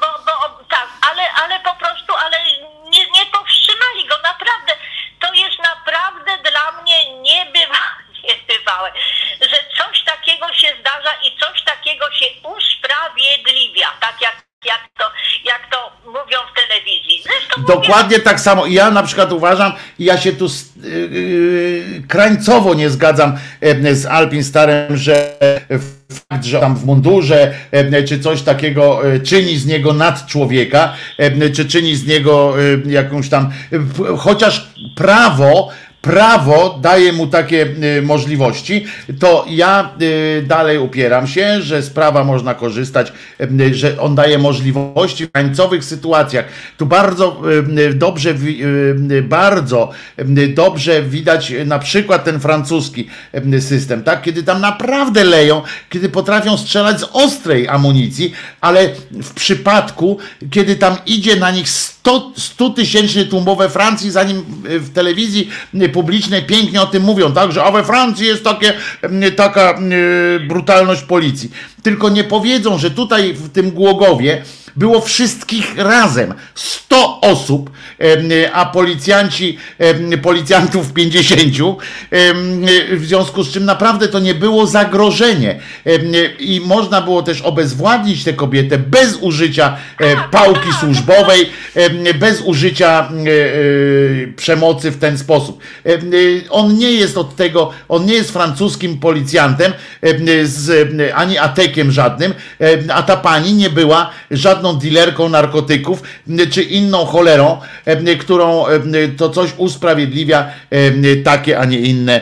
Że coś takiego się zdarza i coś takiego się usprawiedliwia, tak jak, jak, to, jak to mówią w telewizji. Zresztą dokładnie mówię... tak samo. Ja na przykład uważam, ja się tu yy, krańcowo nie zgadzam yy, z Alpinstarem, że fakt, że tam w mundurze yy, czy coś takiego yy, czyni z niego nadczłowieka, yy, czy czyni z niego yy, jakąś tam, yy, chociaż prawo Prawo daje mu takie y, możliwości, to ja y, dalej upieram się, że z prawa można korzystać, y, że on daje możliwości w krańcowych sytuacjach. Tu bardzo y, dobrze, y, bardzo y, dobrze widać na przykład ten francuski y, system, tak? Kiedy tam naprawdę leją, kiedy potrafią strzelać z ostrej amunicji, ale w przypadku, kiedy tam idzie na nich sto tysięczny tłum, bo we Francji, zanim w telewizji publicznej pięknie o tym mówią, tak, że a we Francji jest takie, taka brutalność policji. Tylko nie powiedzą, że tutaj w tym Głogowie było wszystkich razem sto osób, a policjanci, policjantów pięćdziesięciu, w związku z czym naprawdę to nie było zagrożenie i można było też obezwładnić tę kobietę bez użycia pałki służbowej, bez użycia przemocy w ten sposób. On nie jest od tego, on nie jest francuskim policjantem, z, ani atekiem żadnym, a ta pani nie była żadną dealerką narkotyków, czy inną cholerą, którą to coś usprawiedliwia takie, a nie inne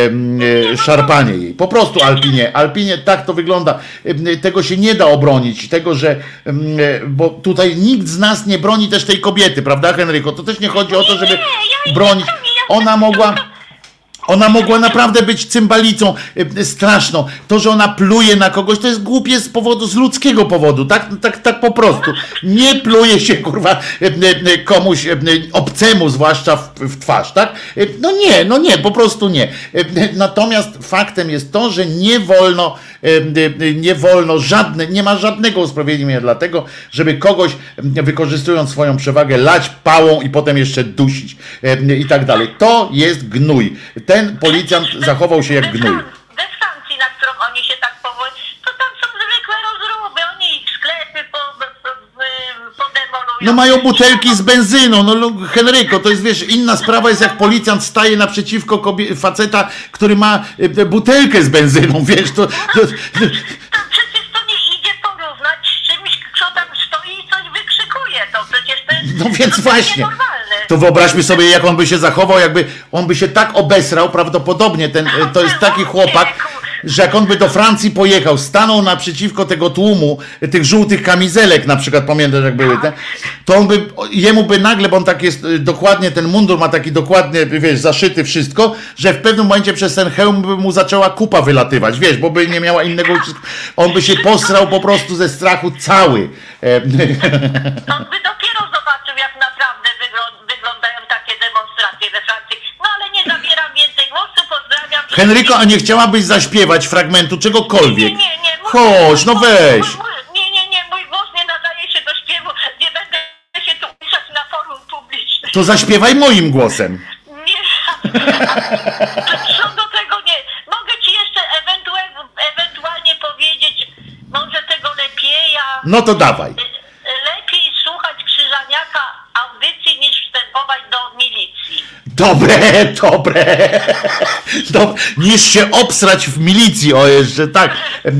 szarpanie jej. Po prostu Alpinie, Alpinie tak to wygląda. Tego się nie da obronić. Tego, że bo tutaj nikt z nas nie broni też tej kobiety, prawda, Henryko? To też nie chodzi o to, żeby bronić. Ona mogła Ona mogła naprawdę być cymbalicą e, straszną. To, że ona pluje na kogoś, to jest głupie z powodu, z ludzkiego powodu, tak, tak, tak po prostu. Nie pluje się, kurwa, e, e, komuś e, obcemu, zwłaszcza w, w twarz, tak? E, no nie, no nie, po prostu nie. E, natomiast faktem jest to, że nie wolno, e, e, nie wolno żadne, nie ma żadnego usprawiedliwienia dla tego, żeby kogoś, e, wykorzystując swoją przewagę, lać pałą i potem jeszcze dusić e, i tak dalej. To jest gnój. Ten policjant zachował się jak gnój. We Francji, na którą oni się tak powołują, to tam są zwykłe rozruby, oni ich sklepy po, po, podemolują. No mają butelki z benzyną, no Henryko, to jest, wiesz, inna sprawa jest, jak policjant staje naprzeciwko kobie- faceta, który ma e, butelkę z benzyną, wiesz, to... to, to... Przecież to nie idzie porównać z czymś, kto tam stoi i coś wykrzykuje, to przecież to jest... No więc to właśnie, to wyobraźmy sobie, jak on by się zachował, jakby on by się tak obesrał, prawdopodobnie ten, to jest taki chłopak, że jak on by do Francji pojechał, stanął naprzeciwko tego tłumu, tych żółtych kamizelek na przykład, pamiętasz jak były te, to on by, jemu by nagle, bo on tak jest dokładnie, ten mundur ma taki dokładnie, wiesz, zaszyty wszystko, że w pewnym momencie przez ten hełm by mu zaczęła kupa wylatywać, wiesz, bo by nie miała innego, on by się posrał po prostu ze strachu cały. On by dopiero zobaczył, jak naprawdę wyglądają takie demonstracje we Francji. No ale nie zabieram więcej głosu, pozdrawiam. Henryko, a nie chciałabyś zaśpiewać fragmentu czegokolwiek? Nie, nie, nie. Mój, Chodź, no weź. Mój, mój, nie, nie, nie, mój głos nie nadaje się do śpiewu. Nie będę się tu pisać na forum publicznym. To zaśpiewaj moim głosem. Nie, co do tego nie. Mogę ci jeszcze ewentualnie, ewentualnie powiedzieć, może tego lepiej, ja... No to dawaj. Lepiej słuchać Krzyżaniaka audycji niż wstępować do milicji. Dobre, dobre. Dobre. Niż się obsrać w milicji, o jeszcze tak.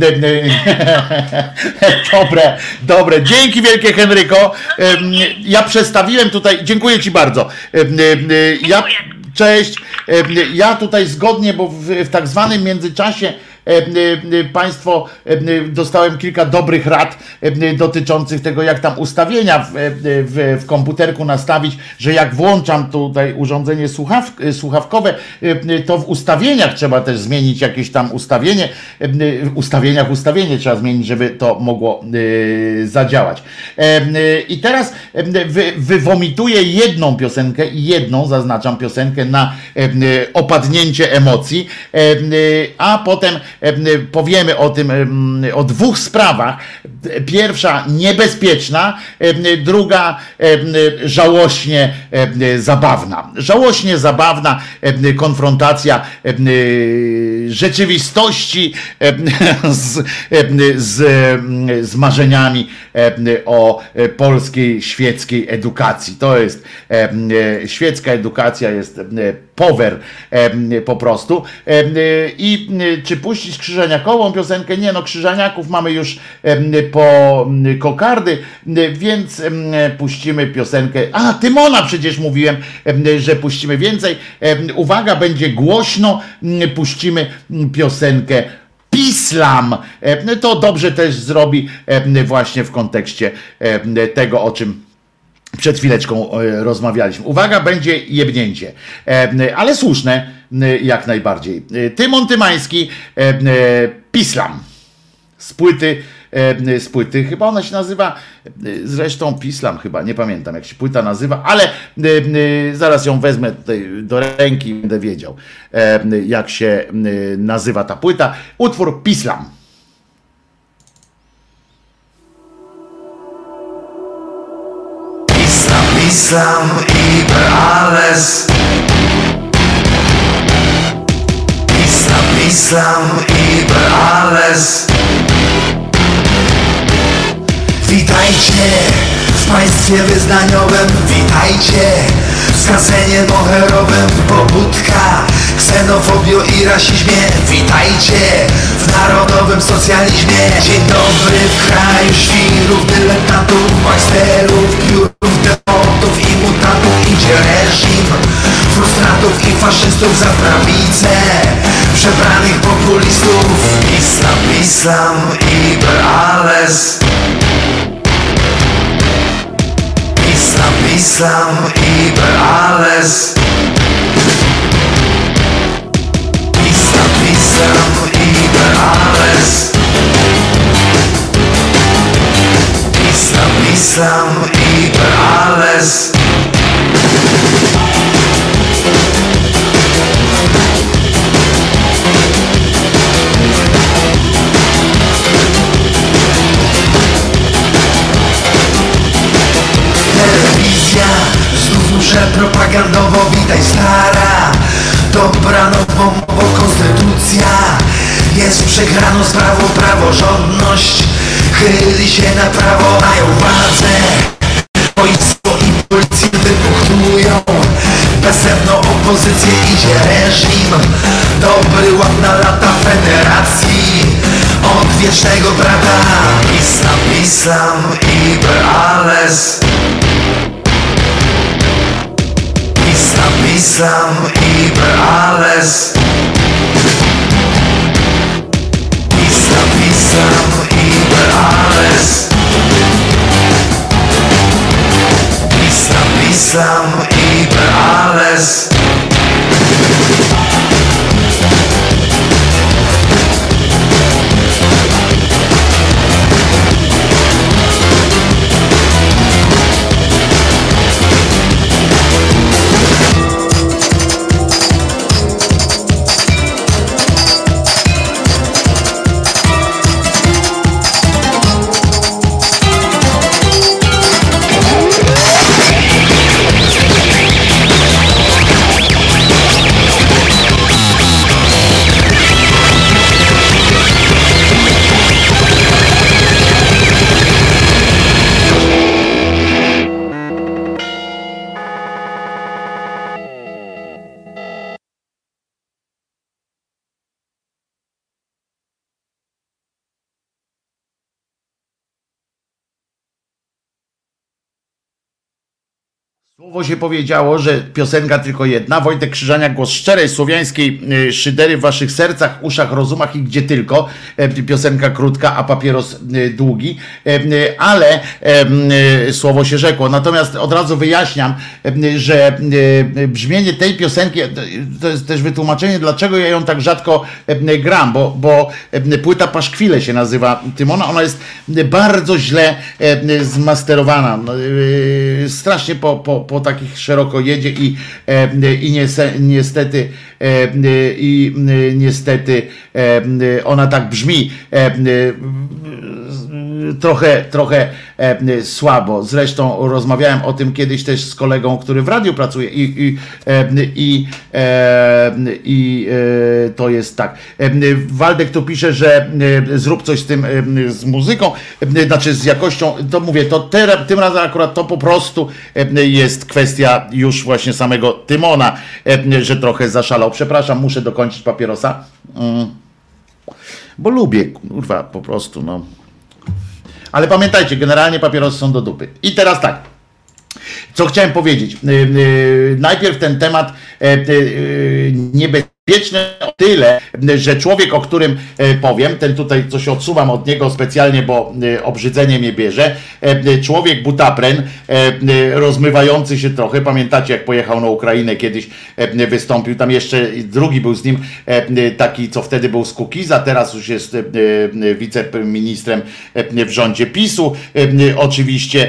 Dobre, dobre. Dzięki wielkie, Henryko. Ja przestawiłem tutaj, dziękuję ci bardzo. Ja, cześć. Ja tutaj zgodnie, bo w, w tak zwanym międzyczasie Państwo, dostałem kilka dobrych rad dotyczących tego, jak tam ustawienia w, w, w komputerku nastawić, że jak włączam tutaj urządzenie słuchaw, słuchawkowe, to w ustawieniach trzeba też zmienić jakieś tam ustawienie. W ustawieniach ustawienie trzeba zmienić, żeby to mogło zadziałać. I teraz wy, wywomituję jedną piosenkę, jedną, zaznaczam piosenkę na opadnięcie emocji, a potem powiemy o tym, o dwóch sprawach. Pierwsza niebezpieczna, druga żałośnie zabawna. Żałośnie zabawna konfrontacja rzeczywistości z, z, z marzeniami o polskiej, świeckiej edukacji. To jest świecka edukacja, jest power po prostu. I czy puścić krzyżaniakową piosenkę? Nie, no Krzyżaniaków mamy już po kokardy, więc puścimy piosenkę. A, Tymona przecież mówiłem, że puścimy więcej. Uwaga, będzie głośno, puścimy piosenkę Pislam. To dobrze też zrobi właśnie w kontekście tego, o czym przed chwileczką rozmawialiśmy. Uwaga, będzie jebnięcie, ale słuszne jak najbardziej. Tymon Tymański, Pislam. Z płyty, z płyty, chyba ona się nazywa, zresztą Pislam chyba, nie pamiętam jak się płyta nazywa, ale zaraz ją wezmę tutaj do ręki i będę wiedział, jak się nazywa ta płyta. Utwór Pislam. Islam liberales. Islam, Islam liberales. Witajcie w państwie wyznaniowym, witajcie w skazenie moherowym, pobudka, ksenofobią i rasizmie. Witajcie w narodowym socjalizmie. Dzień dobry w kraju świrów, dyletantów, majsterów, piórów, depotów i mutantów. Idzie reżim frustratów i faszystów za prawicę przebranych populistów. Islam, Islam liberales. Islam, Islam liberales. Islam ideales. Islam, Islam ideales. Telewizja znów nuże propagandowo, witaj stara. Dobra nowomowo konstytucja jest przegraną sprawą, praworządność chyli się na prawo, mają władzę. Wojsko i policję wybuchnują, bezsewną opozycję idzie reżim. Dobry ład na lata federacji odwiecznego brata. Islam, Islam ideales. Islam, Islam ideales. Islam, Islam ideales. Islam, Islam ideales. Słowo się powiedziało, że piosenka tylko jedna. Wojtek Krzyżaniak, głos szczerej słowiańskiej szydery w waszych sercach, uszach, rozumach i gdzie tylko. Piosenka krótka, a papieros długi. Ale słowo się rzekło. Natomiast od razu wyjaśniam, że brzmienie tej piosenki to jest też wytłumaczenie, dlaczego ja ją tak rzadko gram, bo, bo płyta Paszkwile się nazywa Tymona. Ona jest bardzo źle zmasterowana. Strasznie po, po po takich szeroko jedzie i, i niestety i niestety ona tak brzmi trochę, trochę słabo. Zresztą rozmawiałem o tym kiedyś też z kolegą, który w radiu pracuje i, i, i, i to jest tak. Waldek tu pisze, że zrób coś z tym, z muzyką, znaczy z jakością, to mówię, to te, tym razem akurat to po prostu jest kwestia już właśnie samego Tymona, że trochę zaszalał. Przepraszam, muszę dokończyć papierosa, bo lubię, kurwa, po prostu, no. Ale pamiętajcie, generalnie papierosy są do dupy. I teraz tak, co chciałem powiedzieć. Najpierw ten temat niebezpieczny o tyle, że człowiek, o którym powiem, ten tutaj coś odsuwam od niego specjalnie, bo obrzydzenie mnie bierze, człowiek Butapren, rozmywający się trochę, pamiętacie jak pojechał na Ukrainę kiedyś, wystąpił, tam jeszcze drugi był z nim, taki co wtedy był z Kukiza, teraz już jest wiceministrem w rządzie PiSu, oczywiście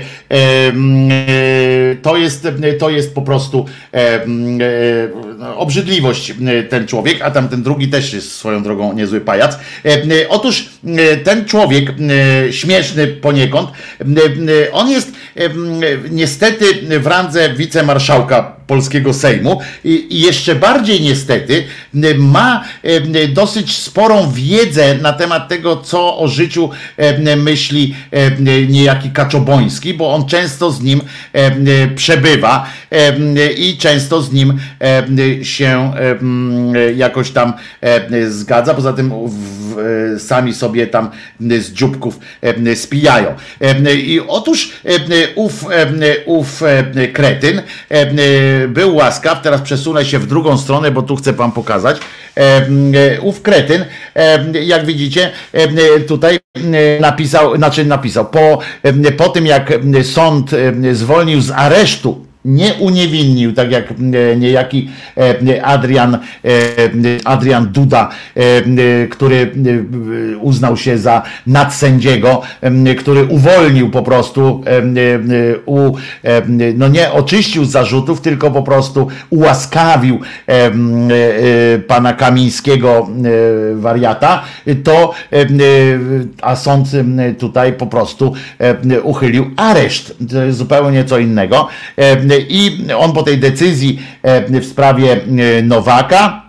to jest, to jest po prostu obrzydliwość ten człowiek, a tam ten drugi też jest swoją drogą niezły pajac. Otóż ten człowiek, śmieszny poniekąd, on jest niestety w randze wicemarszałka polskiego Sejmu i jeszcze bardziej niestety ma dosyć sporą wiedzę na temat tego, co o życiu myśli niejaki Kaczoboński, bo on często z nim przebywa i często z nim się jakoś tam zgadza, poza tym sami sobie tam z dzióbków spijają. I otóż ów, ów kretyn był łaskaw, teraz przesunę się w drugą stronę, bo tu chcę wam pokazać. Ów kretyn, jak widzicie, tutaj napisał, znaczy napisał, po, po tym jak sąd zwolnił z aresztu nie uniewinnił, tak jak niejaki Adrian, Adrian Duda, który uznał się za nadsędziego, który uwolnił po prostu, u, no nie oczyścił z zarzutów, tylko po prostu ułaskawił pana Kamińskiego, wariata, to a sąd tutaj po prostu uchylił areszt. To jest zupełnie co innego. I on po tej decyzji w sprawie Nowaka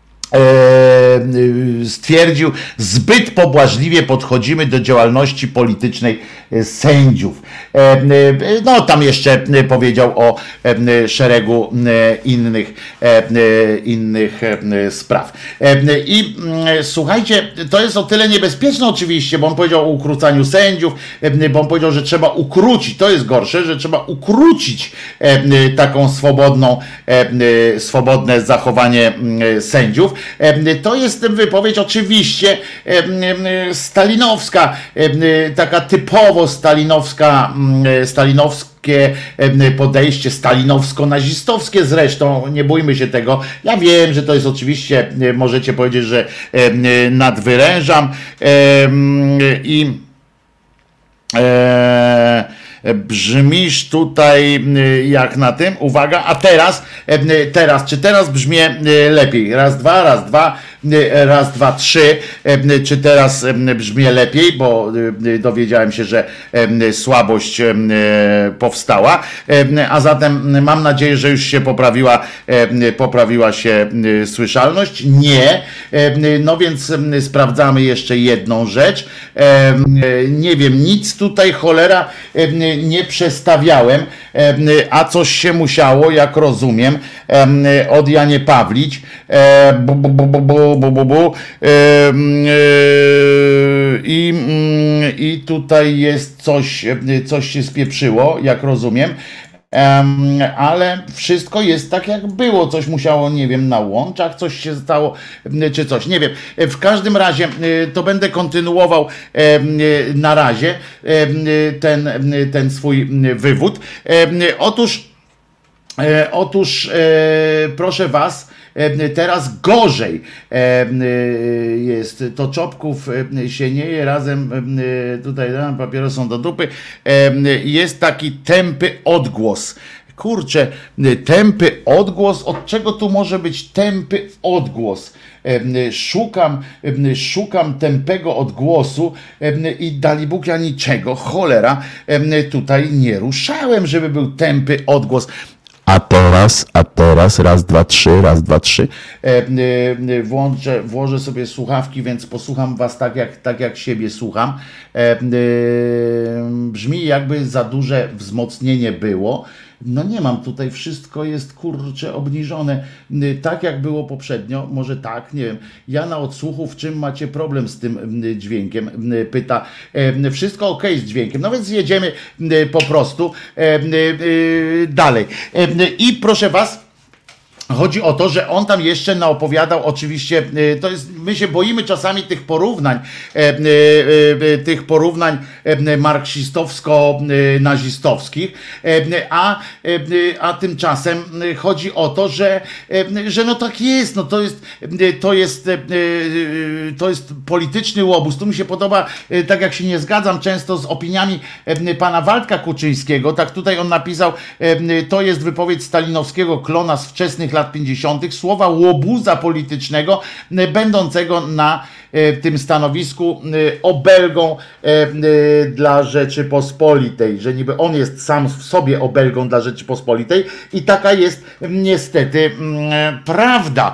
stwierdził, zbyt pobłażliwie podchodzimy do działalności politycznej sędziów. No tam jeszcze powiedział o szeregu innych, innych spraw. I słuchajcie, to jest o tyle niebezpieczne oczywiście, bo on powiedział o ukrócaniu sędziów, bo on powiedział, że trzeba ukrócić, to jest gorsze, że trzeba ukrócić taką swobodną, swobodne zachowanie sędziów. To jest wypowiedź oczywiście stalinowska, taka typowo stalinowska, stalinowskie podejście, stalinowsko-nazistowskie zresztą, nie bójmy się tego. Ja wiem, że to jest oczywiście, możecie powiedzieć, że nadwyrężam i brzmisz tutaj jak na tym, uwaga, a teraz, teraz, czy teraz brzmię lepiej? Raz, dwa, raz, dwa, raz, dwa, trzy, czy teraz brzmię lepiej, bo dowiedziałem się, że słabość powstała, a zatem mam nadzieję, że już się poprawiła, poprawiła się słyszalność. Nie, no więc sprawdzamy jeszcze jedną rzecz. Nie wiem, nic tutaj cholera nie przestawiałem, a coś się musiało, jak rozumiem, od Janie Pawlić. Bu, bu, bu, bu, bu, bu, bu, bu. I, I tutaj jest coś, coś się spieprzyło, jak rozumiem. Um, ale wszystko jest tak jak było, coś musiało, nie wiem, na łączach coś się stało, czy coś, nie wiem, w każdym razie to będę kontynuował na razie ten, ten swój wywód. Otóż otóż proszę was, teraz gorzej jest, to czopków się nie je, razem tutaj papierosą do dupy, jest taki tępy odgłos. Kurczę, tępy odgłos, od czego tu może być tępy odgłos? Szukam, szukam tępego odgłosu i Dalibóg ja niczego, cholera, tutaj nie ruszałem, żeby był tępy odgłos. A teraz, a teraz, raz, dwa, trzy, raz, dwa, trzy. Włączę, włożę sobie słuchawki, więc posłucham was tak jak, tak jak siebie słucham. Brzmi jakby za duże wzmocnienie było. No nie mam, tutaj wszystko jest kurczę obniżone, tak jak było poprzednio, może tak, nie wiem. Ja na odsłuchu, w czym macie problem z tym dźwiękiem, pyta. Wszystko ok z dźwiękiem, no więc jedziemy po prostu dalej. I proszę was, chodzi o to, że on tam jeszcze naopowiadał, oczywiście, to jest, my się boimy czasami tych porównań, tych porównań marksistowsko-nazistowskich, a, a tymczasem chodzi o to, że, że no tak jest, no to jest, to jest, to jest polityczny łobuz. Tu mi się podoba, tak jak się nie zgadzam często z opiniami pana Waldka Kuczyńskiego, tak tutaj on napisał, to jest wypowiedź stalinowskiego klona z wczesnych lat pięćdziesiątych, słowa łobuza politycznego, będącego na tym stanowisku obelgą dla Rzeczypospolitej, że niby on jest sam w sobie obelgą dla Rzeczypospolitej i taka jest niestety prawda.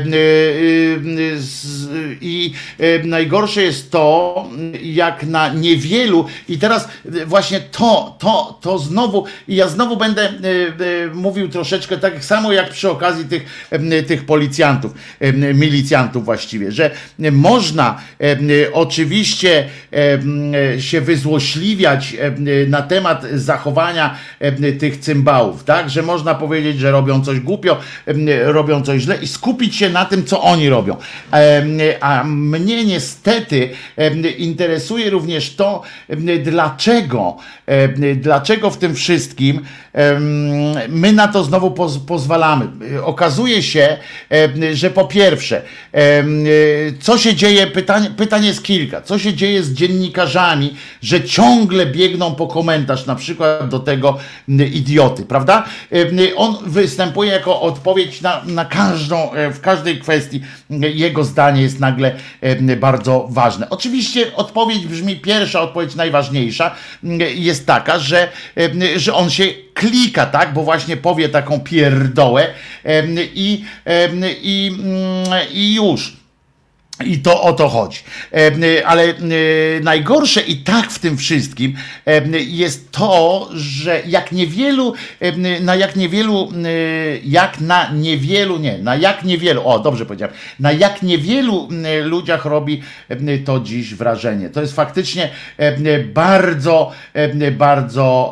I najgorsze jest to, jak na niewielu, i teraz właśnie to, to, to znowu, i ja znowu będę mówił troszeczkę tak samo jak przy okazji okazji tych, tych policjantów, milicjantów właściwie, że można oczywiście się wyzłośliwiać na temat zachowania tych cymbałów, tak, że można powiedzieć, że robią coś głupio, robią coś źle i skupić się na tym, co oni robią. A mnie niestety interesuje również to, dlaczego, dlaczego w tym wszystkim my na to znowu poz pozwalamy. Okazuje się, że po pierwsze, co się dzieje, pytanie, pytanie jest kilka, co się dzieje z dziennikarzami, że ciągle biegną po komentarz, na przykład do tego idioty, prawda? On występuje jako odpowiedź na, na każdą, w każdej kwestii, jego zdanie jest nagle bardzo ważne. Oczywiście odpowiedź brzmi, pierwsza odpowiedź najważniejsza jest taka, że, że on się klika, tak, bo właśnie powie taką pierdołę i, i, i już. I to o to chodzi. Ale najgorsze i tak w tym wszystkim jest to, że jak niewielu, na jak niewielu, jak na niewielu, nie, na jak niewielu, o dobrze powiedziałem, na jak niewielu ludziach robi to dziś wrażenie. To jest faktycznie bardzo, bardzo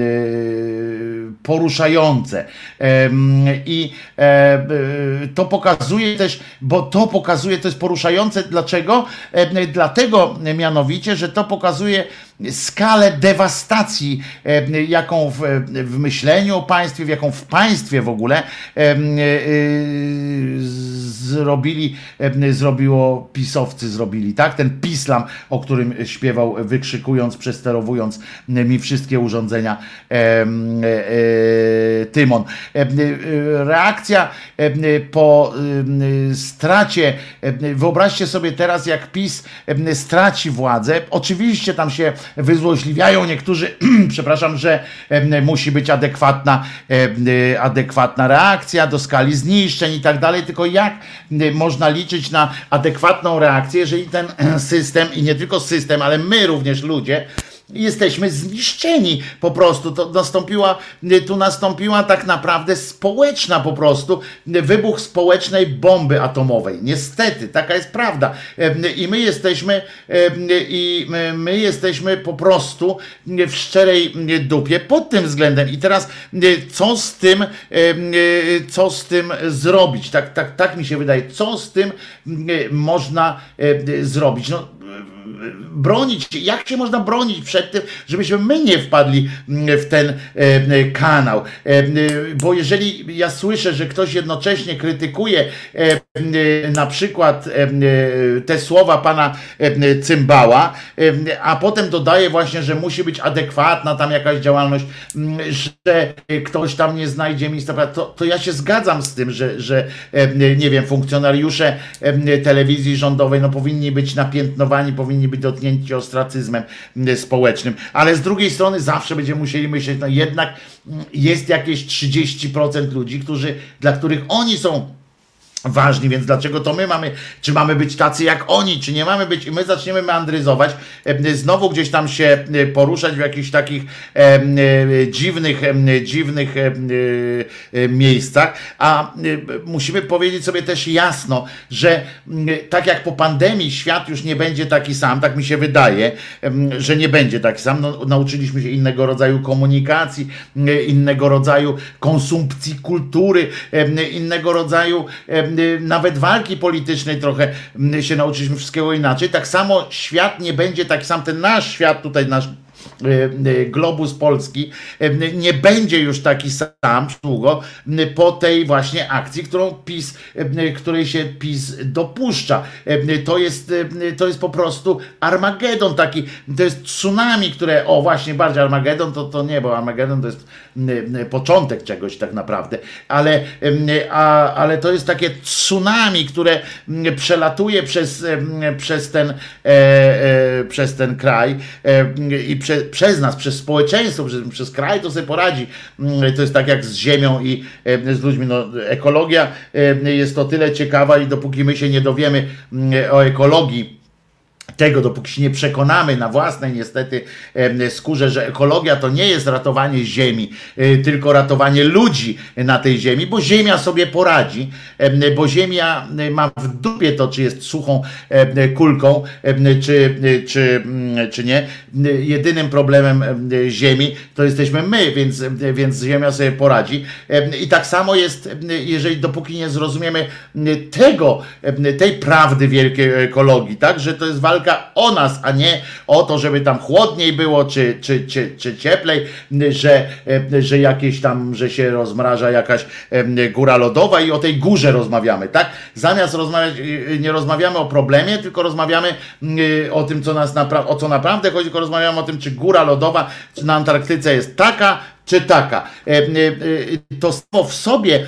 poruszające. I to pokazuje też, bo to pokazuje, to jest poruszające. Dlaczego? E, dlatego mianowicie, że to pokazuje skalę dewastacji, e, jaką w, w myśleniu o państwie, w jaką w państwie w ogóle e, e, zrobili, e, zrobiło pisowcy, zrobili, tak? Ten pislam, o którym śpiewał, wykrzykując, przesterowując mi wszystkie urządzenia e, e, Tymon. E, reakcja e, po e, stracie, e, wyobraźcie sobie teraz, jak PiS e, straci władzę. Oczywiście tam się wyzłośliwiają niektórzy, przepraszam, że e, musi być adekwatna, e, adekwatna reakcja do skali zniszczeń i tak dalej, tylko jak e, można liczyć na adekwatną reakcję, jeżeli ten system, i nie tylko system, ale my również ludzie, jesteśmy zniszczeni po prostu. To nastąpiła, tu nastąpiła tak naprawdę społeczna po prostu, wybuch społecznej bomby atomowej. Niestety, taka jest prawda. I my jesteśmy, i my jesteśmy po prostu w szczerej dupie pod tym względem. I teraz co z tym, co z tym zrobić? Tak, tak, tak mi się wydaje. Co z tym można zrobić? No, bronić się, jak się można bronić przed tym, żebyśmy my nie wpadli w ten e, kanał, e, bo jeżeli ja słyszę, że ktoś jednocześnie krytykuje e, e, na przykład e, te słowa pana e, Cymbała, e, a potem dodaje właśnie, że musi być adekwatna tam jakaś działalność, że ktoś tam nie znajdzie miejsca, to, to ja się zgadzam z tym, że, że e, nie wiem, funkcjonariusze e, telewizji rządowej no powinni być napiętnowani, powinni być dotknięci ostracyzmem społecznym, ale z drugiej strony zawsze będziemy musieli myśleć, no jednak jest jakieś trzydzieści procent ludzi, którzy, dla których oni są ważni, więc dlaczego to my mamy, czy mamy być tacy jak oni, czy nie mamy być, i my zaczniemy meandryzować, znowu gdzieś tam się poruszać w jakichś takich e, e, dziwnych, e, dziwnych e, e, miejscach, a e, musimy powiedzieć sobie też jasno, że e, tak jak po pandemii świat już nie będzie taki sam, tak mi się wydaje, e, że nie będzie taki sam, no, nauczyliśmy się innego rodzaju komunikacji, e, innego rodzaju konsumpcji kultury, e, innego rodzaju e, nawet walki politycznej trochę się nauczyliśmy wszystkiego inaczej. Tak samo świat nie będzie taki sam, ten nasz świat tutaj, nasz globus polski nie będzie już taki sam długo po tej właśnie akcji, którą PiS, której się PiS dopuszcza. To jest, to jest po prostu Armagedon taki, to jest tsunami, które, o właśnie, bardziej Armagedon to, to nie, bo Armagedon to jest początek czegoś tak naprawdę, ale, a, ale to jest takie tsunami, które przelatuje przez, przez, ten, e, e, przez ten kraj e, i prze, przez nas, przez społeczeństwo, przez, przez kraj to sobie poradzi. To jest tak jak z ziemią i e, z ludźmi. No, ekologia e, jest o tyle ciekawa i dopóki my się nie dowiemy e, o ekologii tego, dopóki się nie przekonamy na własnej niestety skórze, że ekologia to nie jest ratowanie ziemi, tylko ratowanie ludzi na tej ziemi, bo ziemia sobie poradzi, bo ziemia ma w dupie to, czy jest suchą kulką, czy, czy, czy nie. Jedynym problemem ziemi to jesteśmy my, więc, więc ziemia sobie poradzi. I tak samo jest, jeżeli dopóki nie zrozumiemy tego, tej prawdy wielkiej ekologii, tak, że to jest walka o nas, a nie o to, żeby tam chłodniej było, czy, czy, czy, czy cieplej, że, że jakieś tam, że się rozmraża jakaś góra lodowa i o tej górze rozmawiamy, tak? Zamiast rozmawiać, nie rozmawiamy o problemie, tylko rozmawiamy o tym, co nas napra- o co naprawdę chodzi, tylko rozmawiamy o tym, czy góra lodowa na Antarktyce jest taka, czy taka. To samo w sobie,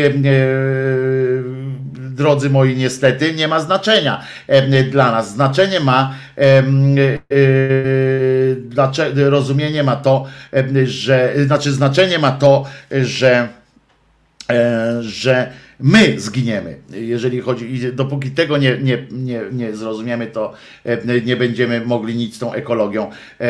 drodzy moi, niestety nie ma znaczenia dla nas. Znaczenie ma, rozumienie ma to, że, znaczy znaczenie ma to, że, że my zginiemy, jeżeli chodzi, i dopóki tego nie, nie, nie, nie zrozumiemy, to nie będziemy mogli nic z tą ekologią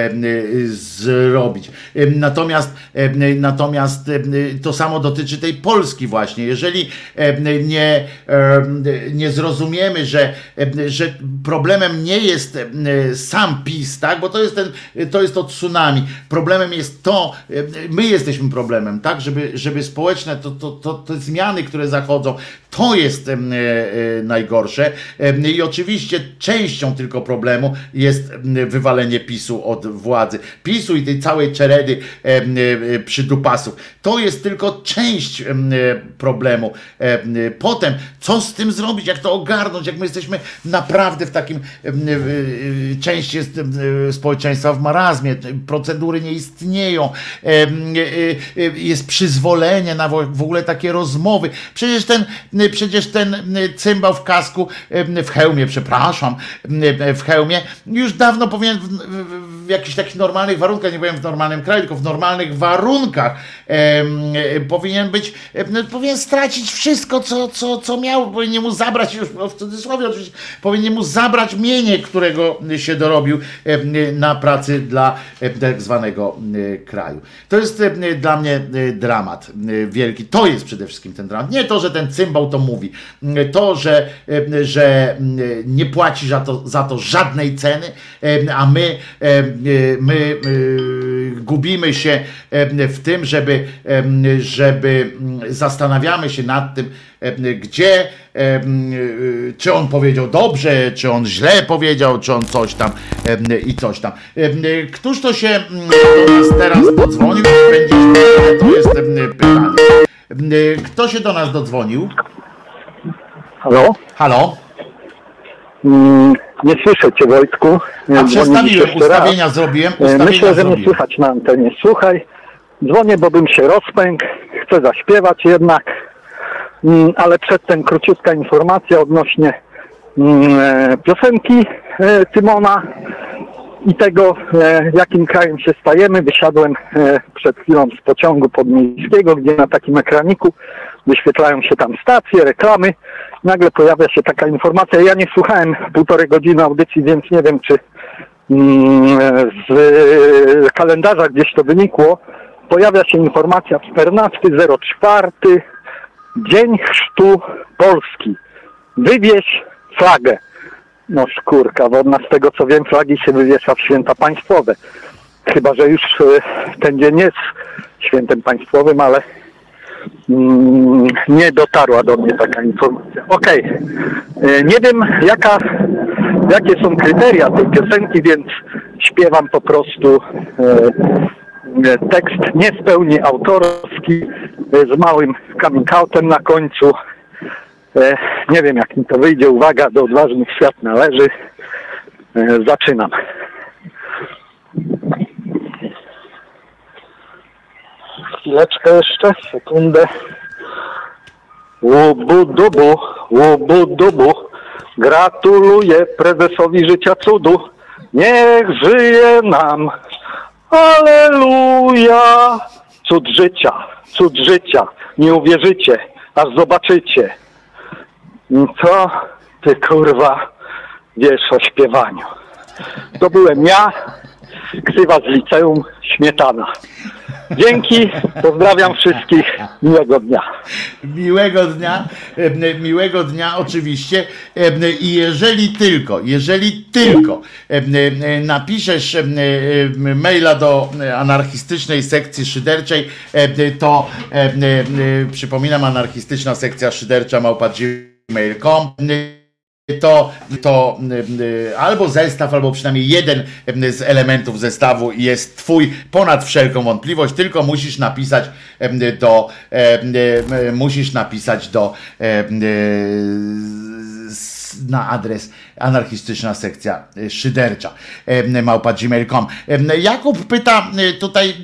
zrobić. Natomiast, natomiast to samo dotyczy tej Polski właśnie. Jeżeli nie, nie zrozumiemy, że, że problemem nie jest sam PiS, tak? Bo to jest, ten, to jest to tsunami. Problemem jest to, my jesteśmy problemem, tak? Żeby, żeby społeczne, to, to, to, te zmiany, które zachodzą, to jest e, e, najgorsze e, i oczywiście częścią tylko problemu jest wywalenie PiSu od władzy. PiSu i tej całej czeredy e, e, przydupasów. To jest tylko część e, problemu. E, potem, co z tym zrobić, jak to ogarnąć, jak my jesteśmy naprawdę w takim, e, e, część jest e, społeczeństwa w marazmie, procedury nie istnieją, e, e, jest przyzwolenie na w ogóle takie rozmowy. Przecież ten, przecież ten cymbał w kasku, w hełmie, przepraszam, w hełmie, już dawno powinien w, w, w jakichś takich normalnych warunkach, nie powiem w normalnym kraju, tylko w normalnych warunkach e, powinien być, e, powinien stracić wszystko, co, co, co miał, powinien mu zabrać, już w cudzysłowie oczywiście, powinien mu zabrać mienie, którego się dorobił e, na pracy dla e, tak zwanego e, kraju. To jest e, dla mnie e, dramat e, wielki. To jest przede wszystkim ten dramat. Nie to, że ten cymbał to mówi. To, że, że nie płaci za to, za to żadnej ceny, a my, my gubimy się w tym, żeby, żeby zastanawiamy się nad tym, gdzie, czy on powiedział dobrze, czy on źle powiedział, czy on coś tam i coś tam. Któż to się do nas teraz dodzwonił? To jest pytanie. Kto się do nas dodzwonił? Halo? Halo? Mm, nie słyszę cię, Wojtku. A przestawiłem, ustawienia raz. zrobiłem. Ustawienia Myślę, że zrobiłem. mnie słychać na antenie. Słuchaj, dzwonię, bo bym się rozpękł. Chcę zaśpiewać jednak, mm, ale przedtem króciutka informacja odnośnie mm, piosenki e, Tymona i tego, e, jakim krajem się stajemy. Wysiadłem e, przed chwilą z pociągu podmiejskiego, gdzie na takim ekraniku wyświetlają się tam stacje, reklamy. Nagle pojawia się taka informacja. Ja nie słuchałem półtorej godziny audycji, więc nie wiem, czy mm, z kalendarza gdzieś to wynikło. Pojawia się informacja czternasty zero cztery, Dzień Chrztu Polski. Wywieź flagę. No szkórka wodna, z tego co wiem, flagi się wywiesza w święta państwowe. Chyba że już ten dzień jest świętem państwowym, ale mm, nie dotarła do mnie taka informacja. Okej, okay. Nie wiem jaka, jakie są kryteria tej piosenki, więc śpiewam po prostu e, tekst nie w pełni autorski, e, z małym coming outem na końcu. E, nie wiem jak mi to wyjdzie. Uwaga, do odważnych świat należy. E, zaczynam. Chwileczkę jeszcze, sekundę. Łubu dubu, łubu dubu. Gratuluję prezesowi życia cudu. Niech żyje nam. Alleluja. Cud życia, cud życia. Nie uwierzycie, aż zobaczycie. Co ty kurwa wiesz o śpiewaniu? to byłem ja, ksywa z liceum Śmietana. Dzięki, pozdrawiam wszystkich, miłego dnia. Miłego dnia, e, miłego dnia oczywiście e, i jeżeli tylko, jeżeli tylko e, e, napiszesz e, e, maila do anarchistycznej sekcji szyderczej, e, to e, e, przypominam, anarchistyczna sekcja szydercza małpa gmail kropka com, to, to albo zestaw, albo przynajmniej jeden z elementów zestawu jest twój ponad wszelką wątpliwość, tylko musisz napisać do musisz napisać do na adres anarchistyczna sekcja szydercza małpa gmail kropka com. Jakub pyta tutaj,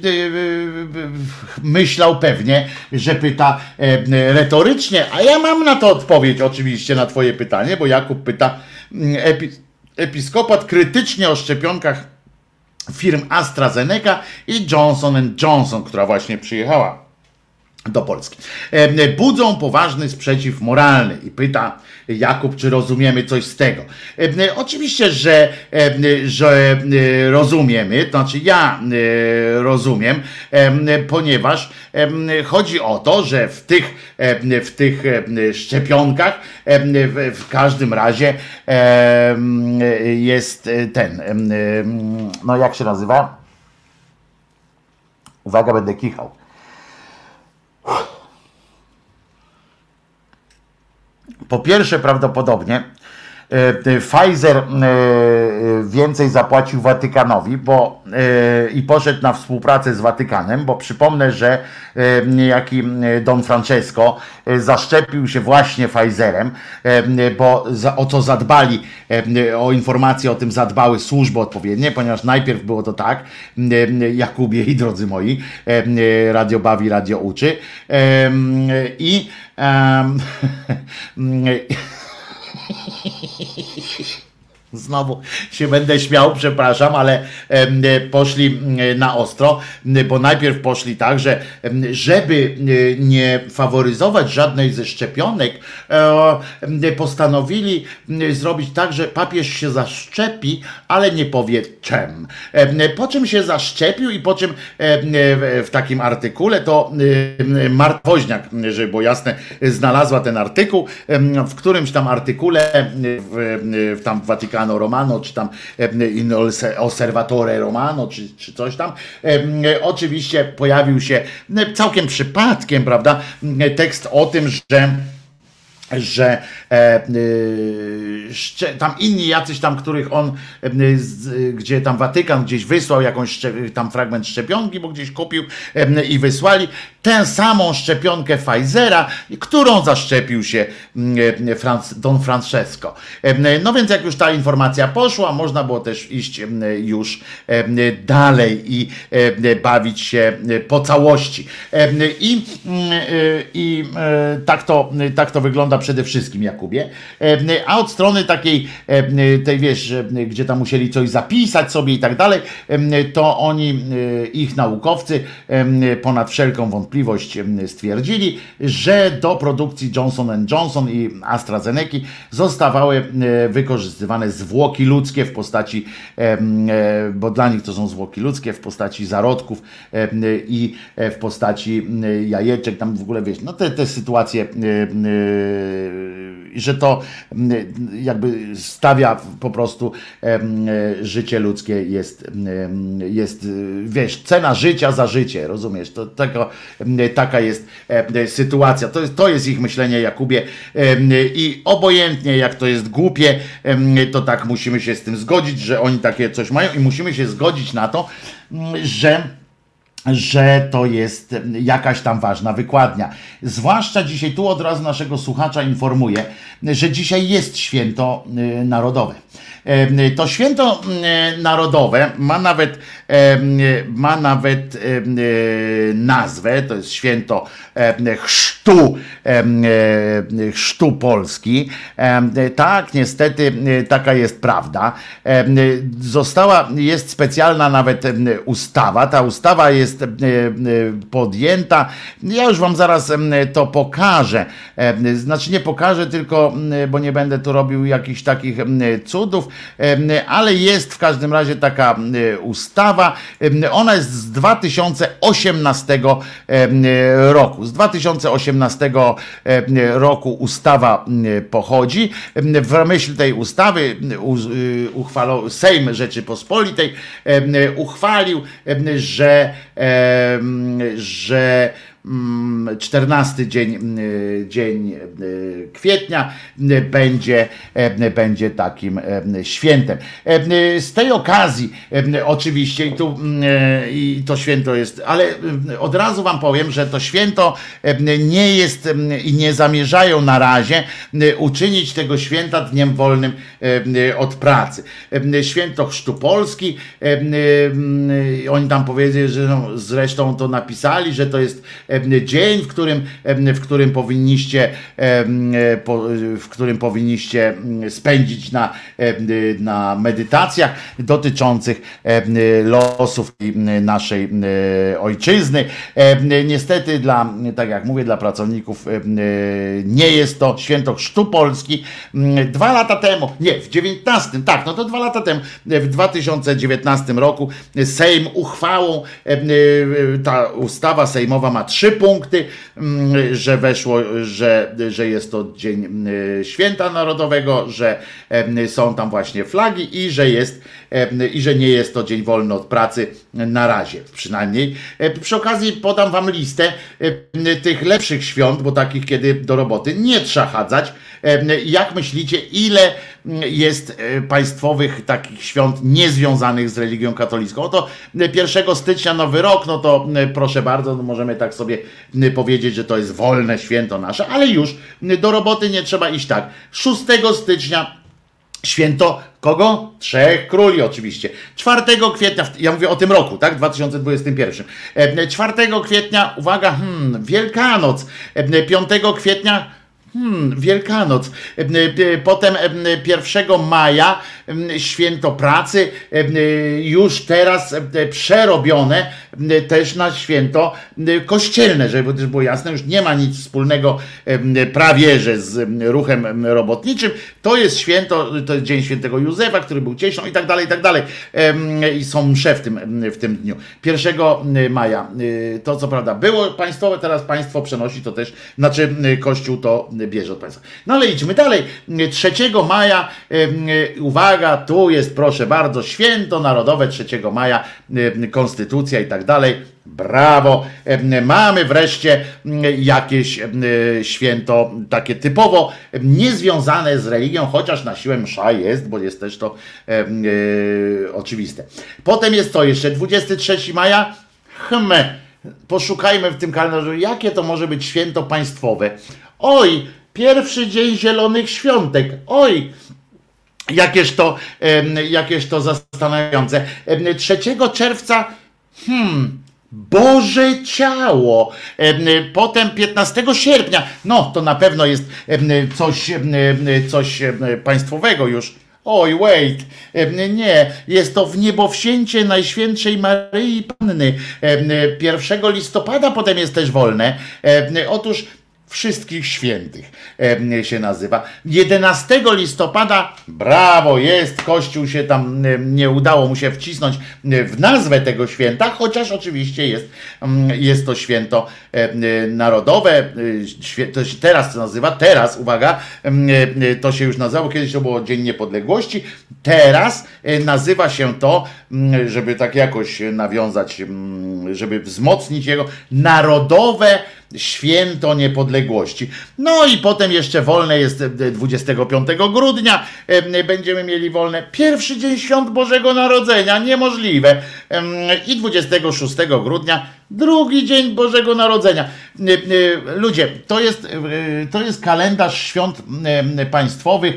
myślał pewnie, że pyta retorycznie, a ja mam na to odpowiedź oczywiście na twoje pytanie, bo Jakub pyta, episkopat krytycznie o szczepionkach firm AstraZeneca i Johnson and Johnson, która właśnie przyjechała do Polski. Budzą poważny sprzeciw moralny i pyta Jakub, czy rozumiemy coś z tego. Oczywiście, że, że rozumiemy, to znaczy ja rozumiem, ponieważ chodzi o to, że w tych, w tych szczepionkach w każdym razie jest ten, no jak się nazywa? Uwaga, będę kichał. Po pierwsze, prawdopodobnie Pfizer więcej zapłacił Watykanowi, bo i poszedł na współpracę z Watykanem, bo przypomnę, że niejaki Don Francesco zaszczepił się właśnie Pfizerem, bo o co zadbali, o informacje o tym zadbały służby odpowiednie, ponieważ najpierw było to tak, Jakubie i drodzy moi, radio bawi, radio uczy i um, znowu się będę śmiał, przepraszam, ale e, poszli na ostro, bo najpierw poszli tak, że żeby nie faworyzować żadnej ze szczepionek, e, postanowili zrobić tak, że papież się zaszczepi, ale nie powie czym. E, po czym się zaszczepił i po czym e, w takim artykule to e, Marta Woźniak, żeby było jasne, znalazła ten artykuł, e, w którymś tam artykule w, w tam w Watykanie Romano, czy tam in Osservatore Romano, czy, czy coś tam. E, oczywiście pojawił się całkiem przypadkiem, prawda, tekst o tym, że że e, e, tam inni jacyś tam, których on, e, z, gdzie tam Watykan gdzieś wysłał jakąś szczep, tam fragment szczepionki, bo gdzieś kupił e, i wysłali tę samą szczepionkę Pfizera, którą zaszczepił się e, Franc, Don Francesco. E, no więc jak już ta informacja poszła, można było też iść e, już e, dalej i e, bawić się po całości. E, I, e, i e, tak, to, tak to wygląda przede wszystkim, Jakubie, a od strony takiej, tej wiesz, gdzie tam musieli coś zapisać sobie i tak dalej, to oni, ich naukowcy ponad wszelką wątpliwość stwierdzili, że do produkcji Johnson and Johnson i AstraZeneca zostawały wykorzystywane zwłoki ludzkie w postaci, bo dla nich to są zwłoki ludzkie w postaci zarodków i w postaci jajeczek, tam w ogóle wiesz, no te, te sytuacje, że to jakby stawia po prostu życie ludzkie jest, jest wiesz, cena życia za życie, rozumiesz, to tego, taka jest sytuacja, to jest, to jest ich myślenie, Jakubie, i obojętnie jak to jest głupie, to tak musimy się z tym zgodzić, że oni takie coś mają i musimy się zgodzić na to, że że to jest jakaś tam ważna wykładnia. Zwłaszcza dzisiaj, tu od razu naszego słuchacza informuję, że dzisiaj jest święto narodowe. To święto narodowe ma nawet, ma nawet nazwę, to jest święto chrztu, chrztu Polski. Tak, niestety taka jest prawda. Została, jest specjalna nawet ustawa, ta ustawa jest jest podjęta. Ja już wam zaraz to pokażę. Znaczy nie pokażę, tylko, bo nie będę tu robił jakichś takich cudów, ale jest w każdym razie taka ustawa. Ona jest z dwa tysiące osiemnastego roku. Z dwa tysiące osiemnastego roku ustawa pochodzi. W myśl tej ustawy uchwalono, Sejm Rzeczypospolitej uchwalił, że, że czternasty dzień, dzień kwietnia będzie, będzie takim świętem. Z tej okazji oczywiście i, tu, i to święto jest, ale od razu wam powiem, że to święto nie jest i nie zamierzają na razie uczynić tego święta dniem wolnym od pracy. Święto Chrztu Polski, oni tam powiedzieli, że no, zresztą to napisali, że to jest dzień, w którym, w którym powinniście w którym powinniście spędzić na, na medytacjach dotyczących losów naszej ojczyzny. Niestety dla, tak jak mówię, dla pracowników nie jest to święto Chrztu Polski. Dwa lata temu, nie, w dziewiętnastym, tak, no to dwa lata temu, w dwa tysiące dziewiętnastym roku Sejm uchwałą, ta ustawa sejmowa ma trzy punkty, że weszło, że, że jest to dzień święta narodowego, że są tam właśnie flagi i że jest i że nie jest to dzień wolny od pracy na razie przynajmniej. Przy okazji podam wam listę tych lepszych świąt, bo takich, kiedy do roboty nie trzeba chadzać. Jak myślicie, ile jest państwowych takich świąt niezwiązanych z religią katolicką? Oto pierwszego stycznia Nowy Rok, no to proszę bardzo, no możemy tak sobie powiedzieć, że to jest wolne święto nasze, ale już do roboty nie trzeba iść tak. szóstego stycznia święto kogo? Trzech Króli oczywiście. czwartego kwietnia, ja mówię o tym roku, tak? dwa tysiące dwudziestym pierwszym. czwartego kwietnia, uwaga, hmm, Wielkanoc. piątego kwietnia Hmm, Wielkanoc. Potem pierwszego maja święto pracy, już teraz przerobione też na święto kościelne, żeby też było jasne, już nie ma nic wspólnego prawie że z ruchem robotniczym. To jest święto, to jest dzień świętego Józefa, który był cieśną i tak dalej, i tak dalej. I są msze w tym, w tym dniu. pierwszego maja to co prawda było państwowe, teraz państwo przenosi to też, znaczy Kościół to bierze od państwa. No ale idźmy dalej. trzeciego maja, uwaga, tu jest proszę bardzo święto narodowe trzeciego maja, konstytucja i tak dalej. Brawo! Mamy wreszcie jakieś święto takie typowo niezwiązane z religią, chociaż na siłę msza jest, bo jest też to e, e, oczywiste. Potem jest to jeszcze dwudziestego trzeciego maja. Hmm, poszukajmy w tym kalendarzu, jakie to może być święto państwowe. Oj, pierwszy dzień Zielonych Świątek. Oj, jakież to, jakież to zastanawiające. trzeciego czerwca, hmm, Boże Ciało. Potem piętnastego sierpnia, no to na pewno jest coś, coś państwowego już. Oj, wait, nie, jest to Wniebowzięcie Najświętszej Maryi Panny. pierwszego listopada potem jest też wolne. Otóż Wszystkich Świętych się nazywa. jedenastego listopada, brawo, jest, Kościół się tam nie udało mu się wcisnąć w nazwę tego święta, chociaż oczywiście jest, jest to święto narodowe, to się teraz to nazywa, teraz, uwaga, to się już nazywało, kiedyś to było Dzień Niepodległości, teraz nazywa się to, żeby tak jakoś nawiązać, żeby wzmocnić jego, Narodowe Święto Niepodległości. No i potem jeszcze wolne jest dwudziestego piątego grudnia, będziemy mieli wolne pierwszy dzień Świąt Bożego Narodzenia, niemożliwe. I dwudziestego szóstego grudnia drugi dzień Bożego Narodzenia. Ludzie, to jest, to jest kalendarz świąt państwowych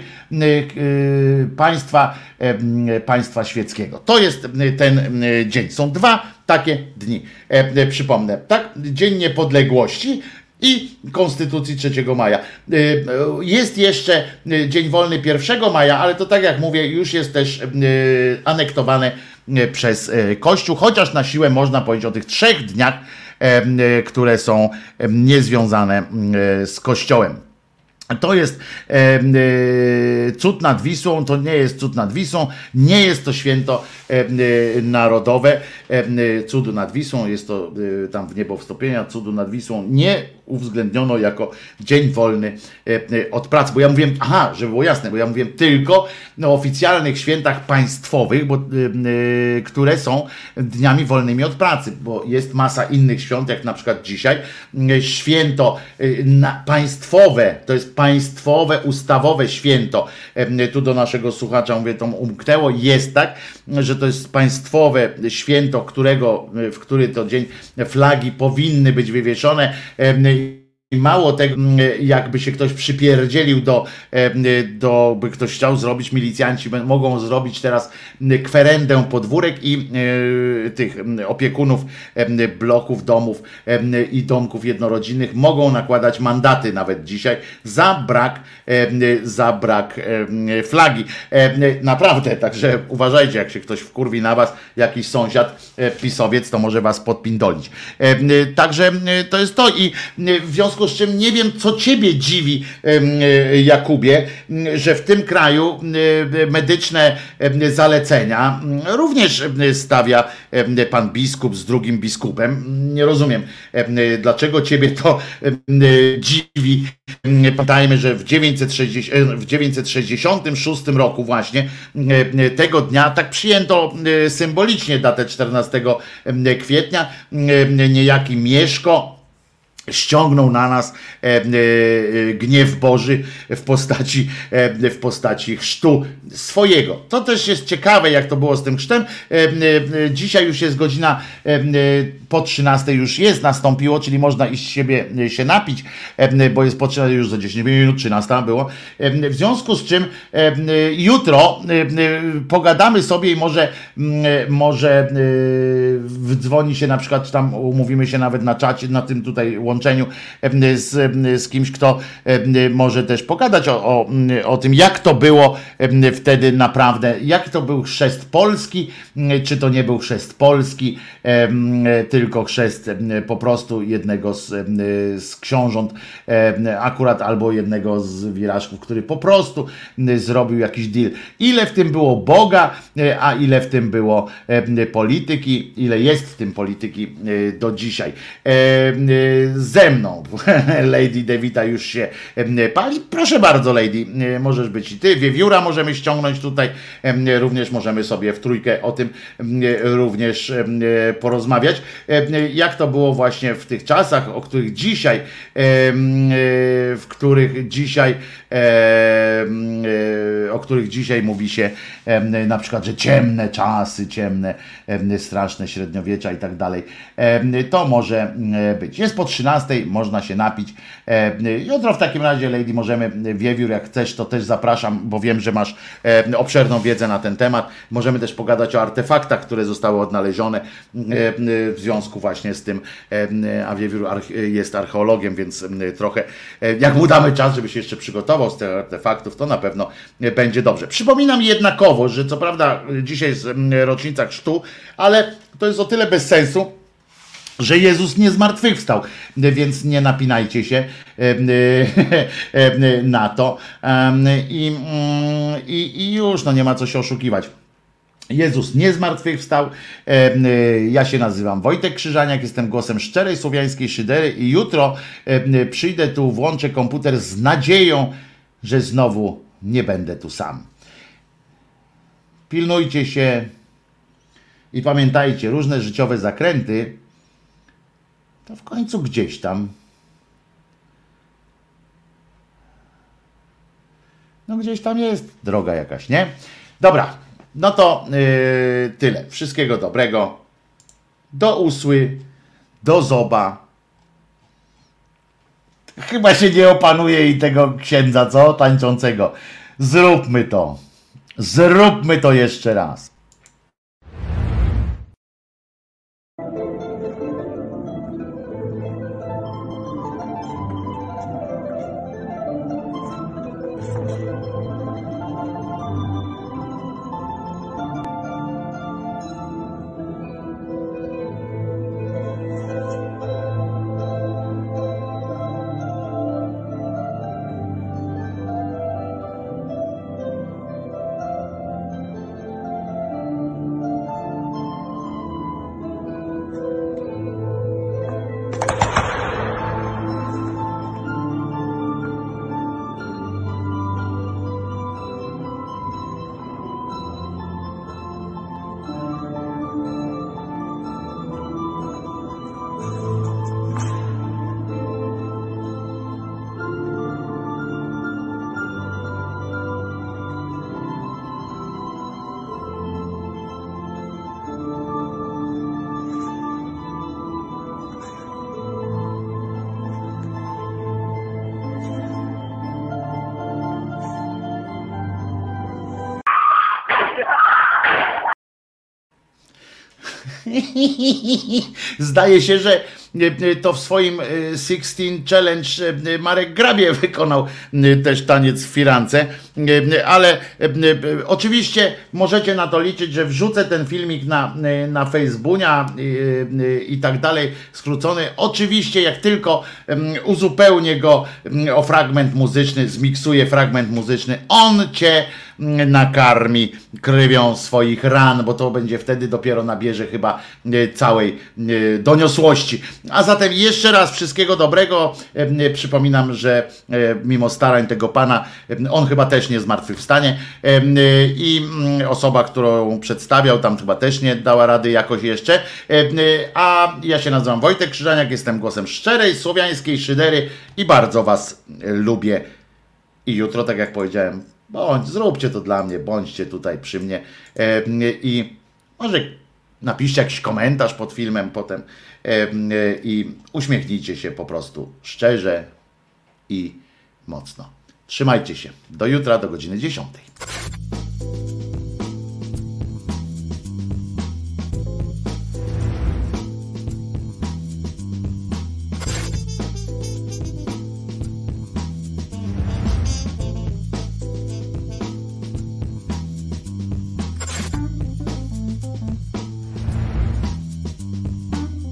państwa, państwa świeckiego. To jest ten dzień. Są dwa takie dni. Przypomnę, tak? Dzień Niepodległości i Konstytucji trzeciego maja. Jest jeszcze dzień wolny pierwszego maja, ale to tak jak mówię, już jest też anektowane przez Kościół, chociaż na siłę można powiedzieć o tych trzech dniach, które są niezwiązane z Kościołem. To jest e, e, cud nad Wisłą, to nie jest cud nad Wisłą, nie jest to święto e, e, narodowe. E, cudu nad Wisłą jest to e, tam w niebo wstąpienia, cudu nad Wisłą nie uwzględniono jako dzień wolny e, e, od pracy, bo ja mówiłem, aha, żeby było jasne, bo ja mówiłem tylko o oficjalnych świętach państwowych, bo, e, e, które są dniami wolnymi od pracy, bo jest masa innych świąt, jak na przykład dzisiaj, e, święto e, na, państwowe, to jest państwowe, ustawowe święto. Tu do naszego słuchacza mówię, to umknęło. Jest tak, że to jest państwowe święto, którego, w który to dzień flagi powinny być wywieszone. I mało tego, jakby się ktoś przypierdzielił do, do, by ktoś chciał zrobić, milicjanci mogą zrobić teraz kwerendę podwórek i e, tych opiekunów e, bloków, domów e, i domków jednorodzinnych mogą nakładać mandaty nawet dzisiaj za brak, e, za brak e, flagi. E, naprawdę, także uważajcie, jak się ktoś wkurwi na was, jakiś sąsiad, e, pisowiec, to może was podpindolić. E, także to jest to i w związku z czym nie wiem, co ciebie dziwi, Jakubie, że w tym kraju medyczne zalecenia również stawia pan biskup z drugim biskupem. Nie rozumiem, dlaczego ciebie to dziwi. Pamiętajmy, że w dziewięćset sześćdziesiątym szóstym roku właśnie tego dnia, tak przyjęto symbolicznie datę czternastego kwietnia, niejaki Mieszko ściągnął na nas e, e, gniew Boży w postaci, e, w postaci chrztu swojego. To też jest ciekawe, jak to było z tym chrztem. E, e, dzisiaj już jest godzina e, po trzynastej już jest, nastąpiło, czyli można iść siebie się napić, e, bo jest po trzynastej już za dziesięć minut, trzynasta było. E, w związku z czym e, jutro e, pogadamy sobie i może, e, może e, dzwoni się na przykład, czy tam umówimy się nawet na czacie, na tym tutaj łączeniu z, z kimś, kto może też pogadać o, o, o tym, jak to było wtedy naprawdę, jak to był chrzest polski, czy to nie był chrzest polski, tylko chrzest po prostu jednego z, z książąt, akurat albo jednego z wirażków, który po prostu zrobił jakiś deal. Ile w tym było Boga, a ile w tym było polityki, ile jest w tym polityki do dzisiaj. Ze mną Lady Devita już się pali. Proszę bardzo, Lady, możesz być i ty. Wiewióra możemy ściągnąć tutaj. Również możemy sobie w trójkę o tym również porozmawiać. Jak to było właśnie w tych czasach, o których dzisiaj, w których dzisiaj, o których dzisiaj mówi się na przykład, że ciemne czasy, ciemne, straszne średniowiecza i tak dalej. To może być. Jest po trzynastej, można się napić. Jutro w takim razie, Lady, możemy, Wiewiór, jak chcesz, to też zapraszam, bo wiem, że masz obszerną wiedzę na ten temat. Możemy też pogadać o artefaktach, które zostały odnalezione w związku właśnie z tym, a Wiewiór jest archeologiem, więc trochę, jak mu damy czas, żeby się jeszcze przygotował z tych artefaktów, to na pewno będzie dobrze. Przypominam jednakowo, że co prawda dzisiaj jest rocznica chrztu, ale to jest o tyle bez sensu, że Jezus nie zmartwychwstał, więc nie napinajcie się na to i, i, i już, no nie ma co się oszukiwać. Jezus nie zmartwychwstał. Ja się nazywam Wojtek Krzyżaniak, jestem głosem szczerej słowiańskiej szydery i jutro przyjdę tu, włączę komputer z nadzieją, że znowu nie będę tu sam. Pilnujcie się i pamiętajcie, różne życiowe zakręty to w końcu gdzieś tam, no gdzieś tam jest droga jakaś, nie? Dobra, no to yy, tyle. Wszystkiego dobrego. Do usły, do zoba. Chyba się nie opanuje i tego księdza, co? Tańczącego. Zróbmy to. Zróbmy to jeszcze raz. Zdaje się, że to w swoim Sixteen Challenge Marek Grabie wykonał też taniec w firance, ale oczywiście możecie na to liczyć, że wrzucę ten filmik na, na Facebooka i, i tak dalej, skrócony. Oczywiście jak tylko uzupełnię go o fragment muzyczny, zmiksuję fragment muzyczny, on cię nakarmi krwią swoich ran, bo to będzie wtedy dopiero nabierze chyba całej doniosłości. A zatem jeszcze raz wszystkiego dobrego. Przypominam, że mimo starań tego pana, on chyba też nie zmartwychwstanie i osoba, którą przedstawiał, tam chyba też nie dała rady jakoś jeszcze. A ja się nazywam Wojtek Krzyżaniak, jestem głosem szczerej, słowiańskiej szydery i bardzo was lubię. I jutro, tak jak powiedziałem, bądź, zróbcie to dla mnie, bądźcie tutaj przy mnie i może napiszcie jakiś komentarz pod filmem potem i uśmiechnijcie się po prostu szczerze i mocno. Trzymajcie się. Do jutra, do godziny dziesiątej.